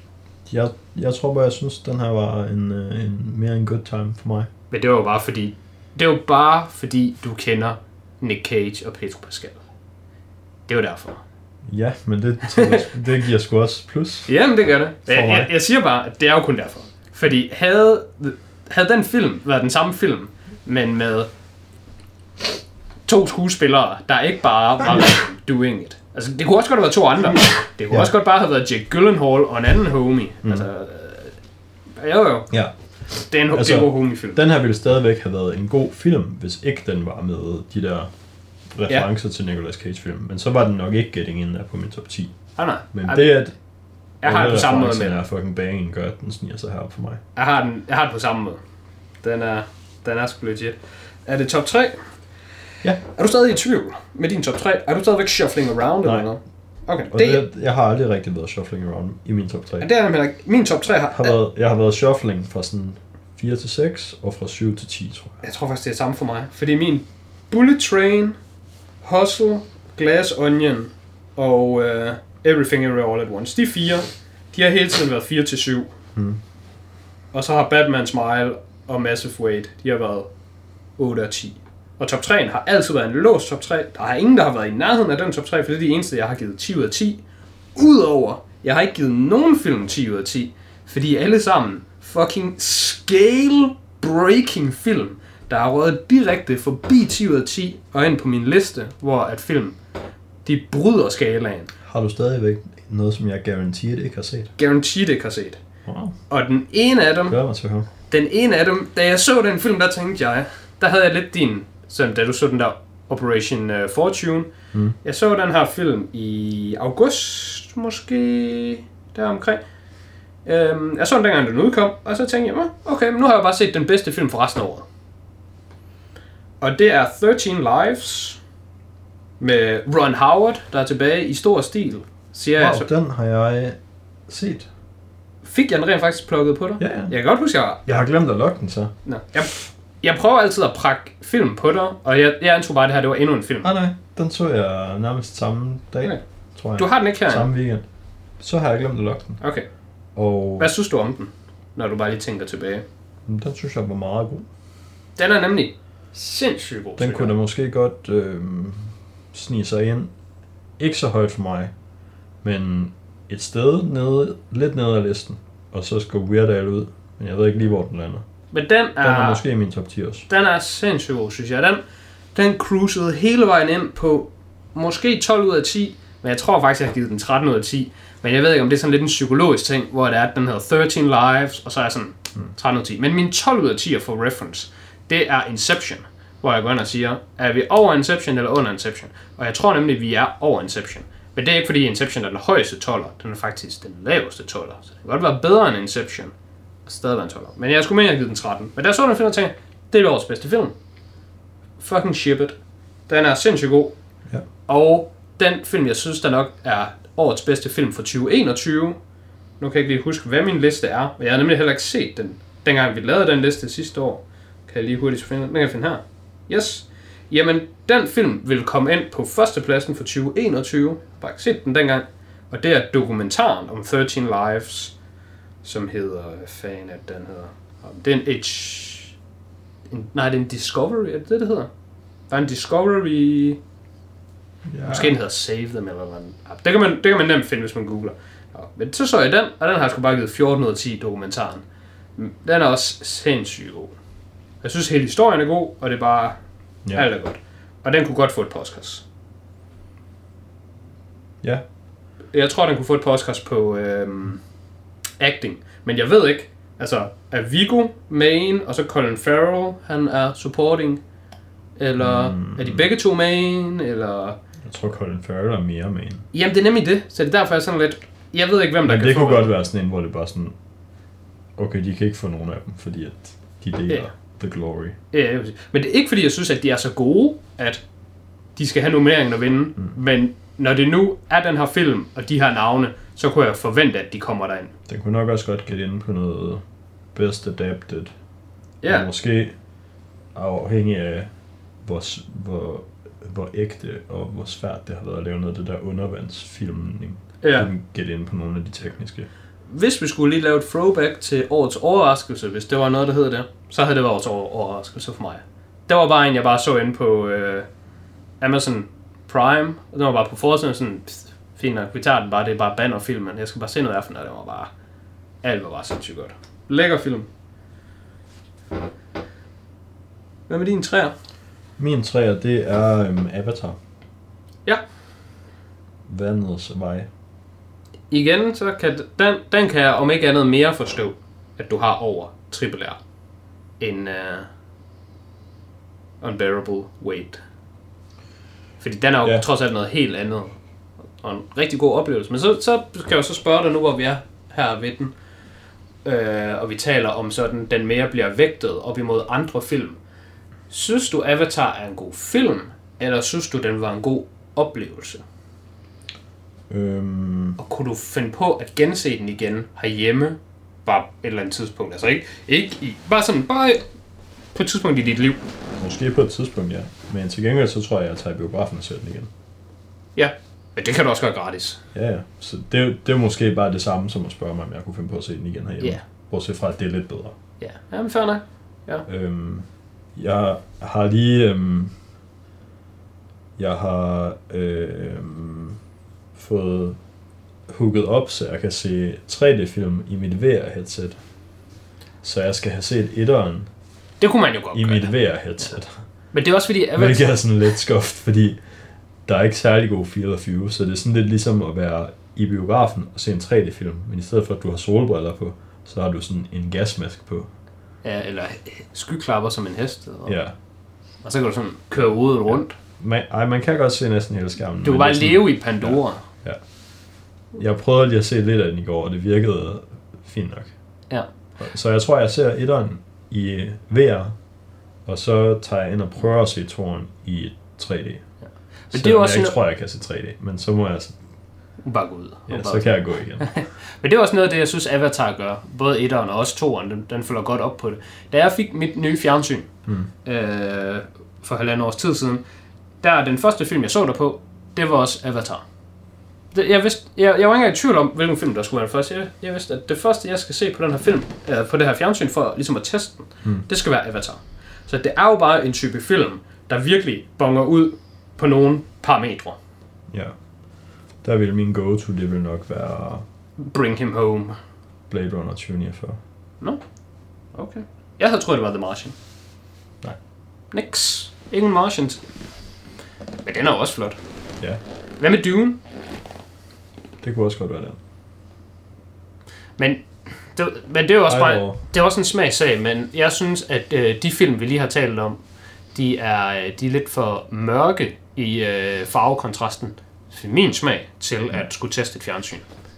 jeg tror bare, jeg synes, den her var mere en good time for mig. Men det var jo bare fordi, du kender Nick Cage og Pedro Pascal. Det var derfor. Ja, men det giver sgu også plus. Jamen, det gør det. Jeg siger bare, at det er jo kun derfor. Fordi havde den film været den samme film, men med 2 skuespillere, der ikke bare var doing it. Altså, det kunne også godt have været 2 andre. Det kunne også godt bare have været Jake Gyllenhaal og en anden homie. Altså, jo. Ja. Det er en god homie-film. Den her ville stadigvæk have været en god film, hvis ikke den var med de der referencer til Nicolas Cage-film. Men så var den nok ikke getting in der på min top 10. Nej. Men det at jeg har det på samme måde med den. Fucking banging gør, den sniger sig herop for mig. Jeg har det på samme måde. Den er sgu legit. Er det top 3? Ja. Er du stadig i tvivl med din top 3? Er du stadigvæk shuffling around eller noget? Okay. Og jeg har aldrig rigtig været shuffling around i min top 3. Det er nemlig min top 3 jeg har været shuffling fra sådan 4 til 6 og fra 7 til 10, tror jeg. Jeg tror faktisk det er samme for mig, fordi min Bullet Train, Hustle, Glass Onion og Everything Everywhere All at Once. De 4, de har hele tiden været 4 til 7. Og så har Batman Smile og Massive Weight, de har været 8 og 10. Og top 3'en har altid været en låst top 3. Der er ingen, der har været i nærheden af den top 3, for det er de eneste, jeg har givet 10 ud af 10. Udover, jeg har ikke givet nogen film 10 ud af 10, fordi alle sammen fucking scale-breaking film, der har røget direkte forbi 10 ud af 10 og ind på min liste, hvor at film, de bryder skalaen. Har du stadigvæk noget, som jeg guaranteed ikke har set? Guaranteed ikke har set. Wow. Og den ene af dem, da jeg så den film, der tænkte jeg, der havde jeg lidt din, sådan, da du så den der Operation Fortune. Jeg så den her film i august, måske deromkring. Jeg så den dengang, den udkom, og så tænkte jeg, okay, men nu har jeg bare set den bedste film for resten af året. Og det er 13 Lives med Ron Howard, der er tilbage i stor stil. Den har jeg set. Fik jeg den rent faktisk plukket på dig? Ja. Jeg kan godt huske, jeg har glemt at logge den så. Nå. Jeg prøver altid at prakke film på dig, og jeg antog bare, at det her det var endnu en film. Nej, den så jeg nærmest samme dag, tror jeg. Du har den ikke her? Samme weekend. Så har jeg glemt at logge den. Okay. Og hvad synes du om den, når du bare lige tænker tilbage? Den synes jeg var meget god. Den er nemlig sindssygt god. Den kunne da måske godt snige sig ind. Ikke så højt for mig, men et sted lidt nede af listen. Og så skal Weird Al ud, men jeg ved ikke lige, hvor den lander. Men den er måske i min top 10 også. Den er sindssygt god, synes jeg. Den cruisede hele vejen ind på måske 12 ud af 10, men jeg tror faktisk, jeg har givet den 13 ud af 10. Men jeg ved ikke, om det er sådan lidt en psykologisk ting, hvor det er, at den hedder 13 Lives, og så er jeg sådan 13 ud af 10. Men min 12 ud af 10 for reference, det er Inception, hvor jeg går ind og siger, er vi over Inception eller under Inception? Og jeg tror nemlig, at vi er over Inception. Men det er ikke fordi Inception er den højeste 12'er, den er faktisk den laveste 12'er. Så det kan godt være bedre end Inception. stadig være en 12'er. Men jeg skulle mene, at jeg givet den 13. Men der så den film og tænkte, det er årets bedste film. Fucking ship it. Den er sindssygt god. Ja. Og den film, jeg synes, der nok er årets bedste film for 2021. Nu kan jeg ikke lige huske, hvad min liste er. Men jeg har nemlig heller ikke set den. Dengang vi lavede den liste sidste år. Kan jeg lige hurtigt finde den. Den kan jeg finde her. Yes. Jamen, den film vil komme ind på førstepladsen for 2021. Jeg har bare ikke set den dengang. Og det er dokumentaren om 13 Lives, som hedder... Hvad fanden er den hedder? Det er det er en Discovery, er det hedder? Der er en Discovery... Ja. Måske den hedder Save Them eller noget. Det kan man nemt finde, hvis man googler. Men så jeg den, og den har jeg sgu bare givet 14 ud af 10 dokumentaren. Den er også sindssygt god. Jeg synes, hele historien er god, og det er bare... Ja. Alt er godt. Og den kunne godt få et podcast. Ja. Jeg tror, den kunne få et podcast på acting. Men jeg ved ikke. Altså, er Viggo main, og så Colin Farrell, han er supporting? Eller er de begge to main? Eller... Jeg tror, Colin Farrell er mere main. Jamen, det er nemlig det. Så det er derfor, jeg sådan lidt... Jeg ved ikke, hvem der men kan det få... kunne godt være sådan en, hvor det bare sådan... Okay, de kan ikke få nogen af dem, fordi at de deler the glory. Ja, men det er ikke, fordi jeg synes, at de er så gode, at de skal have nomineringen og vinde. Men når det nu er den her film, og de her navne, så kunne jeg forvente, at de kommer derind. Den kunne nok også godt gætte ind på noget Best Adapted. Ja. Og måske afhængig af, hvor ægte og hvor svært det har været at lave noget af det der undervandsfilmning. Ja. Kunne gætte ind på nogle af de tekniske. Hvis vi skulle lige lave et throwback til årets overraskelse, hvis det var noget, der hedder det, så havde det været årets overraskelse for mig. Det var bare en, jeg bare så inde på Amazon Prime, og den var bare på forsiden sådan, fint nok, vi tager den bare, det er bare bannerfilmen, jeg skal bare se noget af den, og det var bare, alt var bare sindssygt godt. Lækker film. Hvad med din træer? Min træer, det er Avatar. Ja. Vandets vej. Igen, så kan den kan jeg om ikke andet mere forstå, at du har over RRR en Unbearable Weight. Fordi den er jo trods alt noget helt andet, og en rigtig god oplevelse. Men så kan jeg så spørge dig nu, hvor vi er her ved den, og vi taler om sådan, den mere bliver vægtet op imod andre film. Synes du, Avatar er en god film, eller synes du, den var en god oplevelse? Og kunne du finde på at gense den igen herhjemme, bare et eller andet tidspunkt? Altså ikke bare på et tidspunkt i dit liv. Måske på et tidspunkt, ja. Men til gengæld så tror jeg tager i biografen og ser den igen. Ja, men det kan du også gøre gratis. Ja. Så det er måske bare det samme som at spørge mig, om jeg kunne finde på at se den igen herhjemme. Ja. Bortset fra, at det er lidt bedre. Ja, men fair nok. Ja. Jeg har lige... fået hooket op, så jeg kan se 3D-film i mit VR-headset. Så jeg skal have set etteren det kunne man jo godt i mit VR-headset. Men det er også fordi... Hvilket er sådan lidt skuffet, fordi der er ikke særlig god field of view, så det er sådan lidt ligesom at være i biografen og se en 3D-film, men i stedet for at du har solbriller på, så har du sådan en gasmask på. Ja, eller skyklapper som en hest. Ja. Og så kan du sådan køre hovedet rundt. Man kan godt se næsten hele skærmen. Du kan bare leve i Pandora. Ja. Jeg prøvede lige at se lidt af den i går, og det virkede fint nok. Ja. Så jeg tror, jeg ser etteren i VR, og så tager jeg ind og prøver at se toren i 3D. Ja. Men det er også jeg ikke tror, jeg kan se 3D, men så må jeg bare gå ud. Ja, så kan jeg gå igen. Men det er også noget af det, jeg synes, Avatar gør. Både etteren og også toeren, den følger godt op på det. Da jeg fik mit nye fjernsyn for 1,5 års tid siden, der den første film, jeg så der på, det var også Avatar. Jeg var ikke engang i tvivl om, hvilken film der skulle være den første. Jeg vidste, at det første, jeg skal se på den her film, på det her fjernsyn, for ligesom at teste den, det skal være Avatar. Så det er jo bare en type film, der virkelig bonger ud på nogle parametre. Ja. Der vil min go-to, det vil nok være... Bring Him Home. Blade Runner 2049. Nå, okay. Jeg havde troet, det var The Martian. Nej. Niks. Ingen Martians. Men den er også flot. Ja. Hvad med Dune? Det kunne også godt være den. Men det er jo også bare, det er også en smagssag, men jeg synes, at de film, vi lige har talt om, de er lidt for mørke i farvekontrasten. For min smag til at skulle teste et fjernsyn.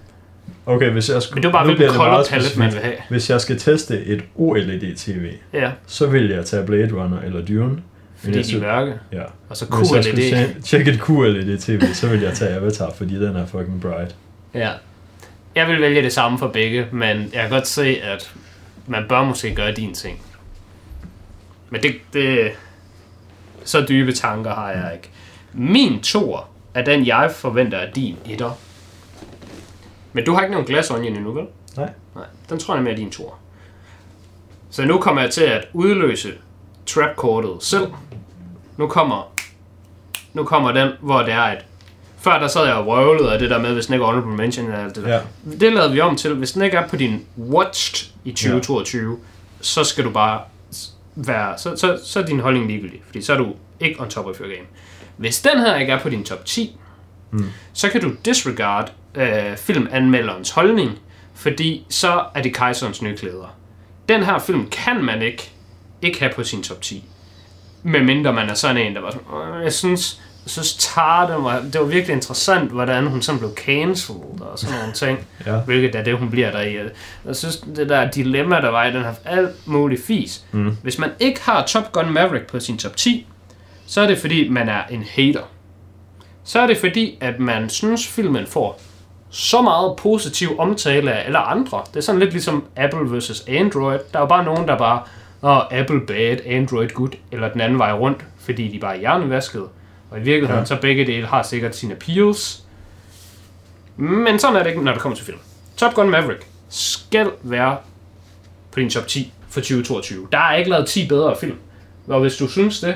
Okay, hvis jeg skulle... Men det er bare hvilken color palette, man vil have. Hvis jeg skal teste et OLED-TV, så vil jeg tage Blade Runner eller Dune. Fordi de er mørke. Ja. Og så QLED. Hvis jeg skulle tjekke et QLED-TV, så vil jeg tage Avatar, fordi den er fucking bright. Ja. Jeg vil vælge det samme for begge, men jeg kan godt se, at man bør måske gøre din ting. Men det så dybe tanker har jeg ikke. Min toer er den, jeg forventer er din etter. Men du har ikke nogen Glass Onion endnu, vel? Nej. Den tror jeg mere er din toer. Så nu kommer jeg til at udløse trap-kortet selv. Nu kommer den, hvor det er et... Før der sad jeg og røvlede af det der med, hvis den ikke er honorable mention eller alt det der. Ja. Det lavede vi om til, hvis den ikke er på din watched i 2022, så skal du bare være... Så er din holdning ligegyldig, fordi så er du ikke on top of your game. Hvis den her ikke er på din top 10, så kan du disregard filmanmelderens holdning, fordi så er det kejserens nye klæder. Den her film kan man ikke have på sin top 10. Medmindre man er sådan en, der var sådan, jeg synes det var virkelig interessant, hvordan hun sådan blev cancelled og sådan nogle ting. Ja. Hvilket er det, hun bliver der i. Jeg synes, det der dilemma, der var i den her alt muligt fis. Hvis man ikke har Top Gun Maverick på sin top 10, så er det fordi, man er en hater. Så er det fordi, at man synes, filmen får så meget positiv omtale af alle andre. Det er sådan lidt ligesom Apple versus Android. Der er jo bare nogen, der bare, Apple bad, Android good, eller den anden vej rundt, fordi de bare er hjernevaskede. Og i virkeligheden, så begge dele har sikkert sine appeals. Men sådan er det ikke, når det kommer til film. Top Gun Maverick skal være på din top 10 for 2022. Der er ikke lavet 10 bedre film. Og hvis du synes det,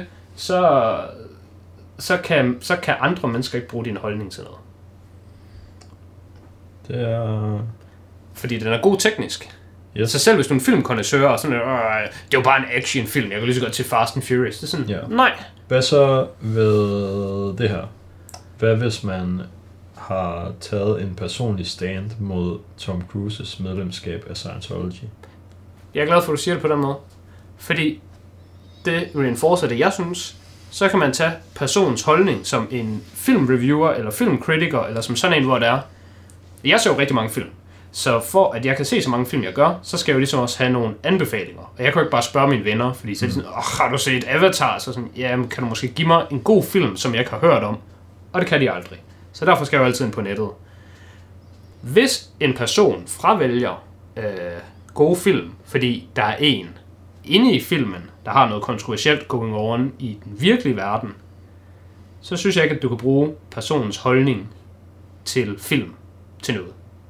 så kan andre mennesker ikke bruge din holdning til noget. Det er... Fordi den er god teknisk. Yes. Så selv hvis du er en filmkondensør og sådan, det er jo bare en actionfilm, jeg kan lige så godt til Fast and Furious. Det er sådan, nej. Hvad så ved det her? Hvad hvis man har taget en personlig stand mod Tom Cruises medlemskab af Scientology? Jeg er glad for, at du siger det på den måde. Fordi det reinforcer det, jeg synes. Så kan man tage personens holdning som en filmreviewer eller filmkritiker, eller som sådan en, hvor det er. Jeg ser jo rigtig mange film. Så for at jeg kan se så mange film, jeg gør, så skal jeg jo ligesom også have nogle anbefalinger. Og jeg kan jo ikke bare spørge mine venner, fordi så er de sådan, har du set Avatar? Så sådan, jamen, kan du måske give mig en god film, som jeg ikke har hørt om? Og det kan de aldrig. Så derfor skal jeg jo altid ind på nettet. Hvis en person fravælger gode film, fordi der er en inde i filmen, der har noget kontroversielt going on i den virkelige verden, så synes jeg ikke, at du kan bruge personens holdning til film til noget.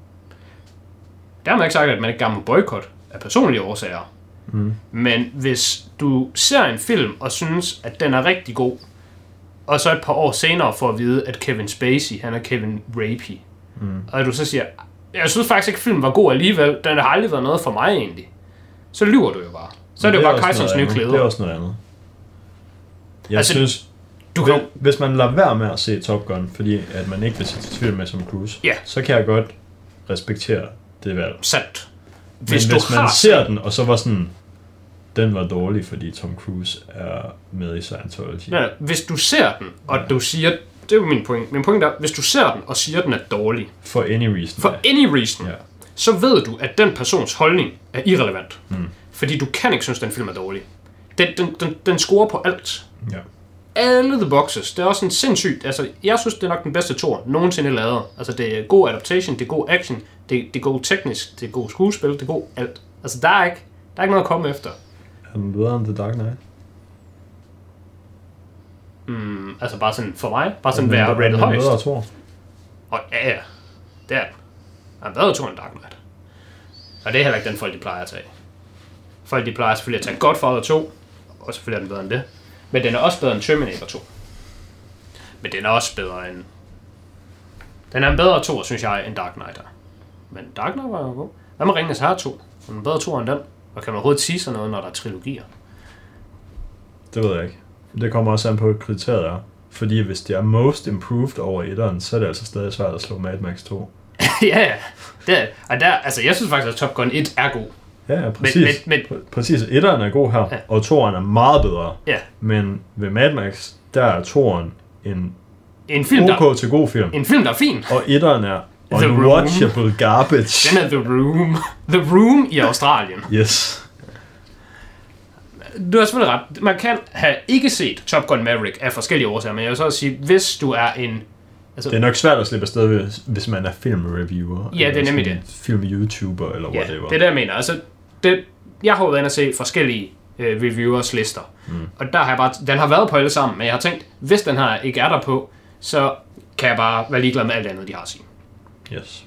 Dermed ikke sagt, at man ikke gerne må boykot af personlige årsager. Men hvis du ser en film og synes, at den er rigtig god, og så et par år senere får at vide, at Kevin Spacey, han er Kevin Rapey, og du så siger, jeg synes faktisk ikke, at filmen var god alligevel, den har aldrig været noget for mig egentlig, så lyver du jo bare. Så er det jo bare kejserens nye klæder. Det er også noget andet. Jeg synes, hvis man lader være med at se Top Gun, fordi at man ikke vil se til film med som Cruise, så kan jeg godt respektere det valg. Sandt. Men hvis man ser den, og så var sådan, den var dårlig, fordi Tom Cruise er med i Scientology. Ja, hvis du ser den, og du siger, det er jo min point. Min point er, hvis du ser den, og siger, at den er dårlig. For any reason. Så ved du, at den persons holdning er irrelevant. Fordi du kan ikke synes, at den film er dårlig. Den scorer på alt. Ja. Alle the boxes. Det er også en sindssygt. Altså, jeg synes, det er nok den bedste toer nogensinde lavet. Altså, det er god adaptation, det er god action, det er god teknisk, det er god skuespil, det er god alt. Altså, der er ikke noget at komme efter. Er den bedre end The Dark Knight? Altså, bare sådan for mig. Bare sådan være rated højst. Er den Og ja, det er den. Er den bedre toer end Dark Knight. Og det er heller ikke den folk, de plejer at tage. Folk, de plejer selvfølgelig at tage Godfather 2, og selvfølgelig er den bedre end det. Men den er også bedre end Terminator 2. Men den er også bedre end... Den er en bedre 2, synes jeg, end Dark Knight er. Men Dark Knight var jo god. Hvad med Ringenes Herre 2? Er den bedre 2 end den? Og kan man overhovedet sige sådan noget, når der er trilogier? Det ved jeg ikke. Det kommer også an på et kriteriet er. Fordi hvis det er most improved over etteren, så er det altså stadig svært at slå Mad Max 2. Ja, det er, og der, altså jeg synes faktisk, at Top Gun 1 er god. Ja, præcis. Præcis, etteren er god her, og toeren er meget bedre. Ja. Men ved Mad Max, der er toeren en film, OK til god film. En film, der er fin. Og etteren er Unwatchable garbage. Den er The Room. The Room i Australien. Yes. Du har selvfølgelig ret. Man kan have ikke set Top Gun Maverick af forskellige årsager, men jeg vil så sige, hvis du er en... Altså, det er nok svært at slippe afsted, hvis man er filmreviewer. Ja, det er nemlig det. Film-YouTuber eller whatever. Ja, det er det, jeg mener. Altså, jeg har jo været inde og se forskellige reviewers lister. Og der har jeg bare... Den har været på alle sammen, men jeg har tænkt, hvis den her ikke er der på, så kan jeg bare være ligeglad med alt andet, de har at sige. Yes.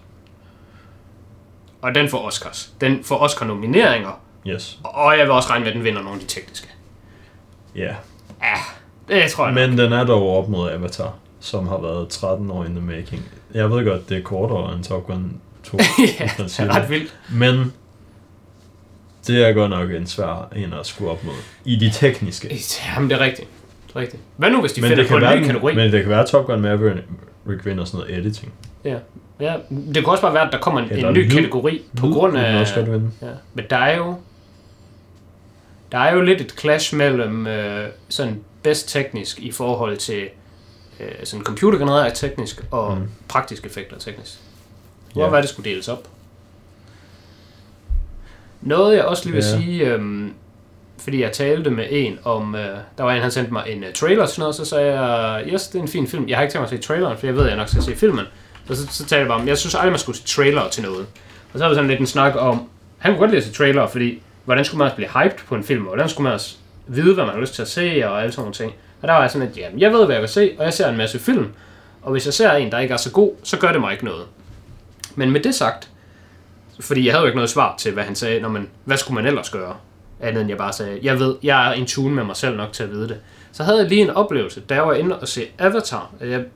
Og den får Oscars. Den får Oscar-nomineringer. Yes. Og jeg vil også regne med, at den vinder nogle af de tekniske. Ja. Ja, det tror jeg. Men den er dog op mod Avatar, som har været 13 år in the making. Jeg ved godt, det er kortere end Top Gun 2. Ja, det er ret vildt. Men det er godt nok en svær en at skulle op mod. I de tekniske. Jamen, det er rigtigt. Hvad nu, hvis de finder på en ny kategori? Men det kan være, at Top Gun Maverick vinder sådan noget editing. Ja, det kan også bare være, at der kommer en ny kategori på grund af... Ja. Men der er jo lidt et clash mellem sådan bedst teknisk i forhold til sådan computergenereret teknisk og praktisk effekter teknisk. Hvor var det skulle deles op? Noget jeg også lige vil sige, fordi jeg talte med en om, der var en, han sendte mig en trailer og sådan noget, så sagde jeg, yes, det er en fin film. Jeg har ikke tænkt mig at se traileren, for jeg ved, at jeg nok skal se filmen. Og så talte jeg bare om, jeg synes aldrig, man skulle se trailer til noget. Og så var der sådan lidt en snak om, han kunne godt lide at se trailer, fordi hvordan skulle man også blive hyped på en film, og hvordan skulle man også vide, hvad man har lyst til at se, og alle sådan nogle ting. Og der var jeg sådan lidt, jamen, jeg ved, hvad jeg vil se, og jeg ser en masse film. Og hvis jeg ser en, der ikke er så god, så gør det mig ikke noget. Men med det sagt, fordi jeg havde jo ikke noget svar til, hvad han sagde, hvad skulle man ellers gøre? Andet end jeg bare sagde, jeg ved, jeg er in tune med mig selv nok til at vide det. Så havde jeg lige en oplevelse, da jeg var inde og se Avatar.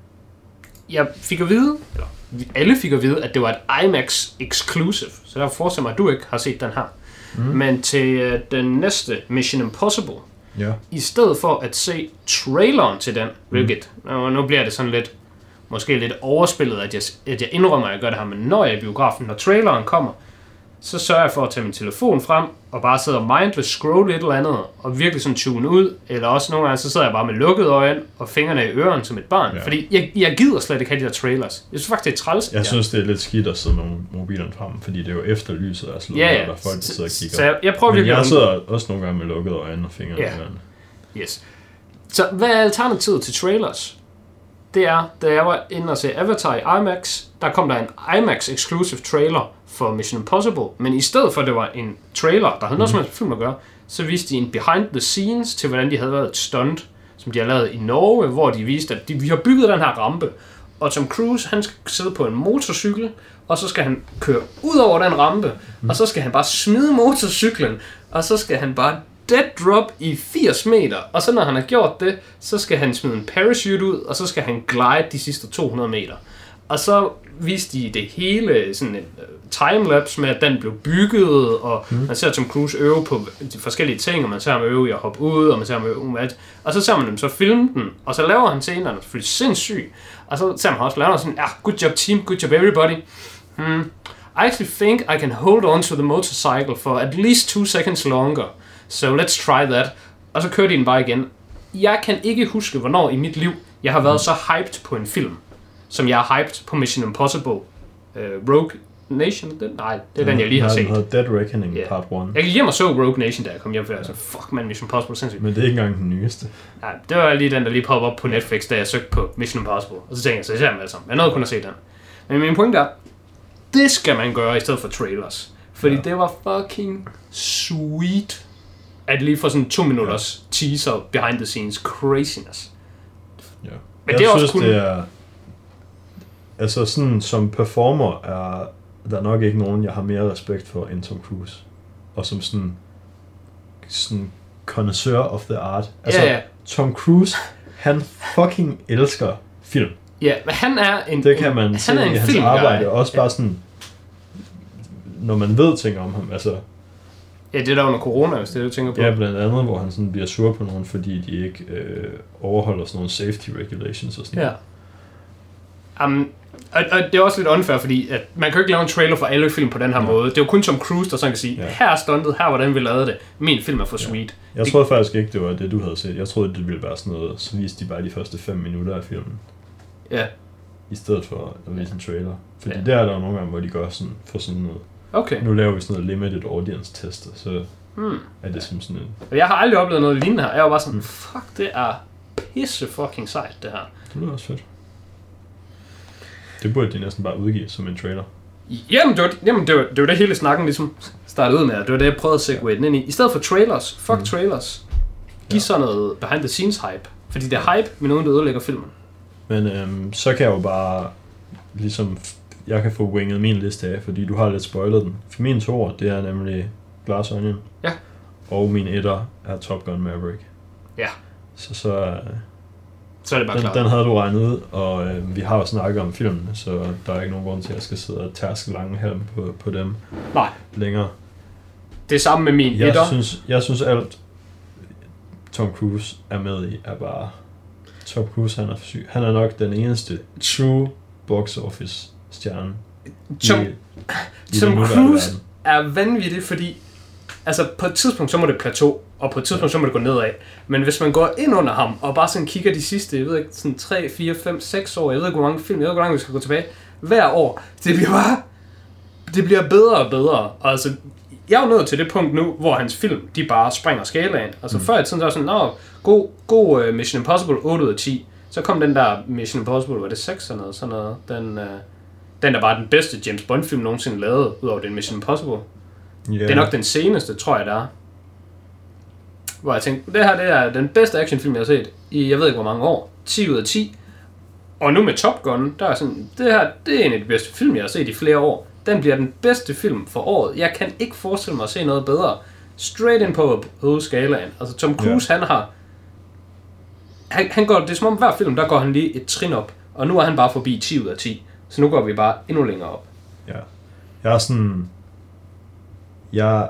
Jeg fik at vide, eller alle fik at vide, at det var et IMAX exclusive. Så der forestiller mig, at du ikke har set den her. Men til den næste Mission Impossible, i stedet for at se traileren til den, hvilket, nu bliver det sådan lidt, måske lidt overspillet, at jeg indrømmer, at jeg gør det her, men når jeg er i biografen, når traileren kommer, så sørger jeg for at tage min telefon frem, og bare sidde og mindless scrolle et eller andet, og virkelig sådan tune ud, eller også nogle gange, så sidder jeg bare med lukkede øjne, og fingrene i ørerne som et barn, fordi jeg gider slet ikke have de der trailers. Jeg synes faktisk, det er træls. Jeg synes, det er lidt skidt at sidde med mobilen frem, fordi det er jo efter lyset er slået, og der er folk, der sidder og kigger. Så jeg prøver men jeg sidder også nogle gange med lukkede øjne og fingrene i ørerne. Yes. Så hvad er alternativet til trailers? Det er, da jeg var inde og se Avatar i IMAX, der kom der en IMAX exclusive trailer for Mission Impossible, men i stedet for, at det var en trailer, der havde noget som helst film at gøre, så viste de en behind the scenes til, hvordan de havde været et stunt, som de har lavet i Norge, hvor de viste, at vi har bygget den her rampe, og Tom Cruise, han skal sidde på en motorcykel, og så skal han køre ud over den rampe, og så skal han bare smide motorcyklen, og så skal han bare dead drop i 80 meter, og så når han har gjort det, så skal han smide en parachute ud, og så skal han glide de sidste 200 meter. Og så viste de det hele, sådan en timelapse med, at den blev bygget, og man ser Tom Cruise øve på de forskellige ting, og man ser ham øve i at hoppe ud, og man ser ham øve med alt. Og så ser man dem så filme den, og så laver han scenerne, det er selvfølgelig sindssygt. Og så ser man også laver sådan, good job team, good job everybody. I actually think I can hold on to the motorcycle for at least 2 seconds longer. So let's try that. Og så kører de den bare igen. Jeg kan ikke huske, hvornår i mit liv, jeg har været så hyped på en film, som jeg er hyped på Mission Impossible Rogue Nation. Nej, det er den, jeg lige har set. Den hedder Dead Reckoning Part 1. Jeg gik hjem og så Rogue Nation, da jeg kom hjem, for jeg så fuck man, Mission Impossible sindssygt. Men det er ikke engang den nyeste. Nej, det var lige den, der lige poppede op på Netflix, da jeg søgte på Mission Impossible. Og så tænkte jeg, så jeg ser dem alle sammen. Jeg nåede kun at se den. Men min point er, det skal man gøre i stedet for trailers. Fordi det var fucking sweet, at lige få sådan 2 minutters teaser behind the scenes craziness. Ja. Men jeg det er synes, også kun... det er... Altså sådan, som performer er der nok ikke nogen, jeg har mere respekt for end Tom Cruise. Og som sådan connoisseur of the art. Altså, Tom Cruise, han fucking elsker film. Ja, men han er en... Det kan man se i hans arbejde. Også bare sådan, når man ved ting om ham, altså... Ja, det er der under corona, hvis det er, du tænker på. Ja, blandt andet, hvor han sådan bliver sur på nogen, fordi de ikke overholder sådan nogle safety regulations og sådan noget. Ja. Og det er også lidt unfair, fordi at man kan jo ikke lave en trailer for alle film på den her måde. Det er jo kun Tom Cruise, der sådan kan sige, her er stuntet, her hvordan vi lavede det. Min film er for sweet. Jeg troede faktisk ikke, det var det, du havde set. Jeg troede, det ville være sådan noget, så viste de bare de første 5 minutter af filmen. Ja. i stedet for at vise en trailer. Fordi der er der nogle gange, hvor de gør sådan, for sådan noget. Okay. Nu laver vi sådan noget limited audience tester, så er det som sådan en... Jeg har aldrig oplevet noget lignende her. Jeg var bare sådan, fuck, det er pisse fucking sejt, det her. Det lyder også fedt. Det burde de næsten bare udgive som en trailer. Jamen, det var det hele snakken ligesom startede ud med. Det var det, jeg prøvede at segue den ind i. I stedet for trailers, fuck trailers. Giv sådan noget behind the scenes hype. Fordi det er hype, men nogen, der ødelægger filmen. Men så kan jeg jo bare ligesom... Jeg kan få winget min liste af, fordi du har lidt spoilet den. For min toer, det er nemlig Glass Onion. Ja. Og min etter er Top Gun Maverick. Ja. Så er det bare klart. Den havde du regnet ud, og vi har jo snakket om filmene, så der er ikke nogen grund til, at jeg skal sidde og tærske lange halm på dem. Nej. Længere. Det er samme med min etter. Jeg synes alt Tom Cruise er med i, er bare... Tom Cruise, han er for syg. Han er nok den eneste true box office stjerne Tom Cruise er vanvittig, fordi altså på et tidspunkt så må det plateau, og på et tidspunkt så må det gå nedad. Men hvis man går ind under ham og bare sådan kigger de sidste, jeg ved ikke, sådan 3, 4, 5, 6 år, jeg ved ikke hvor mange film, jeg ved ikke hvor langt vi skal gå tilbage, hver år, det bliver bedre og bedre. Og altså, jeg er jo nået til det punkt nu, hvor hans film, de bare springer skalaen. Altså før i tiden så var sådan, god Mission Impossible 8 ud af 10. Så kom den der Mission Impossible, var det 6 eller noget, sådan noget. Den der var den bedste James Bond film nogensinde lavet, udover den Mission Impossible. Yeah. Det er nok den seneste, tror jeg, der er. Hvor jeg tænkte, det her det er den bedste actionfilm, jeg har set i, jeg ved ikke hvor mange år. 10 ud af 10. Og nu med Top Gun, der er sådan, det her, det er en af de bedste film, jeg har set i flere år. Den bliver den bedste film for året. Jeg kan ikke forestille mig at se noget bedre. Straight in på skalaen. Altså Tom Cruise, han går, det er som om hver film, der går han lige et trin op. Og nu er han bare forbi 10 ud af 10. Så nu går vi bare endnu længere op. Ja. Jeg er sådan... Jeg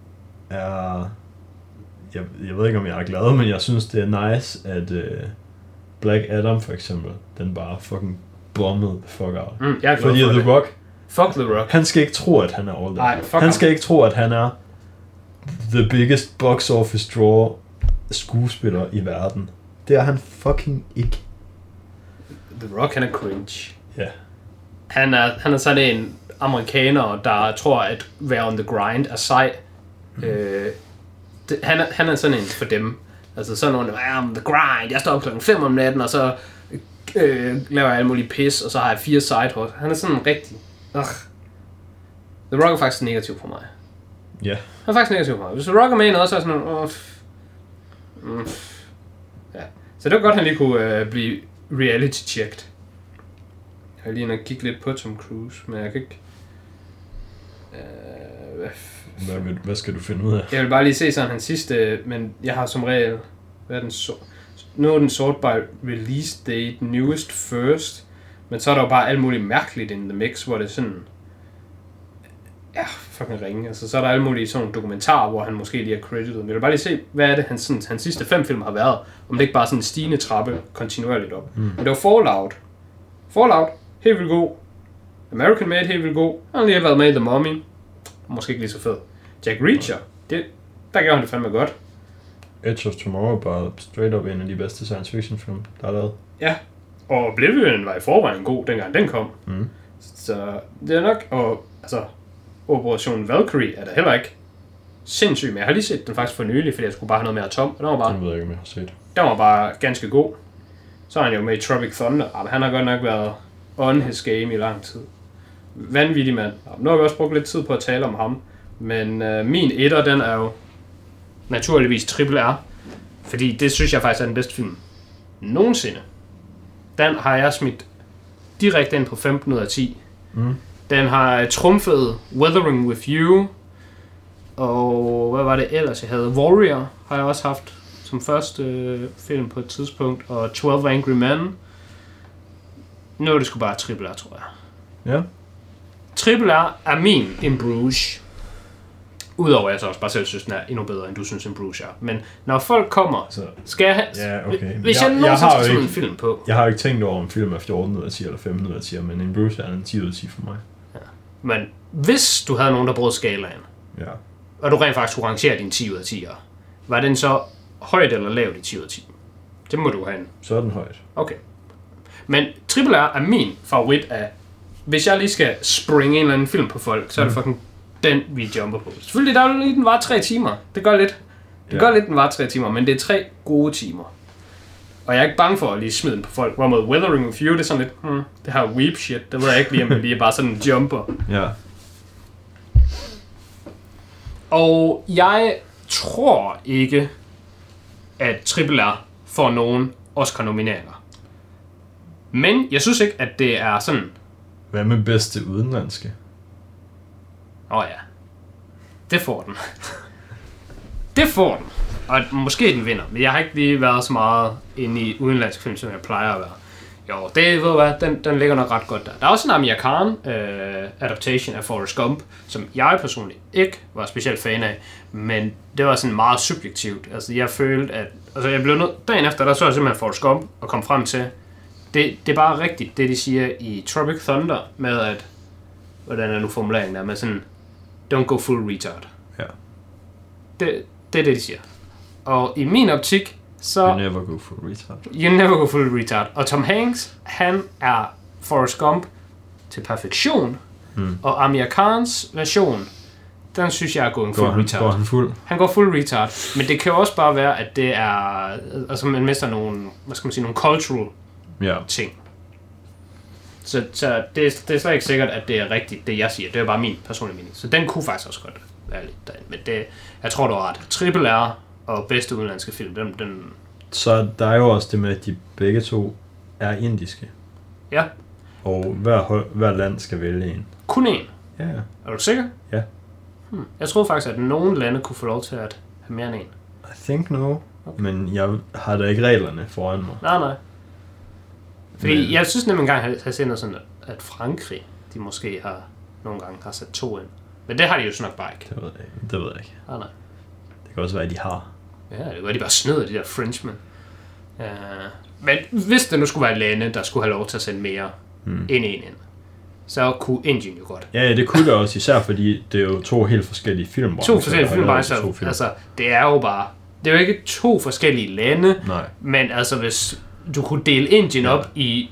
ved ikke, om jeg er glad, men jeg synes, det er nice, at Black Adam for eksempel, den bare fucking bombede the fuck out. Jeg er glad fordi for The Rock, fuck The Rock. Han skal ikke tro, at han er all that. Han skal ikke tro, at han er the biggest box office draw skuespiller i verden. Det er han fucking ikke. The Rock, han er cringe. Ja. Han er sådan en amerikaner, der tror, at være on the grind er sej. Han er sådan en for dem. Altså sådan nogle, the grind, jeg står op 5 om natten, og så laver jeg alt muligt pis, og så har jeg 4 side hustle. Han er sådan en rigtig... The Rock er faktisk negativ for mig. Ja. Yeah. Han er faktisk negativ for mig. Hvis The Rock er med i noget, så er sådan noget... Ja. Så det var godt, han lige kunne blive reality-checked. Jeg har lige nok kigge lidt på Tom Cruise, men jeg kan ikke... Hvad skal du finde ud af? Jeg vil bare lige se sådan hans sidste, men jeg har som regel... Nu er den sort by release date, newest first, men så er der jo bare alt muligt mærkeligt in the mix, hvor det er sådan... Ja, fucking ringe. Altså, så er der alle mulige sådan nogle dokumentarer, hvor han måske lige er credited. Men jeg vil bare lige se, hvad er det, hans sidste 5 film har været. Om det ikke bare sådan en stigende trappe kontinuerligt op. Men det var Fallout, helt vildt god. American Made, helt vildt god. Han har lige været med i The Mummy. Måske ikke lige så fed. Jack Reacher, der gjorde han det fandme godt. Edge of Tomorrow, bare straight up en af de bedste science fiction film, der er lavet. Ja, og Oblivion var i forvejen god, dengang den kom. Så det er nok, og altså... Operation Valkyrie er der heller ikke sindssyg, men jeg har lige set den faktisk for nylig, fordi jeg skulle bare have noget mere tom, og den var bare... Den ved jeg ikke, om jeg har set. Den var bare ganske god. Så er han jo med i Tropic Thunder, men han har godt nok været on his game i lang tid. Vanvittig mand. Nu har vi også brugt lidt tid på at tale om ham, men min etter, den er jo naturligvis Triple R, fordi det synes jeg faktisk er den bedste film nogensinde. Den har jeg smidt direkte ind på 15 ud af 10. Den har trumfet Weathering with You, og hvad var det ellers, jeg havde? Warrior har jeg også haft som første film på et tidspunkt, og 12 Angry Men. Nu er det sgu bare Triple R, tror jeg. Ja. Triple R er min In Bruges. Udover at jeg så også bare selv synes, den er endnu bedre, end du synes, In Bruges er. Men når folk kommer, så skal jeg have... Ja, okay. Hvis jeg nogensinde skal sådan en film på... Jeg har jo ikke tænkt over, om film er 14 ud af 10 eller 15 ud af 10, men In Bruges er en 10 ud af 10 for mig. Ja. Men hvis du havde nogen, der brød skalaen, og du rent faktisk skulle rangere din 10 ud af 10'er, var den så højt eller lavt i 10 ud af 10? Det må du have en. Så er den højt. Okay. Men Triple R er min favorit af... Hvis jeg lige skal springe en eller anden film på folk, så er det fucking den, vi jumper på. Selvfølgelig, der er jo lige, den var 3 timer. Det gør lidt. Den var 3 timer, men det er 3 gode timer. Og jeg er ikke bange for at lige smide den på folk. Hvorimod Weathering with You, det er sådan lidt, det her weep shit, det ved jeg ikke lige, om jeg lige er bare sådan en jumper. Ja. Og jeg tror ikke, at Triple R får nogen Oscar-nomineringer. Men jeg synes ikke, at det er sådan... Hvad med bedste udenlandske? Ja. Det får den. Det får den. Og måske den vinder. Men jeg har ikke lige været så meget inde i udenlandsk film, som jeg plejer at være. Jo, det ved du hvad, den ligger nok ret godt der. Der er også en Amir Khan adaptation af Forrest Gump, som jeg personligt ikke var specielt fan af, men det var sådan meget subjektivt. Altså jeg følte, at... Altså jeg blev nødt... Dagen efter, der så jeg simpelthen Forrest Gump og kom frem til... Det er bare rigtigt, det de siger i Tropic Thunder, med at... Hvordan er nu formuleringen der? Med sådan... Don't go full retard. Ja. Det er det, de siger. Og i min optik, så... You never go full retard. You never go full retard. Og Tom Hanks, han er Forrest Gump til perfektion. Og Amir Khans version, den synes jeg er gået full retard. Går han fuld? Han går full retard. Men det kan jo også bare være, at det er... Altså man mister nogle... Hvad skal man sige? Nogle cultural ting. Så det er slet ikke sikkert, at det er rigtigt, det jeg siger. Det er bare min personlige mening. Så den kunne faktisk også godt være lidt derinde. Men det, jeg tror, du har ret. Triple R og bedste udenlandske film, den... Så der er jo også det med, at de begge to er indiske. Ja. Og hver land skal vælge en. Kun en? Ja. Er du sikker? Ja. Jeg tror faktisk, at nogle lande kunne få lov til at have mere end en. I think no. Okay. Men jeg har da ikke reglerne foran mig. Nej. Fordi jeg synes nemlig engang, at jeg set noget sådan, at Frankrig, de måske har nogle gange har sat 2 ind. Men det har de jo sådan nok bare ikke. Det ved jeg ikke. Nej. Det kan også være, at de har. Ja, det kan være, de bare snyder, de der Frenchmen. Men hvis det nu skulle være lande, der skulle have lov til at sende mere end en ind, så kunne Indien jo godt. Ja, det kunne det også, især fordi det er jo 2 helt forskellige filmbrancher. 2 forskellige filmbrancher. Altså, det er jo bare... Det er jo ikke 2 forskellige lande, men altså hvis du kunne dele Indien op i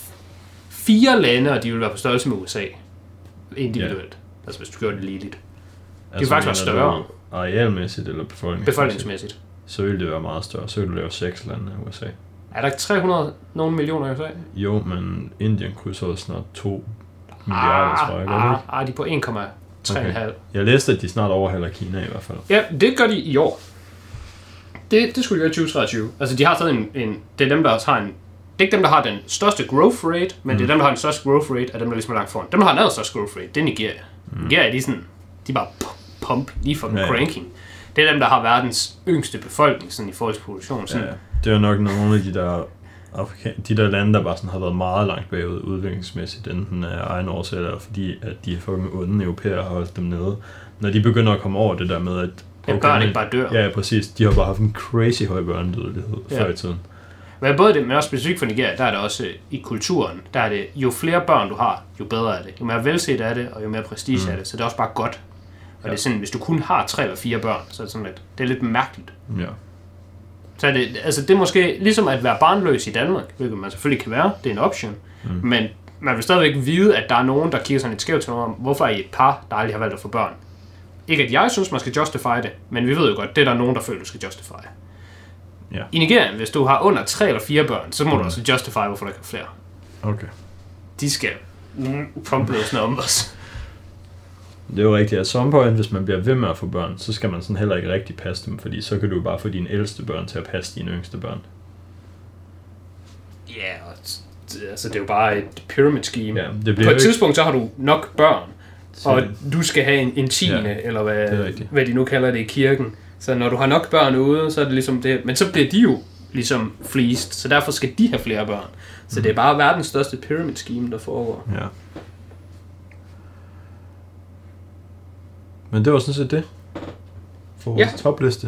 4 lande, og de ville være på størrelse med USA individuelt. Altså hvis du gjorde det ligeligt. De ville faktisk være større. Arealmæssigt eller befolkningsmæssigt. Så ville det være meget større. Så ville det lave 6 lande i USA. Er der ikke 300 nogle millioner i USA? Jo, men Indien krydser også snart 2 milliarder, tror jeg. De er på 1,3,5. Okay. Jeg læste, at de snart overhælder Kina i hvert fald. Ja, det gør de i år. Det skulle de gøre i 2023. Altså, de har taget en... Det er dem, der har en... Det er ikke dem, der har den største growth rate, men det er dem, der har den største growth rate, af dem, der ligesom er langt foran. Dem, der har den allerstørste growth rate, det er Nigeria. Nigeria, de er bare pump lige for den cranking. Det er dem, der har verdens yngste befolkning sådan i forhold til population. Ja, det er jo nok nogle af de der lande, der bare sådan har været meget langt bagud udviklingsmæssigt, enten af egen årsag, eller fordi at de fucking onde europæere har holdt dem nede. Når de begynder at komme over det der med, at børn ikke bare dør. Ja, præcis. De har bare haft en crazy høj børnedødelighed før i tiden. Men både det, men også specifikt for Nigeria, der er det også i kulturen, der er det, jo flere børn du har, jo bedre er det. Jo mere velset er det, og jo mere prestige er det, så det er også bare godt. Og det er sådan, hvis du kun har 3 eller 4 børn, så er det sådan lidt, det er lidt mærkeligt. Ja. Så er det, altså det er måske ligesom at være barnløs i Danmark, hvilket man selvfølgelig kan være, det er en option, men man vil stadigvæk vide, at der er nogen, der kigger sådan et skævt til om, hvorfor er I et par, der aldrig har valgt at få børn. Ikke at jeg synes, man skal justify det, men vi ved jo godt, det er der nogen, der føler, du skal justify. Ja. I Nigeria, hvis du har under 3 eller 4 børn, så må du også justify, hvorfor der ikke er flere. Okay. De skal pumpe noget om os. Det er jo rigtigt, at some point, hvis man bliver ved med at få børn, så skal man sådan heller ikke rigtig passe dem, fordi så kan du bare få dine ældste børn til at passe dine yngste børn. Ja, altså det er jo bare et pyramid scheme. Ja, på et tidspunkt, så har du nok børn, og du skal have en tiende, eller hvad de nu kalder det i kirken. Så når du har nok børn ude, så er det ligesom det. Men så bliver de jo ligesom fleeced, så derfor skal de have flere børn. Så det er bare verdens største pyramid scheme, der foregår. Ja. Men det var sådan set det for vores topliste.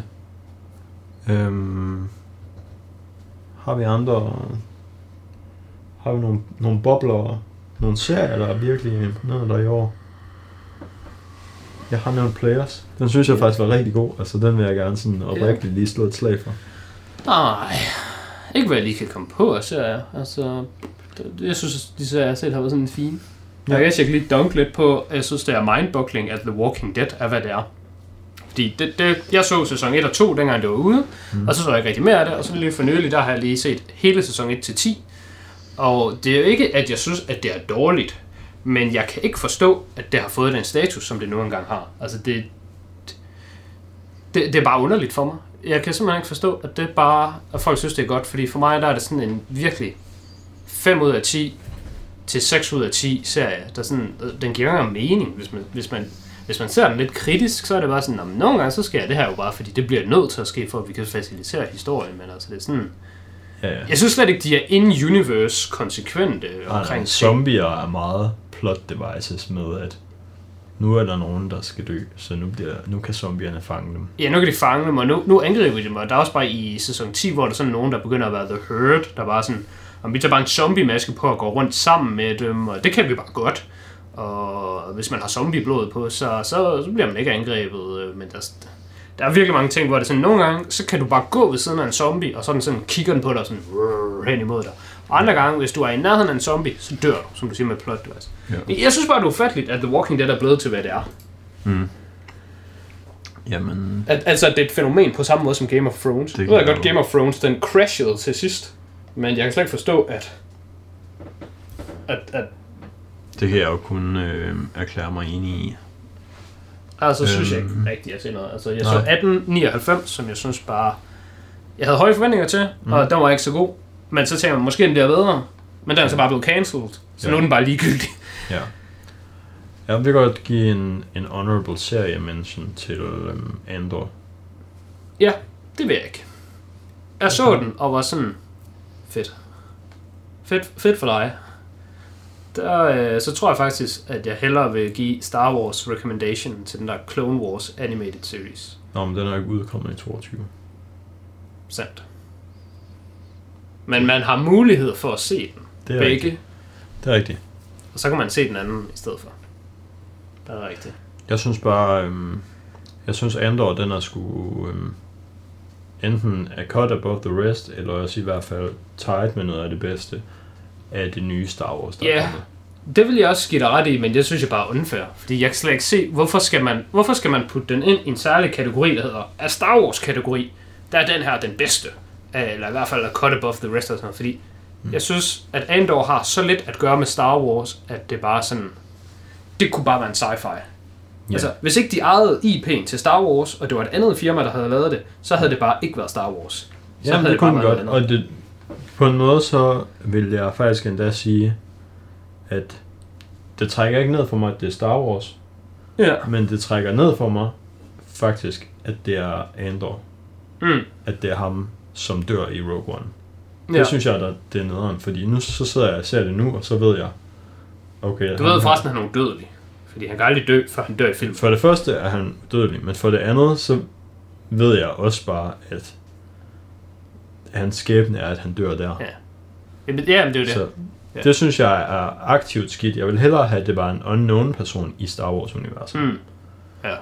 Har vi andre... Har vi nogle bobler, nogle serier, der er virkelig imponeret der i år? Jeg har nævnt Players. Den synes jeg faktisk var rigtig god. Altså den vil jeg gerne sådan oprigtigt lige slå et slag for. Nej, ikke hvad jeg lige kan komme på serier. Altså Jeg synes, de serier jeg selv har været sådan fine. Jeg kan lige dunke lidt på, jeg synes, det er mindboggling, at The Walking Dead er, hvad det er. Fordi jeg så sæson 1 og 2, dengang det var ude, og så jeg ikke rigtig mere af det, og så lige for nylig, der har jeg lige set hele sæson 1-10. Og det er jo ikke, at jeg synes, at det er dårligt, men jeg kan ikke forstå, at det har fået den status, som det nu engang har. Altså det er bare underligt for mig. Jeg kan simpelthen ikke forstå, at det bare, at folk synes, det er godt, fordi for mig, der er det sådan en virkelig 5 ud af 10 til 6 ud af 10 serie, der sådan, den giver ikke mening, hvis man ser den lidt kritisk, så er det bare sådan, nogle gange så sker det her jo bare, fordi det bliver nødt til at ske, for at vi kan facilitere historien, men altså det er sådan... Ja. Jeg synes slet ikke, de er in-universe konsekvente omkring zombier er meget plot devices med, at nu er der nogen, der skal dø, så nu kan zombierne fange dem. Ja, nu kan de fange dem, og nu angriber de dem, og der er også bare i sæson 10, hvor der er sådan nogen, der begynder at være The Herd, der bare sådan, om vi tager bare en zombie-maske på og går rundt sammen med dem, og det kan vi bare godt. Og hvis man har zombieblod på, så bliver man ikke angrebet, men der er virkelig mange ting, hvor det sådan, nogle gange, så kan du bare gå ved siden af en zombie, og sådan kigger den på dig sådan hen imod dig. Og andre gange, hvis du er i nærheden af en zombie, så dør du, som du siger med plot device. Ja. Jeg synes bare, det er ufatteligt, at The Walking Dead er blevet til, hvad det er. Jamen... Altså, det er et fænomen på samme måde som Game of Thrones. Nu ved jeg godt, Game of Thrones, den crashede til sidst. Men jeg kan slet ikke forstå, at det kan jeg jo kun erklære mig enig i. Altså, synes jeg ikke rigtigt at se noget. Altså, jeg så 1899, som jeg synes bare... Jeg havde høje forventninger til, og den var ikke så god. Men så tænker man, måske den bliver bedre. Men den er så bare blevet cancelled, så nu er den bare ligegyldig. Ja. Jeg vil godt give en honorable serie mention til Andor. Ja, det vil jeg ikke. Jeg så den, og var sådan... Fedt for dig. Så tror jeg faktisk, at jeg hellere vil give Star Wars recommendation til den der Clone Wars Animated Series. Nå, men den er ikke udkommet i 22. Sandt. Men man har mulighed for at se den. Det er begge. Rigtigt. Det er rigtigt. Og så kan man se den anden i stedet for. Det er rigtigt. Jeg synes bare, jeg synes Andor, den er sgu enten a cut above the rest, eller også i hvert fald tied med noget af det bedste af det nye Star Wars, der er kommet. Det vil jeg også give dig ret i, men det synes jeg bare er unfair. Fordi jeg kan slet ikke se, hvorfor skal man putte den ind i en særlig kategori, der hedder af Star Wars kategori, der er den her den bedste. Eller i hvert fald a cut above the rest. Fordi jeg synes, at Andor har så lidt at gøre med Star Wars, at det bare sådan... Det kunne bare være en sci-fi. Yeah. Altså, hvis ikke de ejede IP'en til Star Wars, og det var et andet firma, der havde lavet det, så havde det bare ikke været Star Wars. Så havde det kunne godt. Og det, på en måde så vil jeg faktisk endda sige, at det trækker ikke ned for mig, at det er Star Wars. Ja. Men det trækker ned for mig, faktisk, at det er Andor. At det er ham, som dør i Rogue One. Det synes jeg, det er nederen, fordi nu så sidder jeg og ser det nu, og så ved jeg, okay... Du ved forresten, at han er udødelig, fordi han kan aldrig dø, før han dør i film. For det første er han udødelig, men for det andet, så ved jeg også bare, at hans skæbne er, at han dør der. Ja, men det er jo det. Så det synes jeg er aktivt skidt. Jeg vil hellere have, at det var en unknown person i Star Wars-universet. Ja.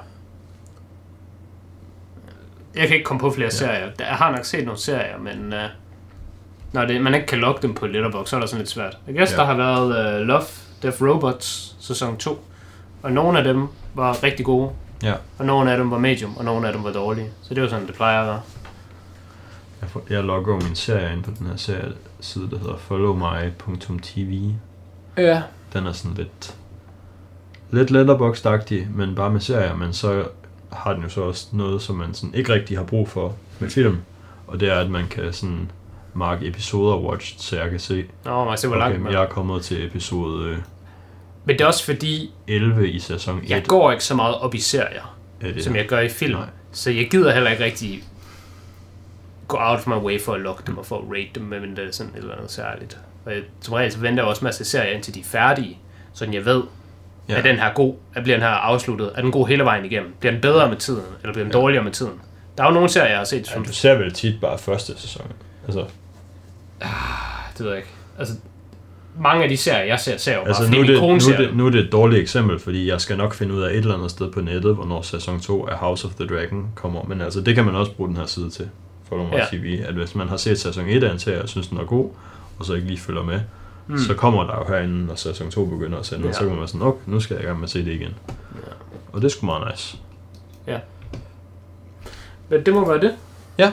Jeg kan ikke komme på flere serier. Jeg har nok set nogle serier, men når man ikke kan logge dem på Letterboxd, så er det sådan lidt svært. Jeg gætter, der har været Love, Death Robots sæson 2, og nogle af dem var rigtig gode, og nogle af dem var medium, og nogle af dem var dårlige. Så det var sådan, det plejer at være. Jeg logger min serie ind på den her side, der hedder followmy.tv. Ja. Den er sådan lidt Letterboxd-agtig, men bare med serier, men så har den jo så også noget, som man sådan ikke rigtig har brug for med film, og det er, at man kan sådan marke episoder watched, så jeg kan se, man ser, hvor langt jeg er kommet til episode men det er også fordi 11 i sæson 1. Jeg går ikke så meget op i serier, som jeg gør i film, så jeg gider heller ikke rigtig gå out of my way for at logge dem og for at rate dem, men det er sådan et eller andet særligt. Og som regel så venter jeg også masser af serier indtil de er færdige, så jeg ved, er den her god, bliver den her afsluttet, er den god hele vejen igennem, bliver den bedre med tiden, eller bliver den dårligere med tiden. Der er jo nogle serier, jeg har set, som... du ser vel tit bare første sæson, altså... Det ved jeg ikke. Altså, mange af de serier, jeg ser jo bare, altså, nu er det et dårligt eksempel, fordi jeg skal nok finde ud af et eller andet sted på nettet, hvornår sæson 2 af House of the Dragon kommer, men altså, det kan man også bruge den her side til, for TV, at hvis man har set sæson 1 af en serie, og synes den er god, og så ikke lige følger med, så kommer der jo herinde, når sæson 2 begynder at sende, og så kan man være sådan, nu skal jeg i gang med at se det igen. Ja. Og det er sgu meget nice. Ja. Men det må være det. Ja.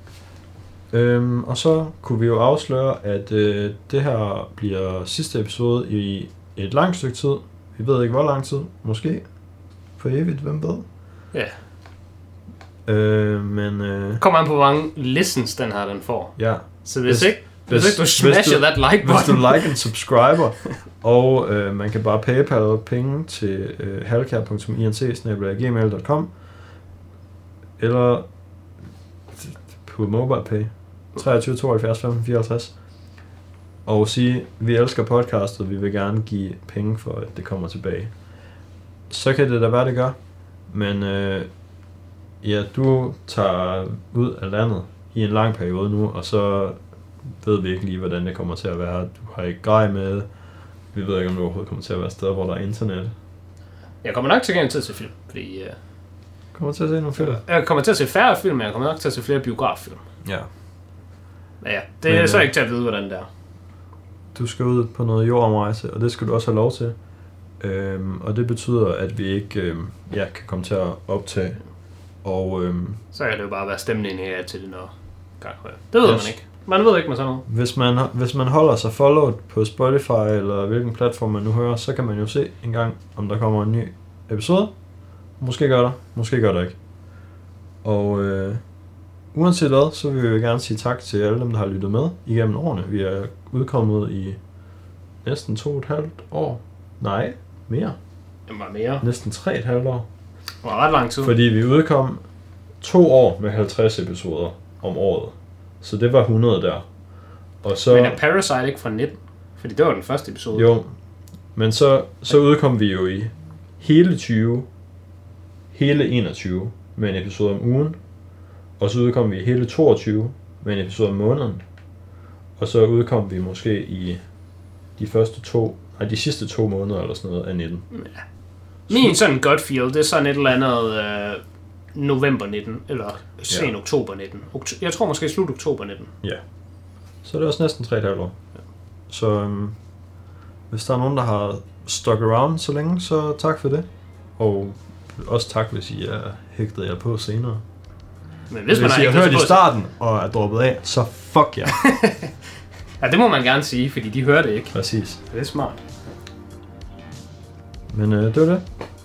Og så kunne vi jo afsløre, at det her bliver sidste episode i et langt stykke tid. Vi ved ikke, hvor lang tid. Måske for evigt, hvem ved? Ja. Men kommer an på, hvor mange listens den får. Ja. Så hvis ikke du smasher that like button. Hvis du like and subscriber, og man kan bare PayPal penge til halkær.inc@gmail.com eller på MobilePay 23 72 15 54 og sige, vi elsker podcastet, vi vil gerne give penge for, at det kommer tilbage. Så kan det da være, det gør. Men ja, du tager ud af landet i en lang periode nu, og så ved vi ikke lige, hvordan det kommer til at være. Du har ikke grej med. Vi ved ikke, om du overhovedet kommer til at være steder, hvor der er internet. Jeg kommer nok til at til film, fordi kommer til at se nogle film? Jeg kommer til at se færre film, men jeg kommer nok til at se flere biograffilm. Ja. Ja, det er så ikke til at vide, hvordan det er. Du skal ud på noget jordomrejse, og det skal du også have lov til. Og det betyder, at vi ikke kan komme til at optage. Og, så kan det jo bare være stemningen her til det, når gang. Det ved man ikke. Man ved ikke med sådan noget. Hvis man holder sig followed på Spotify, eller hvilken platform man nu hører, så kan man jo se en gang, om der kommer en ny episode. Måske gør der, måske gør der ikke. Og uanset hvad, så vil vi gerne sige tak til alle dem, der har lyttet med igennem årene. Vi er udkommet i næsten 2,5 år. Nej, mere. Det var mere. Næsten 3,5 år. Det var ret lang tid. Fordi vi udkom 2 år med 50 episoder om året. Så det var 100 der. Og så, men er Parasite ikke fra 19? Fordi det var den første episode. Jo, men så udkom vi jo i hele 20, hele 21 med en episode om ugen. Og så udkom vi i hele 22 med en episode om måneden. Og så udkom vi måske i de sidste 2 måneder eller sådan noget af 19. Ja. Min sådan gut feel, det er sådan et eller andet november 19, eller sen oktober 19. Jeg tror måske slut oktober 19. Ja. Så det er også næsten 3,5 år. Ja. Så hvis der er nogen, der har stuck around så længe, så tak for det. Og også tak, hvis I er hægtet jer på senere. Men hvis man har hørt i starten og er droppet af, så fuck jer. Ja, det må man gerne sige, fordi de hører det ikke. Præcis. Det er smart. Men det var det.